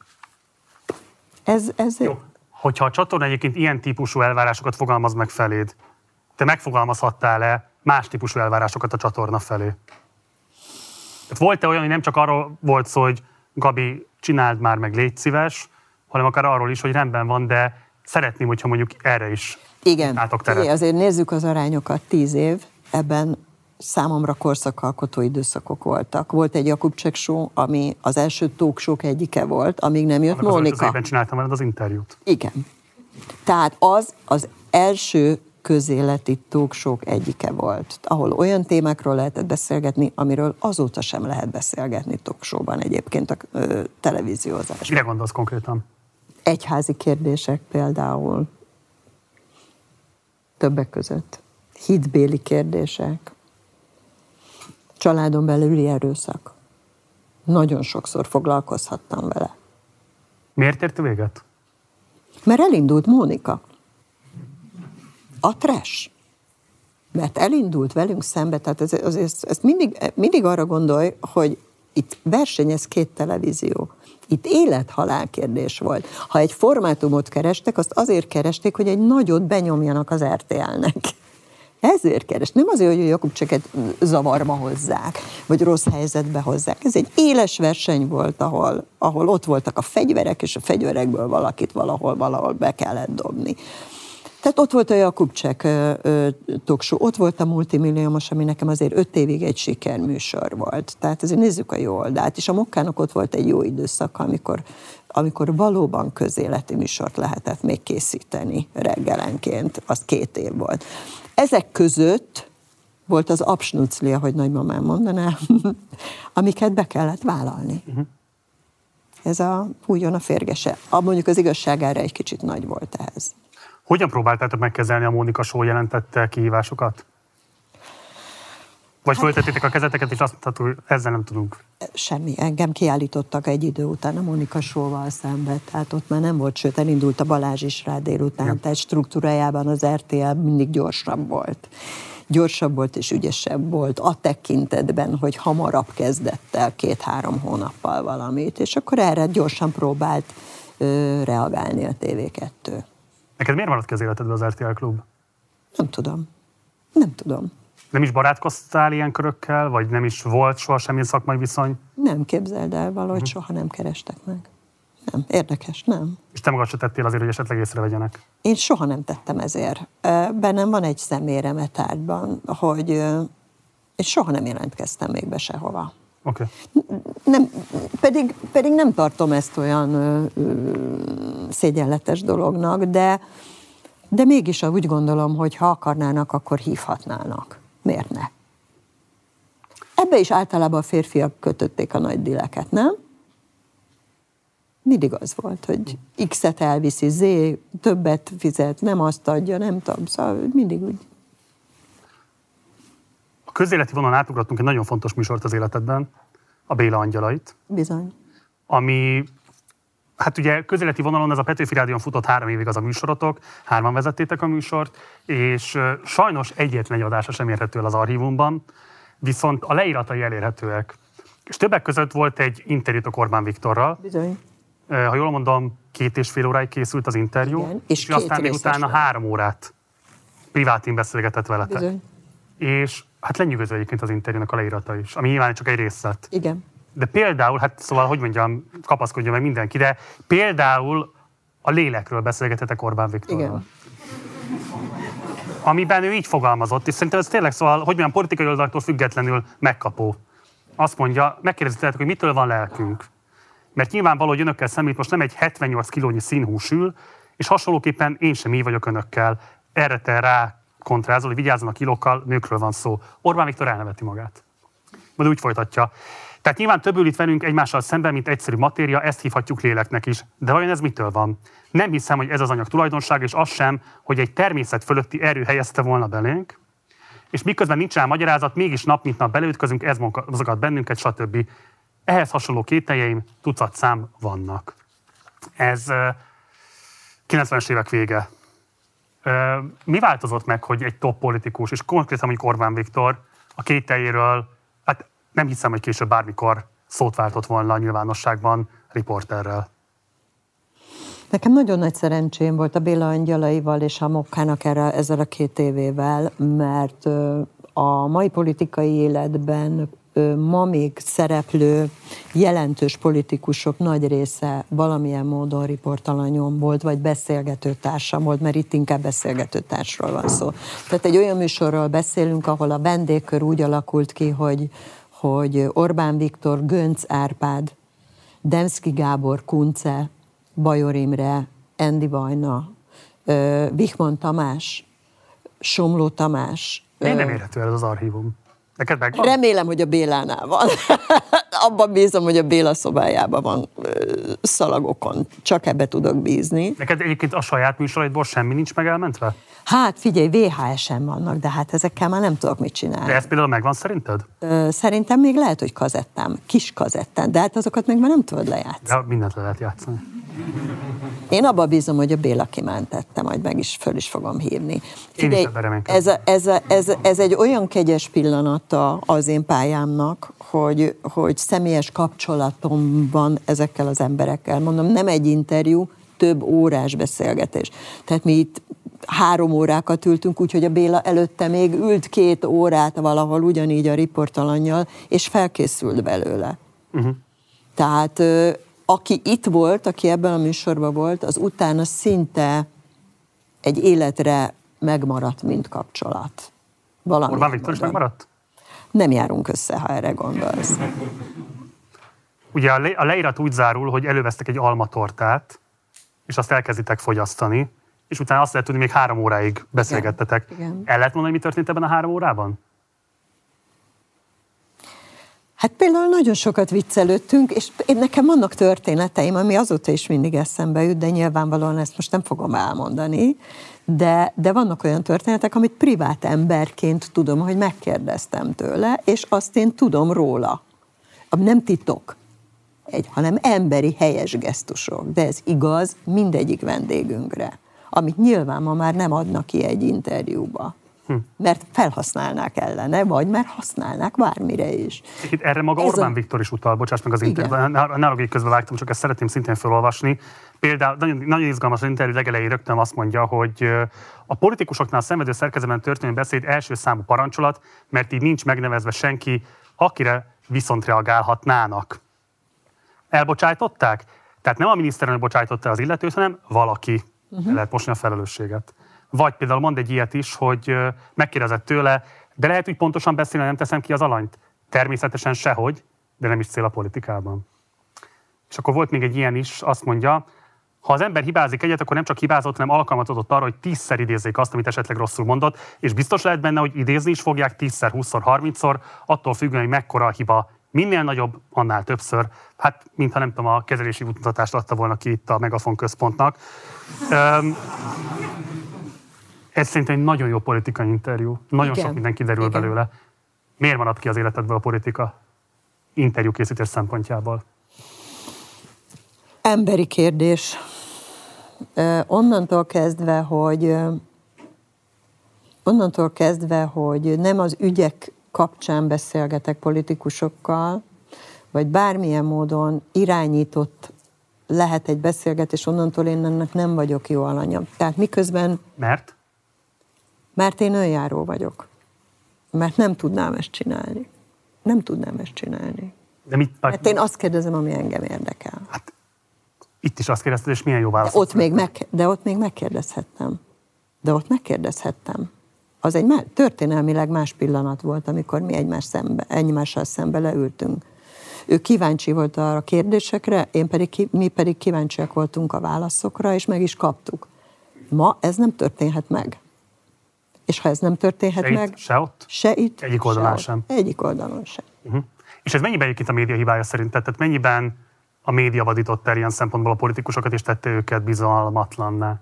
Ez, ez Jó. Hogyha a csatorna egyébként ilyen típusú elvárásokat fogalmaz meg feléd, te megfogalmazhattál-e más típusú elvárásokat a csatorna felé? Tehát volt-e olyan, hogy nem csak arról volt szó, hogy Gabi, csináld már meg, légy szíves, hanem akár arról is, hogy rendben van, de szeretném, hogyha mondjuk erre is igen, álltok teret. Igen, azért nézzük az arányokat, tíz év, ebben számomra korszakalkotó időszakok voltak. Volt egy Jakubcsek show, ami az első talk show egyike volt, amíg nem jött Annak Mónika. Az öltözőben csináltam veled az interjút. Igen. Tehát az az első közéleti talk show egyike volt, ahol olyan témákról lehetett beszélgetni, amiről azóta sem lehet beszélgetni talk show-ban egyébként a ö, televíziózásban. Mire gondolsz konkrétan? Egyházi kérdések például. Többek között. Hitbéli kérdések. Családon belüli erőszak. Nagyon sokszor foglalkozhattam vele. Miért ért véget? Mert elindult Mónika. A trash. Mert elindult velünk szembe, tehát ez, ez, ez, ez mindig, mindig arra gondolj, hogy itt versenyez két televízió. Itt élet-halál kérdés volt. Ha egy formátumot kerestek, azt azért keresték, hogy egy nagyot benyomjanak az er té el-nek. Ezért keres. Nem azért, hogy a Jakubcseket zavarba hozzák, vagy rossz helyzetbe hozzák. Ez egy éles verseny volt, ahol, ahol ott voltak a fegyverek, és a fegyverekből valakit valahol, valahol be kellett dobni. Tehát ott volt a Jakubcsek talk show, ott volt a Multimilliómos, ami nekem azért öt évig egy sikerműsor volt. Tehát azért nézzük a jó oldalt. És a Mokkának ott volt egy jó időszak, amikor, amikor valóban közéleti műsort lehetett még készíteni reggelenként. Az két év volt. Ezek között volt az absnucli, ahogy nagymamám mondaná, amiket be kellett vállalni. Uh-huh. Ez a hújjon a férgese. Mondjuk az igazságára egy kicsit nagy volt ehhez. Hogyan próbáltátok megkezelni a Mónika show jelentette kihívásokat? Vagy hát, föltettétek a kezeteket, és azt mondtátok, hogy ezzel nem tudunk? Semmi. Engem kiállítottak egy idő után a Mónika show-val szembe. Tehát ott már nem volt, sőt elindult a Balázs is rá délután. Ja. Tehát struktúrájában az er té el mindig gyorsabb volt. Gyorsabb volt és ügyesebb volt a tekintetben, hogy hamarabb kezdett el két-három hónappal valamit, és akkor erre gyorsan próbált ö, reagálni a té vé kettő. Neked miért maradt ki az életedben az er té el Klub? Nem tudom. Nem tudom. Nem is barátkoztál ilyen körökkel, vagy nem is volt soha semmilyen szakmai viszony? Nem, képzeld el, valahogy uh-huh. soha nem kerestek meg. Nem, érdekes, nem. És te magad se tettél azért, hogy esetleg észrevegyenek? Én soha nem tettem ezért. Bennem van egy szemérem e tárgyban, hogy én soha nem jelentkeztem még be sehova. Oké. Okay. Nem, pedig, pedig nem tartom ezt olyan ö, ö, szégyenletes dolognak, de, de mégis úgy gondolom, hogy ha akarnának, akkor hívhatnának. Miért ne? Ebbe is általában a férfiak kötötték a nagy dileket, nem? Mindig az volt, hogy X-et elviszi, Z, többet fizet, nem azt adja, nem tudom, szóval mindig úgy. A közéleti vonalon átugrottunk egy nagyon fontos műsort az életedben, a Béla Angyalait. Bizony. Ami, hát ugye közéleti vonalon ez a Petőfi Rádión futott három évig az a műsorotok, hárman vezettétek a műsort, és sajnos egyetlen egy adása sem érhető el az archívumban, viszont a leíratai elérhetőek. És többek között volt egy interjútok Orbán Viktorral. Bizony. Ha jól mondom, két és fél óráig készült az interjú, igen, és, és aztán még utána volt. három órát privátén beszélgetett veletek. Bizony. És hát lenyűgöző egyébként az interjúnak a leírata is, ami nyilván csak egy részlet. Igen. De például, hát szóval, hogy mondjam, kapaszkodjon meg mindenki, de például a lélekről beszélgetetek Orbán Viktorral. Igen. Amiben ő így fogalmazott, és szerintem ez tényleg szóval, hogy milyen politikai oldalaktól függetlenül megkapó. Azt mondja, megkérdezitek, hogy mitől van lelkünk. Mert nyilvánvaló, hogy önökkel szemben most nem egy hetvennyolc kilónyi színhús ül, és hasonlóképpen én sem így vagyok önökkel. Erre te rá kontrázol, hogy vigyázzon a kilókkal, nőkről van szó. Orbán Viktor elneveti magát. Majd úgy folytatja. Tehát nyilván többül itt velünk egymással szemben, mint egyszerű matéria, ezt hívhatjuk léleknek is. De vajon ez mitől van? Nem hiszem, hogy ez az anyag tulajdonság, és az sem, hogy egy természet fölötti erő helyezte volna belénk, és miközben nincs rá magyarázat, mégis nap mint nap beleütközünk, ez mozgat bennünket, stb. Ehhez hasonló kételjeim tucat szám vannak. Ez uh, kilencvenes évek vége. Uh, mi változott meg, hogy egy top politikus, és konkrétan mondjuk Orbán Viktor a kételjéről, hát nem hiszem, hogy később bármikor szót váltott volna a nyilvánosságban riporterrel. Nekem nagyon nagy szerencsém volt a Béla Angyalaival és a Mokkának erre, ezzel a két évével, mert a mai politikai életben ma még szereplő jelentős politikusok nagy része valamilyen módon riportalanyom volt, vagy beszélgetőtársam volt, mert itt inkább beszélgetőtársról van szó. Tehát egy olyan műsorról beszélünk, ahol a vendégkör úgy alakult ki, hogy, hogy Orbán Viktor, Göncz Árpád, Demszky Gábor, Kunce, Bajor Imre, Endi Vajna, Wichmann Tamás, Somló Tamás. Én nem érhető el ez az archívum. Neked megvan? Remélem, hogy a Bélánál van. Abban bízom, hogy a Béla szobájában van szalagokon. Csak ebbe tudok bízni. Neked egyébként a saját műsoraidból semmi nincs meg elmentve? Hát figyelj, vé há es-en vannak, de hát ezekkel már nem tudok mit csinálni. De ez például megvan szerinted? Szerintem még lehet, hogy kazettám, kis kazettán, de hát azokat még már nem tudod lejátszani. De mindent le lehet játszani. Én abban bízom, hogy a Béla kimentette, majd meg is föl is fogom hívni. Figyelj, én is ebben reménykedem. Ez, a, ez, a, ez, ez egy olyan kegyes pillanata az én pályámnak, hogy, hogy személyes kapcsolatom van ezekkel az emberekkel. Mondom, nem egy interjú, több órás beszélgetés. Tehát mi itt három órákat ültünk, úgyhogy a Béla előtte még ült két órát valahol ugyanígy a riportalannyal, és felkészült belőle. Uh-huh. Tehát aki itt volt, aki ebben a műsorban volt, az utána szinte egy életre megmaradt, mint kapcsolat. Valami Orbán Viktor is megmaradt? Nem járunk össze, ha erre gondolsz. Ugye a, le, a leírat úgy zárul, hogy elővesztek egy almatortát, és azt elkezditek fogyasztani, és utána azt lehet tudni, még három óráig beszélgettetek. Igen, igen. El lehet mondani, mi történt ebben a három órában? Hát például nagyon sokat viccelődtünk, és én nekem vannak történeteim, ami azóta is mindig eszembe jut, de nyilvánvalóan ezt most nem fogom elmondani, de, de vannak olyan történetek, amit privát emberként tudom, hogy megkérdeztem tőle, és azt én tudom róla. Nem titok, egy, hanem emberi, helyes gesztusok, de ez igaz mindegyik vendégünkre, amit nyilván ma már nem adnak ki egy interjúba. Hm. Mert felhasználnák ellene, vagy mert használnák bármire is. Itt erre maga Ez Orbán a... Viktor is utal, bocsáss meg az interjút, ne arra közben vágtam, csak ezt szeretném szintén felolvasni. Például nagyon, nagyon izgalmas az interjú legelején rögtön azt mondja, hogy a politikusoknál szenvedő szerkezetben történő beszéd első számú parancsolat, mert így nincs megnevezve senki, akire viszont reagálhatnának. Elbocsájtották? Tehát nem a miniszterelnök bocsájtotta az illetőt, hanem valaki. Uh-huh. Lehet mosni a felelősséget. Vagy például mond egy ilyet is, hogy megkérdezett tőle, de lehet úgy pontosan beszélni, nem teszem ki az alanyt? Természetesen sehogy, de nem is cél a politikában. És akkor volt még egy ilyen is, azt mondja, ha az ember hibázik egyet, akkor nem csak hibázott, hanem alkalmat adott arra, hogy tízszer idézzék azt, amit esetleg rosszul mondott, és biztos lehet benne, hogy idézni is fogják tízszer, húszszor, harmincszor, attól függően, hogy mekkora a hiba. Minél nagyobb, annál többször. Hát, mintha nem tudom, a kezelési útmutatást adta volna ki itt a Megafon központnak. Um, Ez szerintem egy nagyon jó politikai interjú. Nagyon Igen. sok minden kiderül Igen. belőle. Miért maradt ki az életedből a politika? Interjúkészítés szempontjából. Emberi kérdés. Onnantól kezdve, hogy onnantól kezdve, hogy nem az ügyek kapcsán beszélgetek politikusokkal, vagy bármilyen módon irányított lehet egy beszélgetés, onnantól én ennek nem vagyok jó alanya. Tehát miközben... Mert? Mert én önjáró vagyok. Mert nem tudnám ezt csinálni. Nem tudnám ezt csinálni. De mit? Mert én azt kérdezem, ami engem érdekel. Hát, Itt is azt kérdezted, és milyen jó választ. De ott, még meg, de ott még megkérdezhettem. De ott megkérdezhettem. Az egy má, történelmileg más pillanat volt, amikor mi egymás szembe, egymással szembe leültünk. Ő kíváncsi volt arra a kérdésekre, én pedig, mi pedig kíváncsiak voltunk a válaszokra, és meg is kaptuk. Ma ez nem történhet meg. És ha ez nem történhet se meg... Itt, se ott? Se itt, Egyik oldalon se sem. Ott. Egyik oldalon sem. Uh-huh. És ez mennyiben egyébként a média hibája szerinted? Tehát mennyiben a média vadított el ilyen szempontból a politikusokat, és tette őket bizalmatlanná?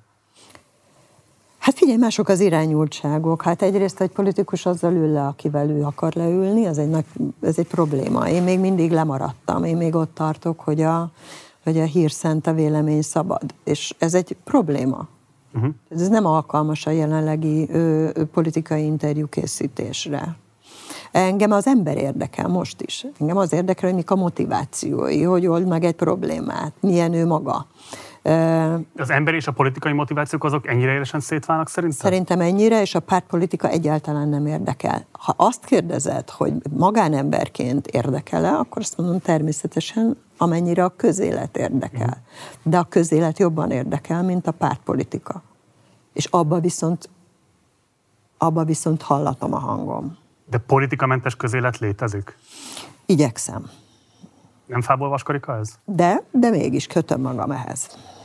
Hát figyelj, mások az irányultságok. Hát egyrészt egy politikus azzal ül le, akivel ő akar leülni, ez egy, nagy, ez egy probléma. Én még mindig lemaradtam, én még ott tartok, hogy a, hogy a hír szent, a vélemény szabad. És ez egy probléma. Uh-huh. Ez nem alkalmas a jelenlegi ö, ö, politikai interjú készítésre. Engem az ember érdekel most is. Engem az érdekel, hogy mik a motivációi, hogy old meg egy problémát, milyen ő maga. Az ember és a politikai motivációk azok ennyire élesen szétválnak szerintem? Szerintem ennyire, és a pártpolitika egyáltalán nem érdekel. Ha azt kérdezed, hogy magánemberként érdekel-e, akkor azt mondom természetesen, amennyire a közélet érdekel. De a közélet jobban érdekel, mint a pártpolitika. És abba viszont, abba viszont hallatom a hangom. De politikamentes közélet létezik? Igyekszem. Nem fából vaskarika ez? De, de mégis kötöm magam ehhez.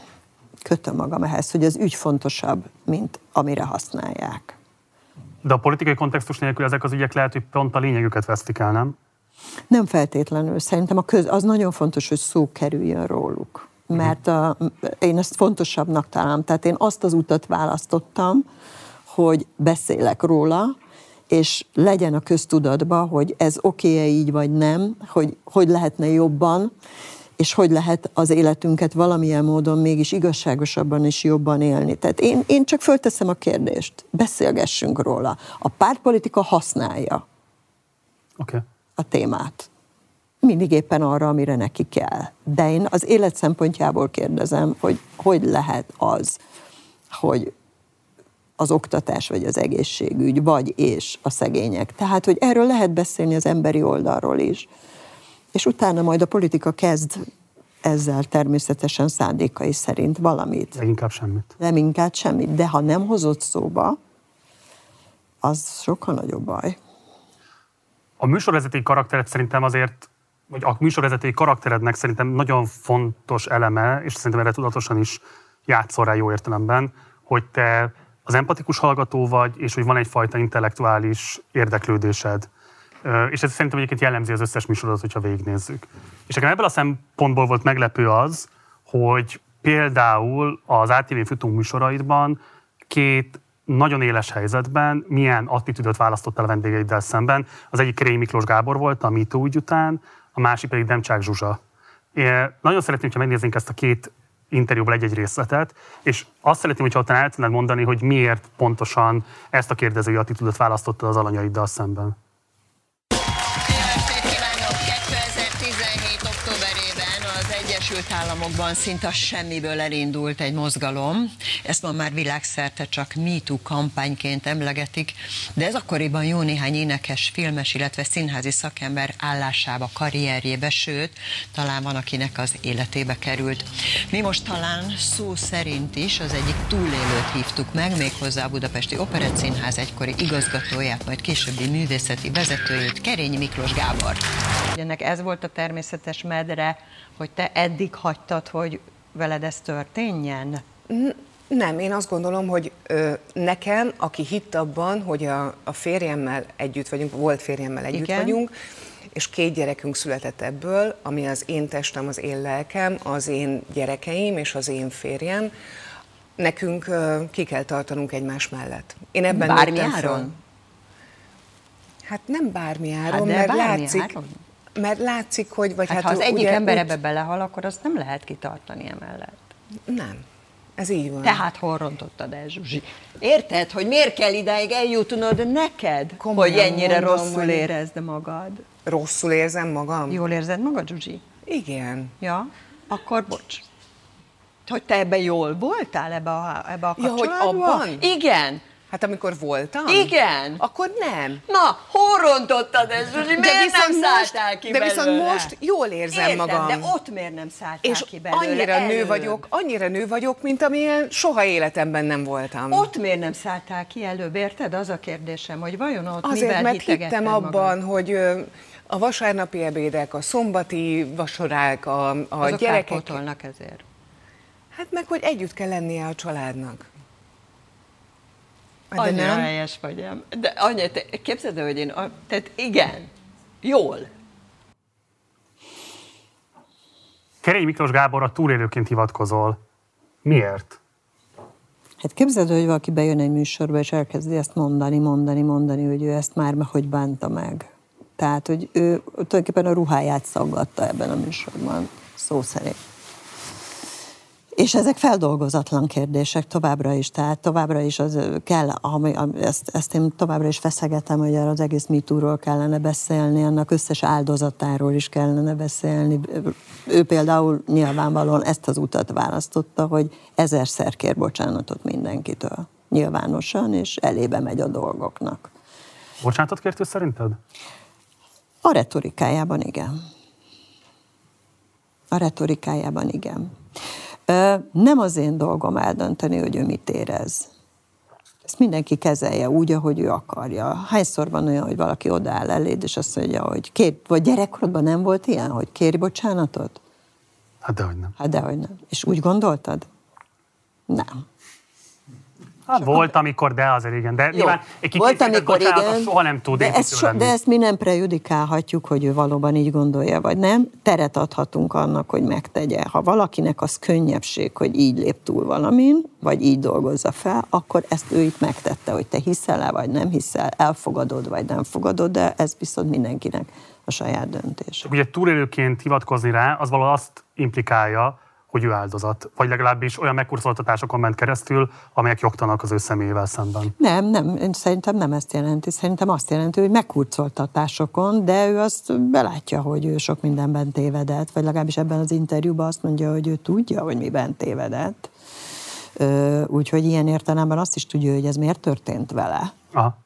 Kötöm magam ehhez, hogy az ügy fontosabb, mint amire használják. De a politikai kontextus nélkül ezek az ügyek lehet, hogy pont a lényegüket vesztik el, nem? Nem feltétlenül. Szerintem a köz, az nagyon fontos, hogy szó kerüljön róluk. Mert a, én ezt fontosabbnak találom. Tehát én azt az utat választottam, hogy beszélek róla, és legyen a köztudatban, hogy ez oké-e így vagy nem, hogy hogy lehetne jobban, és hogy lehet az életünket valamilyen módon mégis igazságosabban és jobban élni. Tehát én, én csak fölteszem a kérdést, beszélgessünk róla. A pártpolitika használja okay. a témát. Mindig éppen arra, amire neki kell. De én az élet szempontjából kérdezem, hogy hogy lehet az, hogy az oktatás, vagy az egészségügy, vagy és a szegények. Tehát, hogy erről lehet beszélni az emberi oldalról is. És utána majd a politika kezd ezzel természetesen szándékai szerint valamit. De inkább semmit. Nem inkább semmit. De ha nem hozott szóba, az sokkal nagyobb baj. A műsorvezetői karaktered szerintem azért, vagy a műsorvezetői karakterednek szerintem nagyon fontos eleme, és szerintem erre tudatosan is játszol rá jó értelemben, hogy te az empatikus hallgató vagy, és hogy van egyfajta intellektuális érdeklődésed. És ez szerintem egyébként jellemzi az összes műsorodat, hogyha végignézzük. És nekem ebből a szempontból volt meglepő az, hogy például az á té vén futó műsoraidban két nagyon éles helyzetben milyen attitűdöt választottál a vendégeiddel szemben. Az egyik Réi Miklós Gábor volt a MeToo ügy után, a másik pedig Demcsák Zsuzsa. Én nagyon szeretném, ha megnéznénk ezt a két interjúból egy-egy részletet, és azt szeretném, hogyha utána el tudnád mondani, hogy miért pontosan ezt a kérdezői attitűdöt választottad az alanyaiddal szemben. kétezer-tizenhét októberében az Egyesült Államokban szinte semmiből elindult egy mozgalom. Ezt ma már világszerte csak MeToo kampányként emlegetik, de ez akkoriban jó néhány énekes, filmes, illetve színházi szakember állásába, karrierjébe, sőt, talán van, akinek az életébe került. Mi most talán szó szerint is az egyik túlélőt hívtuk meg, méghozzá a Budapesti Operettszínház egykori igazgatóját, majd későbbi művészeti vezetőjét, Kerényi Miklós Gábor. Ennek ez volt a természetes medre, hogy te eddig hagytad, hogy veled ez történjen? Nem, én azt gondolom, hogy ö, nekem, aki hitt abban, hogy a, a férjemmel együtt vagyunk, volt férjemmel együtt Igen. vagyunk, és két gyerekünk született ebből, ami az én testem, az én lelkem, az én gyerekeim és az én férjem, nekünk ö, ki kell tartanunk egymás mellett. Én ebben bármi áron? Hát nem bármi áron, hát mert bármi látszik... áron? Mert látszik, hogy... Vagy hát, hát ha az egyik ugye, ember úgy... ebbe belehal, akkor azt nem lehet kitartani emellett. Nem. Ez így van. Tehát hol rontottad el, Zsuzsi? Érted, hogy miért kell idáig eljutnod neked, Komolyan hogy ennyire mondom, rosszul hogy... érezd magad? Rosszul érzem magam? Jól érzed magad, Zsuzsi? Igen. Ja, akkor bocs. Hogy te ebben jól voltál, ebbe a, ebbe a ja, kapcsolatban? hogy abban? Igen. Hát amikor voltam? Igen. Akkor nem. Na, hol rontottad ezt, Zsuzsi? Miért nem szálltál most, ki De belőle? viszont most jól érzem Értem, magam. de ott miért nem szálltál és ki belőle? annyira előbb? nő vagyok, annyira nő vagyok, mint amilyen soha életemben nem voltam. Ott miért nem szálltál ki előbb, érted? Az a kérdésem, hogy vajon ott Azért, mivel mert hitegetted hittem abban, magad? hogy ö, a vasárnapi ebédek, a szombati vacsorák, a, a Azok gyerekek... kárpótolnak ezért. Hát meg, hogy együtt kell lennie a családnak. De Annyira nem? helyes vagy, em. De Anya, te képzeld el, hogy én... A, tehát igen, jól. Kerény Miklós Gáborra túlélőként hivatkozol. Miért? Hát képzeld, hogy valaki bejön egy műsorba, és elkezdi ezt mondani, mondani, mondani, hogy ő ezt már hogy bánta meg. Tehát, hogy ő tulajdonképpen a ruháját szaggatta ebben a műsorban, szó szerint. És ezek feldolgozatlan kérdések továbbra is, tehát továbbra is az kell, ezt, ezt én továbbra is feszegetem, hogy az egész MeToo-ról kellene beszélni, annak összes áldozatáról is kellene beszélni. Ő például nyilvánvalóan ezt az utat választotta, hogy ezerszer kér bocsánatot mindenkitől. Nyilvánosan, és elébe megy a dolgoknak. Bocsánatot kért ő szerinted? A retorikájában igen. A retorikájában igen. Nem az én dolgom eldönteni, hogy ő mit érez. Ezt mindenki kezelje úgy, ahogy ő akarja. Hányszor van olyan, hogy valaki odaáll eléd, és azt mondja, hogy kér, vagy gyerekkorodban nem volt ilyen, hogy kéri bocsánatot? Hát dehogy nem. Hát dehogy nem. És úgy gondoltad? Nem. Hát volt, amikor, de azért igen. De Jó, nyilván egy kicsit volt, amikor igen, soha nem tud de ezt, so, de ezt mi nem prejudikálhatjuk, hogy ő valóban így gondolja, vagy nem. Teret adhatunk annak, hogy megtegye. Ha valakinek az könnyebbség, hogy így lép túl valamin, vagy így dolgozza fel, akkor ezt ő itt megtette, hogy te hiszel-e, vagy nem hiszel, elfogadod, vagy nem fogadod, de ez viszont mindenkinek a saját döntés. Csak ugye túlélőként hivatkozni rá, az valahol azt implikálja, hogy ő áldozat, vagy legalábbis olyan megkurszoltatásokon ment keresztül, amelyek jogtalanok az ő személyével szemben. Nem, nem, én szerintem nem ezt jelenti. Szerintem azt jelenti, hogy megkurcoltatásokon, de ő azt belátja, hogy ő sok mindenben tévedett, vagy legalábbis ebben az interjúban azt mondja, hogy ő tudja, hogy miben tévedett. Úgyhogy ilyen értelemben azt is tudja, hogy ez miért történt vele. Aha.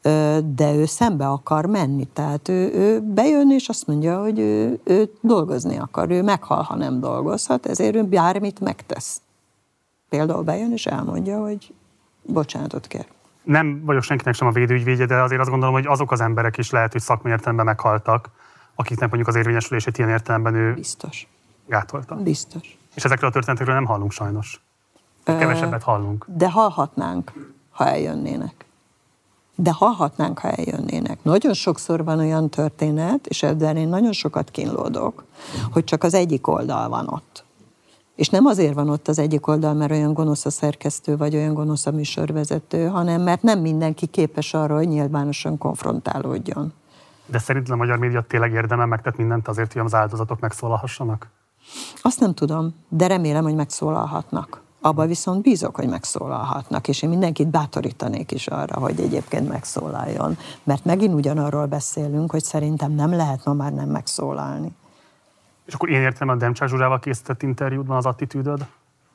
De ő szembe akar menni, tehát ő, ő bejön és azt mondja, hogy ő, ő dolgozni akar, ő meghal, ha nem dolgozhat, ezért ő bármit megtesz. Például bejön és elmondja, hogy bocsánatot kér. Nem vagyok senkinek sem a védőügyvédje, de azért azt gondolom, hogy azok az emberek is lehet, hogy szakmai értelemben meghaltak, akiknek mondjuk az érvényesülését ilyen értelemben ő Biztos. gátolta. Biztos. És ezekről a történetekről nem hallunk sajnos. Kevesebbet hallunk. De hallhatnánk, ha eljönnének. De hallhatnánk, ha eljönnének. Nagyon sokszor van olyan történet, és ebben én nagyon sokat kínlódok, hogy csak az egyik oldal van ott. És nem azért van ott az egyik oldal, mert olyan gonosz a szerkesztő, vagy olyan gonosz a műsorvezető, hanem mert nem mindenki képes arra, hogy nyilvánosan konfrontálódjon. De szerinted a magyar média tényleg érdemel megtett mindent azért, hogy az áldozatok megszólalhassanak? Azt nem tudom, de remélem, hogy megszólalhatnak. Abba viszont bízok, hogy megszólalhatnak, és én mindenkit bátorítanék is arra, hogy egyébként megszólaljon. Mert megint ugyanarról beszélünk, hogy szerintem nem lehet ma már nem megszólalni. És akkor én értem, a Demcsák Zsuzsával készített interjúdban az attitűdöd?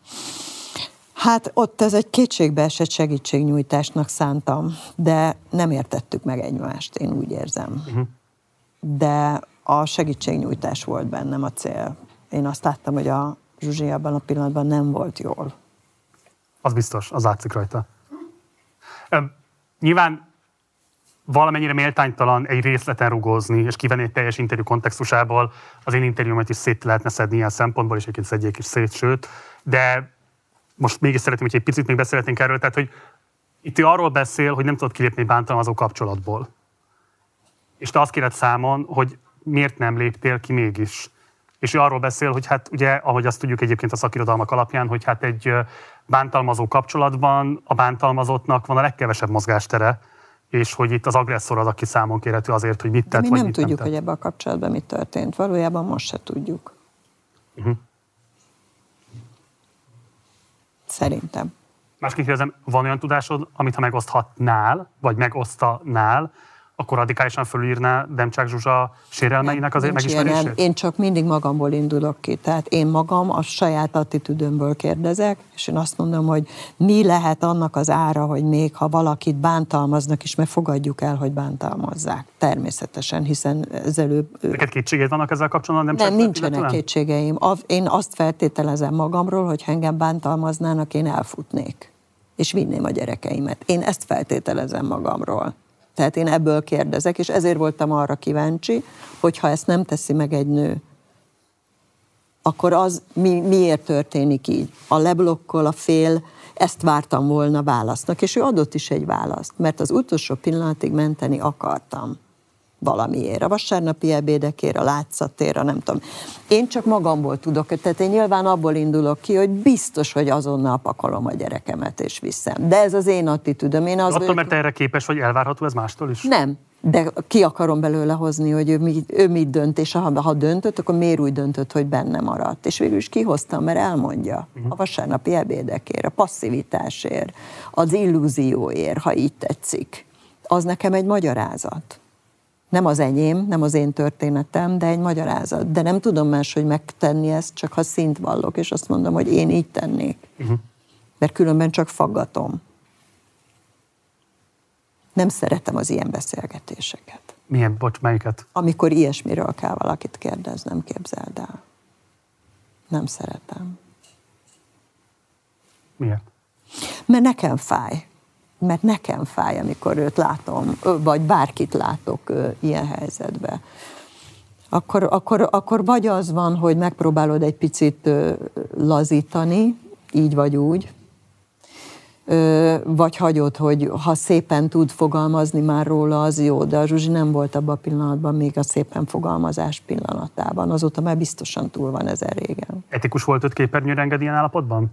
Hát ott ez egy kétségbeesett segítségnyújtásnak szántam, de nem értettük meg egymást, én úgy érzem. Uh-huh. De a segítségnyújtás volt bennem a cél. Én azt láttam, hogy a Zsuzsi abban a pillanatban nem volt jól. Az biztos, az látszik rajta. Ö, nyilván valamennyire méltánytalan egy részleten rugózni, és kivenni egy teljes interjú kontextusából, az én interjúmat is szét lehetne szedni ilyen szempontból, és egyébként szedjék is szét, sőt, de most mégis szeretném, hogy egy picit még beszélhetnénk erről, tehát, hogy itt ő arról beszél, hogy nem tudod kilépni egy bántalmazó kapcsolatból. És te azt kéred számon, hogy miért nem léptél ki mégis. És ő arról beszél, hogy hát ugye, ahogy azt tudjuk egyébként a szakirodalmak alapján, hogy hát egy bántalmazó kapcsolatban a bántalmazottnak van a legkevesebb mozgástere, és hogy itt az agresszor az, aki számon kérhető azért, hogy mit tett, mi vagy nem mit tudjuk, nem tett. hogy ebben a kapcsolatban mi történt. Valójában most se tudjuk. Uh-huh. Szerintem. Másként kérdezem, van olyan tudásod, amit ha megoszthatnál, vagy megosztanál, akkor radikálisan fölírná Demcsák Zsuzsa sérelmeinek azért megismerését? Én csak mindig magamból indulok ki. Tehát én magam a saját attitűdömből kérdezek, és én azt mondom, hogy mi lehet annak az ára, hogy még ha valakit bántalmaznak is, mert fogadjuk el, hogy bántalmazzák. Természetesen, hiszen ezelőbb... Neked kétséged vannak ezzel kapcsolatban? Nem, nem nincsenek illetően? Kétségeim. Én azt feltételezem magamról, hogy ha engem bántalmaznának, én elfutnék, és vinném a gyerekeimet. Én ezt feltételezem magamról. Tehát én ebből kérdezek, és ezért voltam arra kíváncsi, hogy ha ezt nem teszi meg egy nő, akkor az mi, miért történik így? A leblokkol, a fél, ezt vártam volna válasznak, és ő adott is egy választ, mert az utolsó pillanatig menteni akartam valamiért, a vasárnapi ebédekért, a látszatért, a nem tudom. Én csak magamból tudok, tehát én nyilván abból indulok ki, hogy biztos, hogy azonnal pakolom a gyerekemet és viszem. De ez az én attitűdöm. Én az attól, vagyok, mert erre képes, hogy elvárható ez mástól is? Nem, de ki akarom belőle hozni, hogy ő mit, ő mit dönt, és ha, ha döntött, akkor miért úgy döntött, hogy benne maradt. És végül is kihoztam, mert elmondja. Uh-huh. A vasárnapi ebédekért, a passzivitásért, az illúzióért, ha így tetszik. Az nekem egy magyarázat. Nem az enyém, nem az én történetem, de egy magyarázat. De nem tudom máshogy megtenni ezt, csak ha szint vallok, és azt mondom, hogy én így tennék. Uh-huh. Mert különben csak faggatom. Nem szeretem az ilyen beszélgetéseket. Milyen, bocs, melyiket? Amikor ilyesmiről kell valakit kérdeznem, képzeld el. Nem szeretem. Miért? Mert nekem fáj. Mert nekem fáj, amikor őt látom, vagy bárkit látok ilyen helyzetben. Akkor, akkor, akkor vagy az van, hogy megpróbálod egy picit lazítani, így vagy úgy, vagy hagyod, hogy ha szépen tud fogalmazni már róla, az jó, de a Zsuzsi nem volt abban a pillanatban, még a szépen fogalmazás pillanatában. Azóta már biztosan túl van ezen régen. Etikus volt őt képernyőre engedni ilyen állapotban?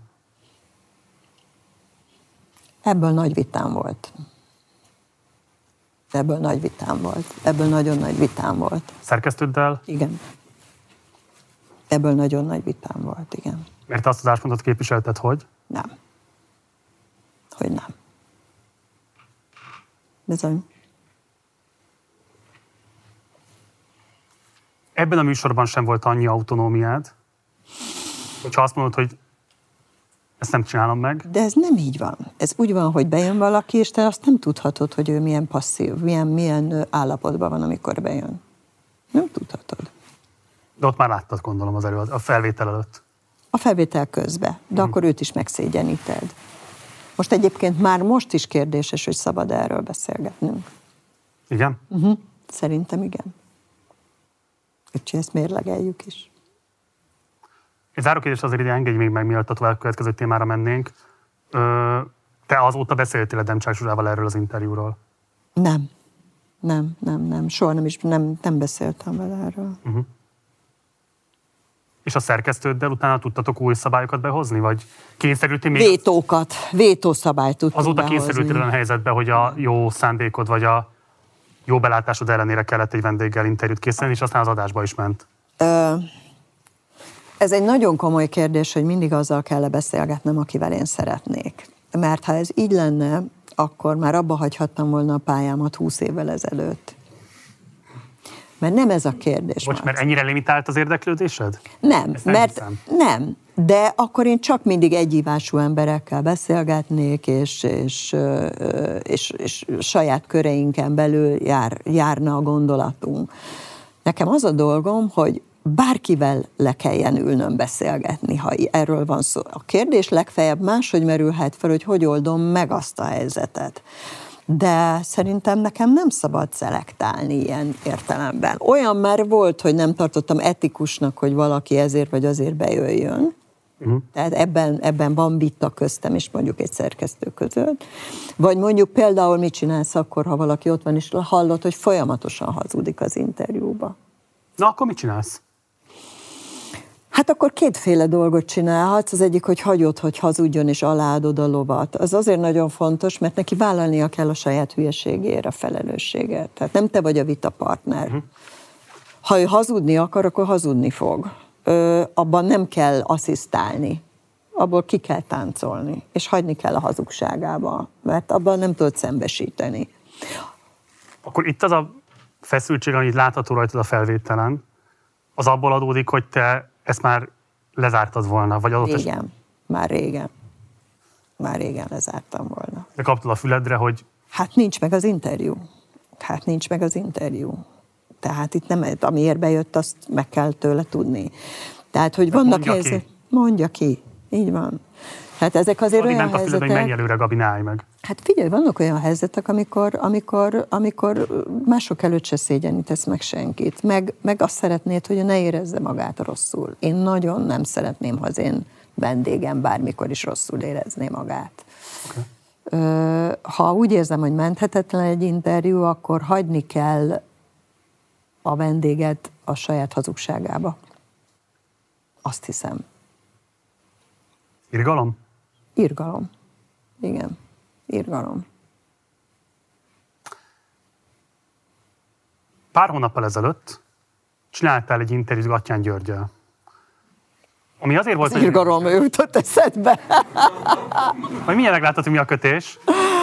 Ebből nagy vitám volt. Ebből nagy vitám volt. Ebből nagyon nagy vitám volt. Szerkesztőddel? Igen. Ebből nagyon nagy vitám volt, igen. Mert te azt az álláspontot képviselted, hogy? Nem. Hogy nem. Bizony. Ebben a műsorban sem volt annyi autonómiád, hogyha azt mondod, hogy ezt nem csinálom meg. De ez nem így van. Ez úgy van, hogy bejön valaki, és te azt nem tudhatod, hogy ő milyen passzív, milyen, milyen állapotban van, amikor bejön. Nem tudhatod. De ott már láttad, gondolom, az előad, a felvétel előtt. A felvétel közben, de hmm. akkor őt is megszégyeníted. Most egyébként már most is kérdéses, hogy szabad erről beszélgetnünk. Igen? Uh-huh. Szerintem igen. Úgyhogy ezt mérlegeljük is. Egy záró kérdés azért ide engedj még meg, mielőtt a tovább következő témára mennénk. Ö, te azóta beszéltél a Demcsák Zsuzsával erről az interjúról? Nem. Nem, nem, nem. Soha nem is, nem, nem beszéltem vele erről. Uh-huh. És a szerkesztőddel utána tudtatok új szabályokat behozni? Vagy kényszerültél még... Vétókat, vétószabályt tudtunk Azóta behozni. kényszerültél olyan helyzetbe, hogy a jó szándékod, vagy a jó belátásod ellenére kellett egy vendéggel interjút készíteni, és aztán az adásba is ment. Ö, ez egy nagyon komoly kérdés, hogy mindig azzal kell beszélgetnem, akivel én szeretnék. Mert ha ez így lenne, akkor már abba hagyhattam volna a pályámat húsz évvel ezelőtt. Mert nem ez a kérdés. Bocs, mert ennyire limitált az érdeklődésed? Nem, nem mert hiszem. nem. De akkor én csak mindig egyívású emberekkel beszélgetnék, és, és, és, és saját köreinkön belül jár, járna a gondolatunk. Nekem az a dolgom, hogy bárkivel le kelljen ülnöm beszélgetni, ha erről van szó. A kérdés legfeljebb máshogy merülhet fel, hogy hogy oldom meg azt a helyzetet. De szerintem nekem nem szabad szelektálni ilyen értelemben. Olyan már volt, hogy nem tartottam etikusnak, hogy valaki ezért vagy azért bejöjjön. Uh-huh. Tehát ebben, ebben van vita köztem, és mondjuk egy szerkesztő között. Vagy mondjuk például mit csinálsz akkor, ha valaki ott van, és hallod, hogy folyamatosan hazudik az interjúba. Na, akkor mit csinálsz? Hát akkor kétféle dolgot csinálhatsz. Az egyik, hogy hagyod, hogy hazudjon, és aláadod a lovat. Az azért nagyon fontos, mert neki vállalnia kell a saját hülyeségére a felelősséget. Tehát nem te vagy a vitapartner. Uh-huh. Ha ő hazudni akar, akkor hazudni fog. Ö, abban nem kell asszisztálni. Abból ki kell táncolni. És hagyni kell a hazugságába, mert abban nem tudod szembesíteni. Akkor itt az a feszültség, amit látható rajtad a felvételen, az abból adódik, hogy te ezt már lezártad volna, vagy adott Régen, es... már régen. Már régen lezártam volna. De kaptad a füledre, hogy... Hát nincs meg az interjú. Hát nincs meg az interjú. Tehát itt nem, amiért bejött, azt meg kell tőle tudni. Tehát, hogy vannak mondja helyzet... Ki. Mondja ki. Így van. Hát ezek azért Addig olyan ment a füledre, helyzetek... hogy menj előre, Gabi, ne állj meg. Hát figyelj, vannak olyan helyzetek, amikor, amikor, amikor mások előtt se szégyenítesz meg senkit. Meg, meg azt szeretnéd, hogy ne érezze magát rosszul. Én nagyon nem szeretném, ha az én vendégem bármikor is rosszul érezné magát. Okay. Ha úgy érzem, hogy menthetetlen egy interjú, akkor hagyni kell a vendéget a saját hazugságába. Azt hiszem. Irgalom? Irgalom. Igen. Irgalom. Pár hónappal ezelőtt csináltál egy interjút Gattyán Györggyel. Ami azért volt... Az irgalom jutott eszedbe. Majd mindjárt meglátod, hogy mi a kötés.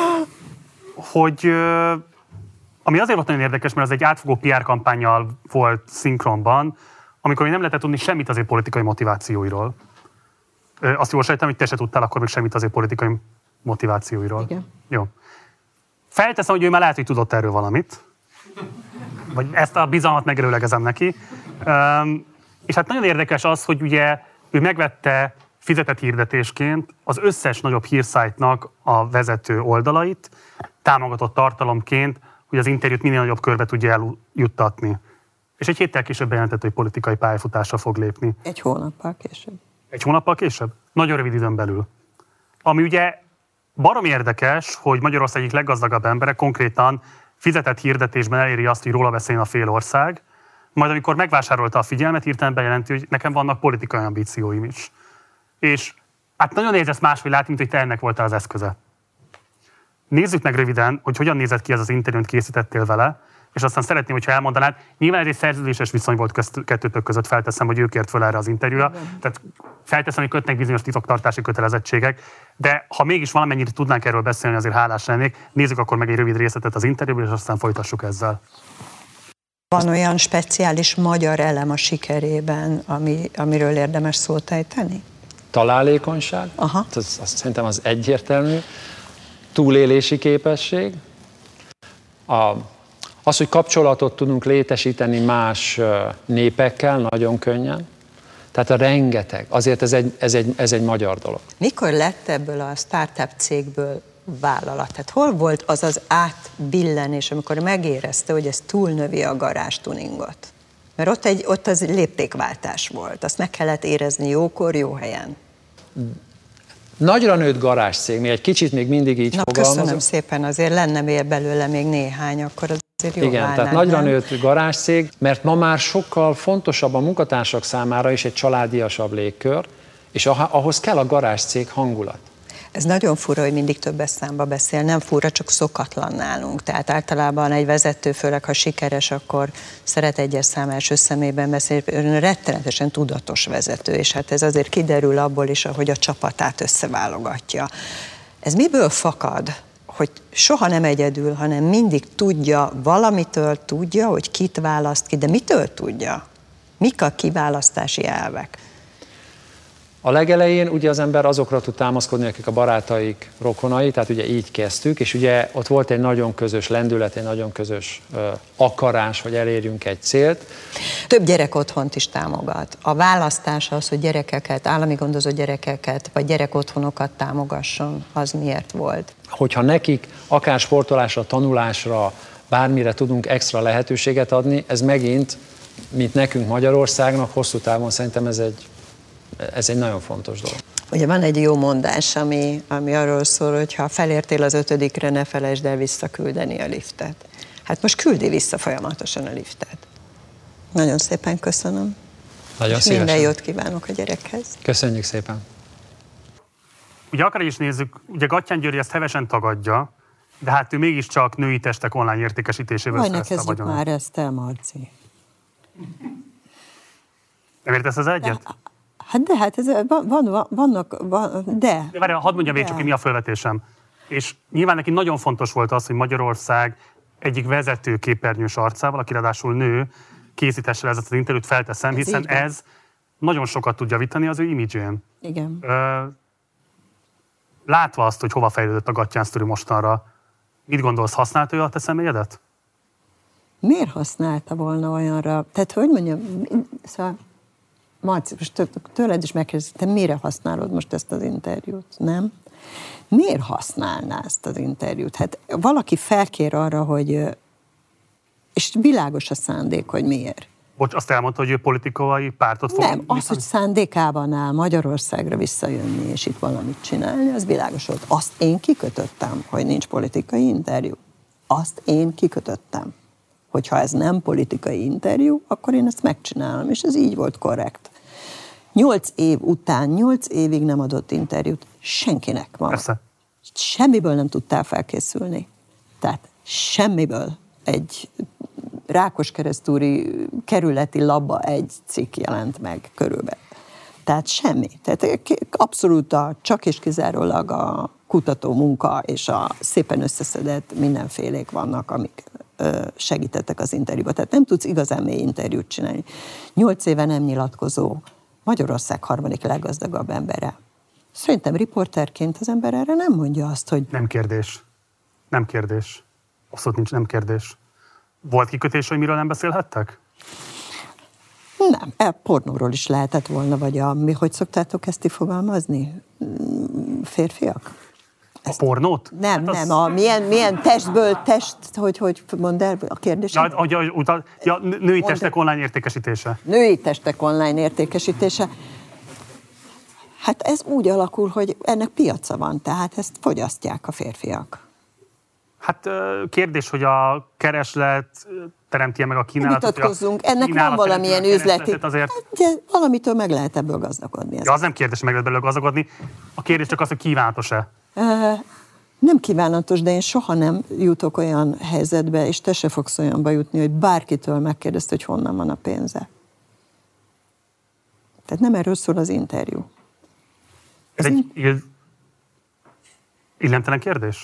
Hogy... Ami azért volt nagyon érdekes, mert az egy átfogó pé er kampánnyal volt szinkronban, amikor még nem lehetett tudni semmit azért politikai motivációiról. Azt jól sejtem, hogy te se tudtál akkor még semmit azért politikai motivációiról. Igen. Jó. Felteszem, hogy ő már lehet, hogy tudott erről valamit. Vagy ezt a bizalmat megerőlegezem neki. Um, és hát nagyon érdekes az, hogy ugye ő megvette fizetett hirdetésként az összes nagyobb hírszájtnak a vezető oldalait, támogatott tartalomként, hogy az interjút minél nagyobb körbe tudja eljuttatni. És egy héttel később bejelentett, hogy politikai pályafutásra fog lépni. Egy hónappal később. Egy hónappal később? Nagyon rövid időn belül. Ami ugye baromi érdekes, hogy Magyarország egyik leggazdagabb embere konkrétan fizetett hirdetésben eléri azt, hogy róla beszéljen a fél ország, majd amikor megvásárolta a figyelmet, hirtelen bejelenti, hogy nekem vannak politikai ambícióim is. És hát nagyon nehéz ezt máshogy látni, mint hogy te ennek voltál az eszköze. Nézzük meg röviden, hogy hogyan nézett ki ez az interjút, készítettél vele, és aztán szeretném, hogyha elmondanád, nyilván ez egy szerződéses viszony volt közt, kettőtök között, felteszem, hogy ő kért föl erre az interjúra, igen. Tehát felteszem, hogy kötnek bizonyos titoktartási kötelezettségek, de ha mégis valamennyire tudnánk erről beszélni, azért hálás lennék. Nézzük akkor meg egy rövid részletet az interjúból, és aztán folytassuk ezzel. Van olyan speciális magyar elem a sikerében, ami, amiről érdemes szót ejteni? Találékonyság, Aha. Az, azt szerintem az egyértelmű. Túlélési képesség. A, az, hogy kapcsolatot tudunk létesíteni más népekkel nagyon könnyen. Tehát a rengeteg. Azért ez egy, ez egy, ez egy magyar dolog. Mikor lett ebből a startup cégből vállalat? Tehát hol volt az az átbillenés, amikor megérezte, hogy ez túlnövi a garázstuningot? Mert ott, egy, ott az léptékváltás volt. Azt meg kellett érezni jókor, jó helyen. Nagyra nőtt garázscég, mi egy kicsit még mindig így Na, fogalmazunk. Köszönöm szépen, azért lenne még belőle még néhány, akkor azért jó Igen, válnál, tehát nagyra nem? nőtt garázscég, mert ma már sokkal fontosabb a munkatársak számára is egy családiasabb légkör, és ahhoz kell a garázscég hangulat. Ez nagyon fura, hogy mindig többes számba beszél, nem fura, csak szokatlan nálunk. Tehát általában egy vezető, főleg ha sikeres, akkor szeret egyes szám első szemében beszélni, ön rettenetesen tudatos vezető, és hát ez azért kiderül abból is, ahogy a csapatát összeválogatja. Ez miből fakad, hogy soha nem egyedül, hanem mindig tudja, valamitől tudja, hogy kit választ ki, de mitől tudja? Mik a kiválasztási elvek? A legelején ugye az ember azokra tud támaszkodni, akik a barátaik, rokonai, tehát ugye így kezdtük, és ugye ott volt egy nagyon közös lendület, egy nagyon közös ö, akarás, hogy elérjünk egy célt. Több gyerek otthont is támogat. A választás az, hogy gyerekeket, állami gondozott gyerekeket, vagy gyerekotthonokat támogasson, az miért volt? Hogyha nekik akár sportolásra, tanulásra, bármire tudunk extra lehetőséget adni, ez megint, mint nekünk Magyarországnak, hosszú távon szerintem ez egy Ez egy nagyon fontos dolog. Ugye van egy jó mondás, ami, ami arról szól, hogy ha felértél az ötödikre, ne felejtsd el visszaküldeni a liftet. Hát most küldi vissza folyamatosan a liftet. Nagyon szépen köszönöm. Nagyon és szívesen. minden jót kívánok a gyerekhez. Köszönjük szépen. Ugye akár is nézzük, ugye Gattyán György ezt hevesen tagadja, de hát ő mégiscsak női testek online értékesítéséből Majd ne szerezte a kezdjük vagyonát. már ezt el, Marci. Nem értesz ezzel egyet? Hát de hát ez, van, van, vannak, van, de. De várjál, hadd mondjam végig csak, de. hogy mi a felvetésem. És nyilván neki nagyon fontos volt az, hogy Magyarország egyik vezető képernyős arcával, aki ráadásul nő, készítesse ezt az interjút, felteszem, ez hiszen ez nagyon sokat tud javítani az ő imidzsén. Igen. Ö, látva azt, hogy hova fejlődött a Gattyán sztori mostanra, mit gondolsz, használta ő a te személyedet? Miért használta volna olyanra? Tehát, hogy mondjam, szóval, Marci, most tőled is megkérdezik, te mire használod most ezt az interjút, nem? Miért használná ezt az interjút? Hát valaki felkér arra, hogy, és világos a szándék, hogy miért. Bocs, azt elmondta, hogy ő politikai pártot fog... Nem, az, hogy szándékában áll Magyarországra visszajönni, és itt valamit csinálni, az világos volt. Azt én kikötöttem, hogy nincs politikai interjú. Azt én kikötöttem. Hogyha ez nem politikai interjú, akkor én ezt megcsinálom, és ez így volt korrekt. Nyolc év után, nyolc évig nem adott interjút senkinek ma. Persze. Semmiből nem tudtál felkészülni. Tehát semmiből. Egy Rákoskeresztúri kerületi labba egy cikk jelent meg körülbelül. Tehát semmi. Tehát abszolút a, csak és kizárólag a kutató munka és a szépen összeszedett mindenfélék vannak, amik ö, segítettek az interjúba. Tehát nem tudsz igazán mély interjút csinálni. Nyolc éve nem nyilatkozó Magyarország harmadik leggazdagabb embere. Szerintem riporterként az ember erre nem mondja azt, hogy... Nem kérdés. Nem kérdés. Abszolút nincs nem kérdés. Volt kikötés, hogy miről nem beszélhettek? Nem, e, pornóról is lehetett volna, vagy a, mi, hogy szoktátok ezt fogalmazni? Férfiak? A pornót? Nem, hát nem, az... a milyen, milyen testből test, hogy, hogy mondd el a kérdésem? Ja, ja, utal, ja, női testek online értékesítése. Női testek online értékesítése. Hát ez úgy alakul, hogy ennek piaca van, tehát ezt fogyasztják a férfiak. Hát kérdés, hogy a kereslet teremti meg a kínálatot. Vitatkozzunk, ennek van valamilyen üzleti. Azért... Hát, valamitől meg lehet ebből gazdagodni. Ja, az nem kérdés, meg lehet belőle gazdagodni. A kérdés csak az, hogy kívánatos-e. Uh, nem kívánatos, de én soha nem jutok olyan helyzetbe, és te se fogsz olyanba jutni, hogy bárkitől megkérdezt, hogy honnan van a pénze. Tehát nem erről szól az interjú. Ez egy ill... illemtelen kérdés?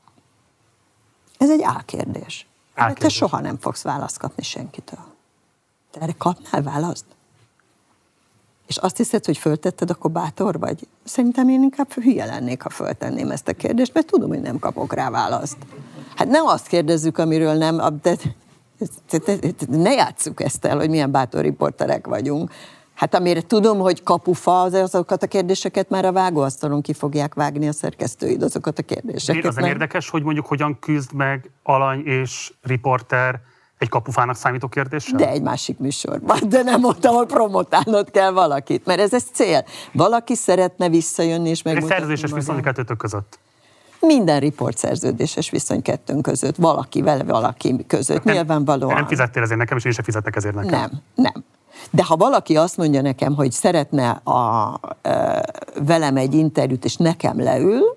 Ez egy álkérdés. Te soha nem fogsz választ kapni senkitől. Te erre kapnál választ? És azt hiszed, hogy föltetted, akkor bátor vagy? Szerintem én inkább hülye lennék, ha föltenném ezt a kérdést, mert tudom, hogy nem kapok rá választ. Hát nem azt kérdezzük, amiről nem... De, de, de, de, ne játsszuk ezt el, hogy milyen bátor riporterek vagyunk. Hát amire tudom, hogy kapufa, azokat a kérdéseket már a vágóasztalon ki fogják vágni a szerkesztőid, azokat a kérdéseket. Az nem érdekes, hogy mondjuk hogyan küzd meg alany és riporter egy kapufának számító kérdéssel? De egy másik műsorban, de nem ott, ahol promotálnod kell valakit, mert ez egy cél. Valaki szeretne visszajönni és megmutatni. Egy szerződéses viszony kettőtök között. Minden riport szerződéses viszony kettőnk között, valaki vele, valaki között, nem, nyilvánvalóan. Nem fizettél ezért nekem, és én sem fizettek ezért nekem. Nem, nem. De ha valaki azt mondja nekem, hogy szeretne a, e, velem egy interjút, és nekem leül,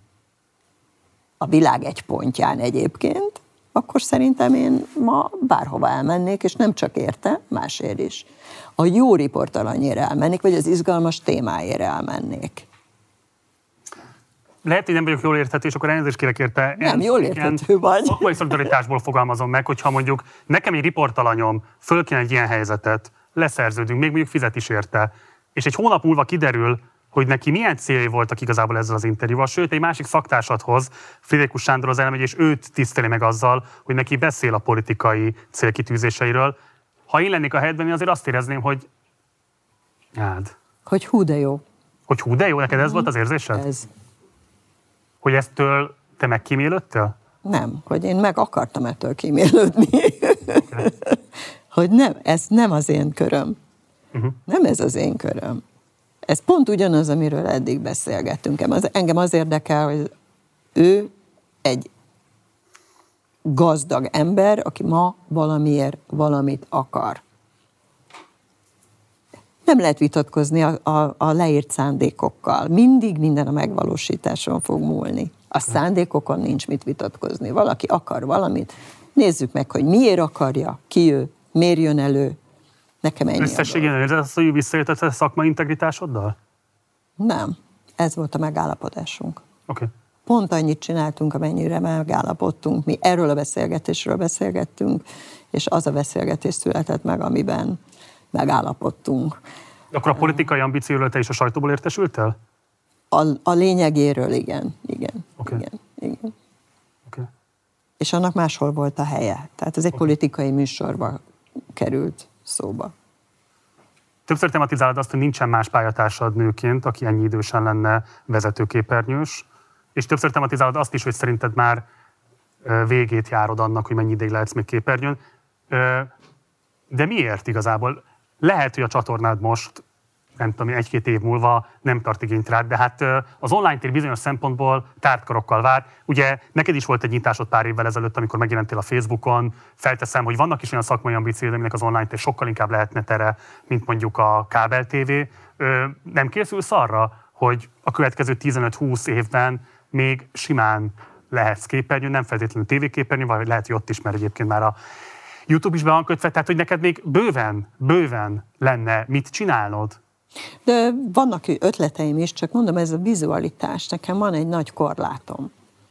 a világ egy pontján egyébként, akkor szerintem én ma bárhova elmennék, és nem csak érte, másért is. A jó riportalanyért elmennék, vagy az izgalmas témáért elmennék. Lehet, hogy nem vagyok jól érthető, és akkor elnézést kérek érte. Nem, jól érthető vagy. Akkor egy szolidaritásból fogalmazom meg, hogyha mondjuk nekem egy riportalanyom fölkín egy ilyen helyzetet, leszerződünk, még mondjuk fizet is érte, és egy hónap múlva kiderül, hogy neki milyen céljai voltak igazából ezzel az interjúval, sőt, egy másik szaktársathoz, Friderikus Sándorhoz elmegy, és őt tiszteli meg azzal, hogy neki beszél a politikai célkitűzéseiről. Ha én lennék a helyedben, én azért azt érezném, hogy jád. Hogy hú de jó. Hogy hú de jó? Neked ez volt az érzésed? Ez. Hogy eztől te megkímélődtél? Nem, hogy én meg akartam ettől kímélődni. Okay. Hogy nem, ez nem az én köröm. Uh-huh. Nem ez az én köröm. Ez pont ugyanaz, amiről eddig beszélgettünk. Engem az érdekel, hogy ő egy gazdag ember, aki ma valamiért valamit akar. Nem lehet vitatkozni a, a, a leírt szándékokkal. Mindig minden a megvalósításon fog múlni. A szándékokon nincs mit vitatkozni. Valaki akar valamit, nézzük meg, hogy miért akarja, ki ő, miért jön elő. Nekem ennyi. Összességében érzed azt, hogy visszaéltett a szakmai integritásoddal? Nem. Ez volt a megállapodásunk. Oké. Okay. pont annyit csináltunk, amennyire megállapodtunk. Mi erről a beszélgetésről beszélgettünk, és az a beszélgetés született meg, amiben megállapodtunk. De akkor a politikai ambícióról te is a sajtóból értesültél? A, a lényegéről igen, igen, okay. igen, igen. Okay. És annak máshol volt a helye. Tehát ez egy okay. politikai műsorba került szóba. Többször tematizálod azt, hogy nincsen más pályatársad nőként, aki ennyi idősen lenne vezetőképernyős, és többször tematizálod azt is, hogy szerinted már végét járod annak, hogy mennyi ideig lehetsz még képernyőn. De miért igazából? Lehet, hogy a csatornád most, nem tudom, egy-két év múlva nem tart igényt rád, de hát az online tér bizonyos szempontból tártkorokkal vár. Ugye neked is volt egy nyitásod pár évvel ezelőtt, amikor megjelentél a Facebookon. Felteszem, hogy vannak is olyan szakmai ambícióid, aminek az online tér sokkal inkább lehetne tere, mint mondjuk a kábel té vé. Nem készülsz arra, hogy a következő tizenöt-húsz évben még simán lehetsz képernyőn, nem feltétlenül tévéképernyő, vagy lehet, hogy ott is, mert egyébként már a YouTube is be van kötve, tehát hogy neked még bőven, bőven lenne mit csinálnod? De vannak ötleteim is, csak mondom, ez a vizualitás. Nekem van egy nagy korlátom,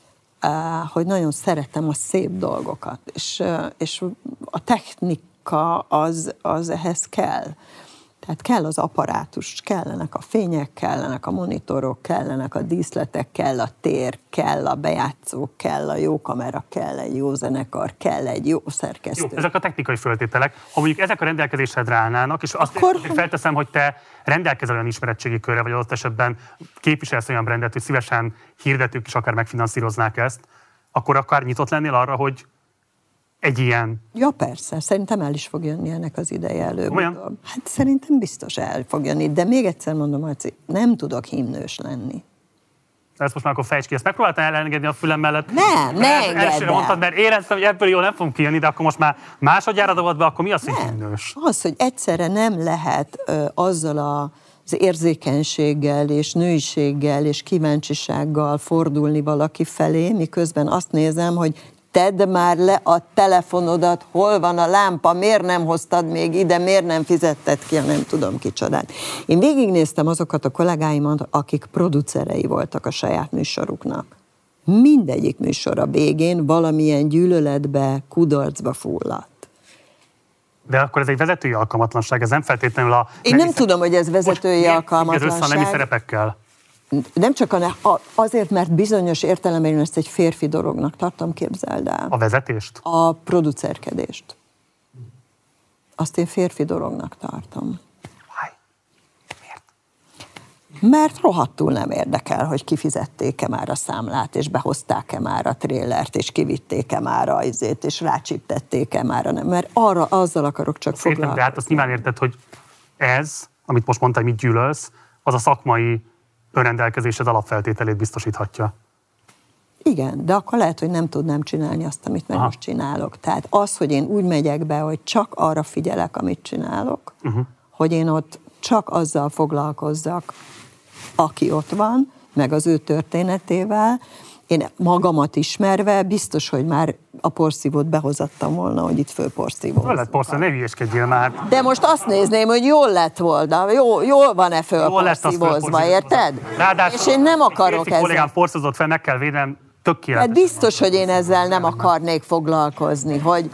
hogy nagyon szeretem a szép dolgokat, és, és a technika az, az ehhez kell. Tehát kell az apparátus, kellenek a fények, kellenek a monitorok, kellenek a díszletek, kell a tér, kell a bejátszók, kell a jó kamera, kell egy jó zenekar, kell egy jó szerkesztő. Jó, ezek a technikai föltételek. Ha mondjuk ezek a rendelkezésedre állnának, és azt Akkor... felteszem, hogy te rendelkezel olyan ismeretségi körre, vagy adott esetben képviselsz olyan brandet, hogy szívesen hirdetők is akár megfinanszíroznák ezt, akkor akár nyitott lennél arra, hogy egy ilyen... Ja, persze. Szerintem el is fog jönni ennek az ideje előbb. Olyan? Hát szerintem biztos el fog jönni, de még egyszer mondom, Marci, nem tudok himnős lenni. Ezt most már akkor fejtsd ki. Ezt megpróbáltál elengedni a fülem mellett? Nem, ne engedd el. Elsőre mondtad, mert éreztem, hogy ebből jól nem fogunk kijönni, de akkor most már másodjára dobod be, akkor mi az, hogy nem. himnős? Az, hogy egyszerre nem lehet ö, azzal a az érzékenységgel és nőiséggel és kíváncsisággal fordulni valaki felé, miközben azt nézem, hogy tedd már le a telefonodat, hol van a lámpa, miért nem hoztad még ide, miért nem fizetted ki, nem tudom kicsodát. Én végignéztem azokat a kollégáimat, akik producerei voltak a saját műsoruknak. Mindegyik műsor a végén valamilyen gyűlöletbe, kudarcba fulladt. De akkor ez egy vezetői alkalmatlanság, ez nem feltétlenül a... Én nem tudom, hogy ez vezetői alkalmatlanság. Ez össze a nemi szerepekkel. Nem csak a, azért, mert bizonyos értelemben én ezt egy férfi dolognak tartom, képzeld el. A vezetést? A producerkedést. Azt én férfi dolognak tartom. Miért? Mert rohadtul nem érdekel, hogy kifizették-e már a számlát, és behozták-e már a trélert, és kivitték-e már a izét, és rácsiptették-e már a nem. Mert arra, azzal akarok csak foglalkozni. Értem, de hát azt nyilván érted, hogy ez, amit most mondtál, mit gyűlölsz, az a szakmai önrendelkezésed alapfeltételét biztosíthatja. Igen, de akkor lehet, hogy nem tudnám csinálni azt, amit meg Aha. most csinálok. Tehát az, hogy én úgy megyek be, hogy csak arra figyelek, amit csinálok, uh-huh. hogy én ott csak azzal foglalkozzak, aki ott van, meg az ő történetével. Én magamat ismerve biztos, hogy már a porszívót behozattam volna, hogy itt fölporszívózzak. Jól lett porszívó, ne hülyeskedjél már. De most azt nézném, hogy jól lett volna, jó, jól van-e fölporszívózva, érted? Ráadásul, és én nem akarok ezzel. Kollégám porszízott fel, meg kell védem, tök király. Hát biztos, hogy én ezzel nem akarnék foglalkozni, hogy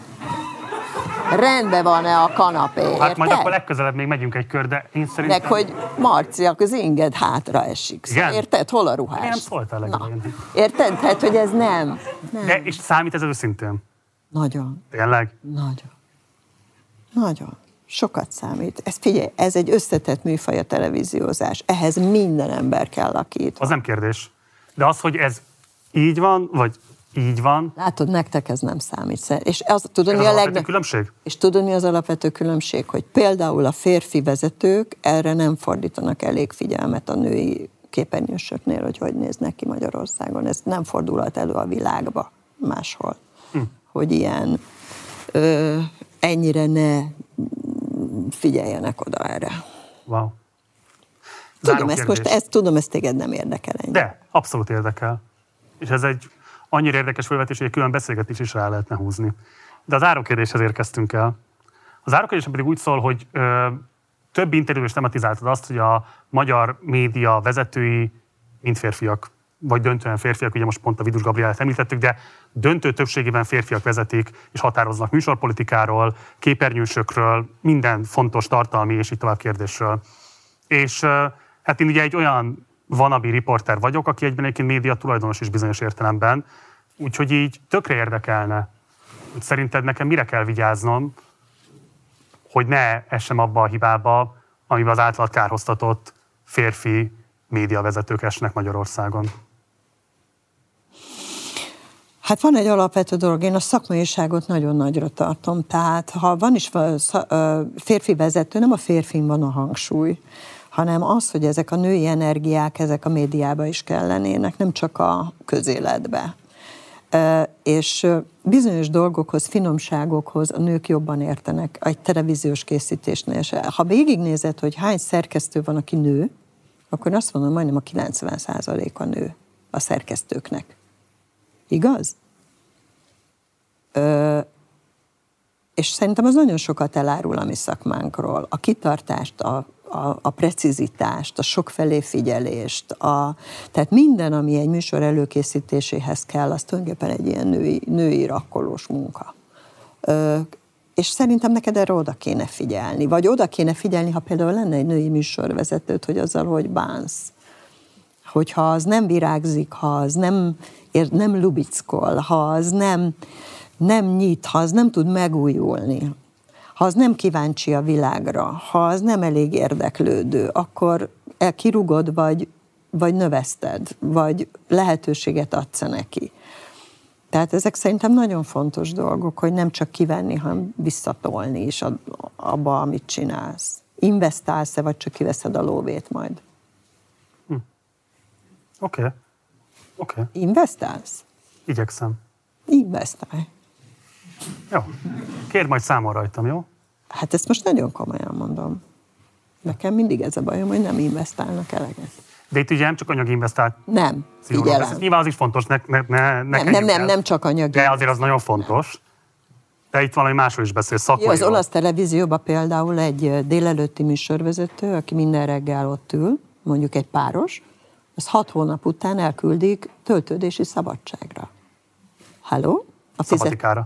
rendben van-e a kanapé, érted? Hát majd akkor legközelebb még megyünk egy kör, de én szerintem... Meg, hogy Marciak, az inged hátra esik. Szóval, érted? Hol a ruhás? Én nem szóltál legalább. Érted? Tehát, hogy ez nem. nem. De és számít ez őszintén? Nagyon. Tényleg? Nagyon. Nagyon. Sokat számít. Ez, figyelj, ez egy összetett műfaj a televíziózás. Ehhez minden ember kell, aki itt Az nem kérdés. De az, hogy ez így van, vagy így van. Látod, nektek ez nem számít. És az, tudod, ez mi az a alapvető leg... különbség? És tudod, mi az alapvető különbség? Hogy például a férfi vezetők erre nem fordítanak elég figyelmet a női képernyősöknél, hogy hogy néznek ki Magyarországon. Ez nem fordulhat elő a világba máshol. Hm. Hogy ilyen ö, ennyire ne figyeljenek oda erre. Wow. Tudom, ezt most, ezt tudom, ezt téged nem érdekel ennyi. De, abszolút érdekel. És ez egy annyira érdekes felvetés, hogy egy külön beszélgetés is rá lehetne húzni. De az árókérdéshez érkeztünk el. Az árókérdés pedig úgy szól, hogy ö, több interjúban is tematizáltad azt, hogy a magyar média vezetői mind férfiak. vagy döntően férfiak, ugye most pont a Vidus Gabriellát említettük, de döntő többségében férfiak vezetik és határoznak műsorpolitikáról, képernyősökről, minden fontos tartalmi és így tovább kérdésről. És hát én ugye egy olyan wannabe riporter vagyok, aki egyben egyébként média tulajdonos is bizonyos értelemben, úgyhogy így tökre érdekelne, hogy szerinted nekem mire kell vigyáznom, hogy ne essem abba a hibába, amiben az általad kárhoztatott férfi médiavezetők esnek Magyarországon. Hát van egy alapvető dolog, én a szakmaiságot nagyon nagyra tartom, tehát ha van is férfi vezető, nem a férfin van a hangsúly, hanem az, hogy ezek a női energiák, ezek a médiába is kellenének, nem csak a közéletbe. És bizonyos dolgokhoz, finomságokhoz a nők jobban értenek egy televíziós készítésnél. Ha végignézed, hogy hány szerkesztő van, aki nő, akkor azt mondom, majdnem a kilencven százalék a nő a szerkesztőknek. Igaz? Ö, és szerintem az nagyon sokat elárul a mi szakmánkról. A kitartást, a, a, a precizitást, a sokfelé figyelést, a, tehát minden, ami egy műsor előkészítéséhez kell, az tulajdonképpen egy ilyen női, női rakkolós munka. Ö, és szerintem neked erre oda kéne figyelni. Vagy oda kéne figyelni, ha például lenne egy női műsorvezetőt, hogy azzal, hogy bánsz. Hogyha az nem virágzik, ha az nem, nem lubickol, ha az nem, nem nyit, ha az nem tud megújulni, ha az nem kíváncsi a világra, ha az nem elég érdeklődő, akkor kirugod, vagy, vagy növeszted, vagy lehetőséget adsz neki. Tehát ezek szerintem nagyon fontos dolgok, hogy nem csak kivenni, hanem visszatolni is abba, amit csinálsz. Investálsz-e, vagy csak kiveszed a lóvét majd? Hm. Oké. Okay. Okay. Investálsz? Igyekszem. Investálj. Jó. Kérd majd számol rajtam, jó? Hát ezt most nagyon komolyan mondom. Nekem mindig ez a bajom, hogy nem investálnak eleget. De itt ugye nem csak anyagi investált. Nem, figyelem. Nyilván az is fontos, ne, ne, ne, nem, nem, nem, nem csak anyagi. De azért az nagyon fontos. De itt valami másról is beszél, szakmairól. Az olasz televízióban például egy délelőtti műsorvezető, aki minden reggel ott ül, mondjuk egy páros, az hat hónap után elküldik töltődési szabadságra. Halló? A szabadikára.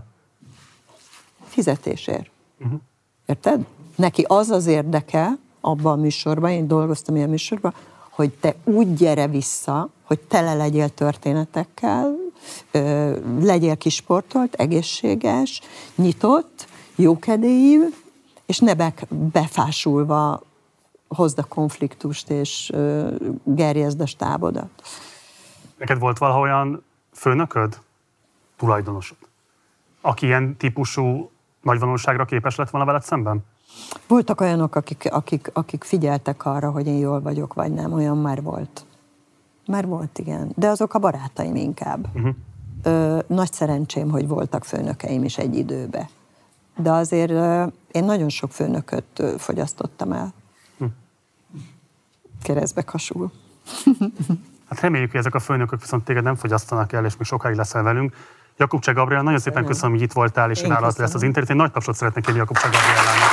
Fizetésért. Uh-huh. Érted? Neki az az érdeke abban a műsorban, én dolgoztam ilyen műsorban, hogy te úgy gyere vissza, hogy tele legyél történetekkel, ö, legyél kisportolt, egészséges, nyitott, jókedélyű, és ne be, befásulva hozd a konfliktust, és ö, gerjezd a stábodat. Neked volt valaha olyan főnököd, tulajdonosod, aki ilyen típusú nagyvonulságra képes lett volna veled szemben? Voltak olyanok, akik, akik, akik figyeltek arra, hogy én jól vagyok, vagy nem, olyan már volt. Már volt, igen. De azok a barátaim inkább. Uh-huh. Ö, nagy szerencsém, hogy voltak főnökeim is egy időbe. De azért ö, én nagyon sok főnököt ö, fogyasztottam el. Uh-huh. Keresztbe kasul. Hát reméljük, hogy ezek a főnökök viszont téged nem fogyasztanak el, és még sokáig leszel velünk. Jakubcsák Gabriella, nagyon szépen köszönöm, hogy itt voltál, és nálad lesz az internet. Én nagy tapsot szeretnék kérni Jakubcsák Gabriellának.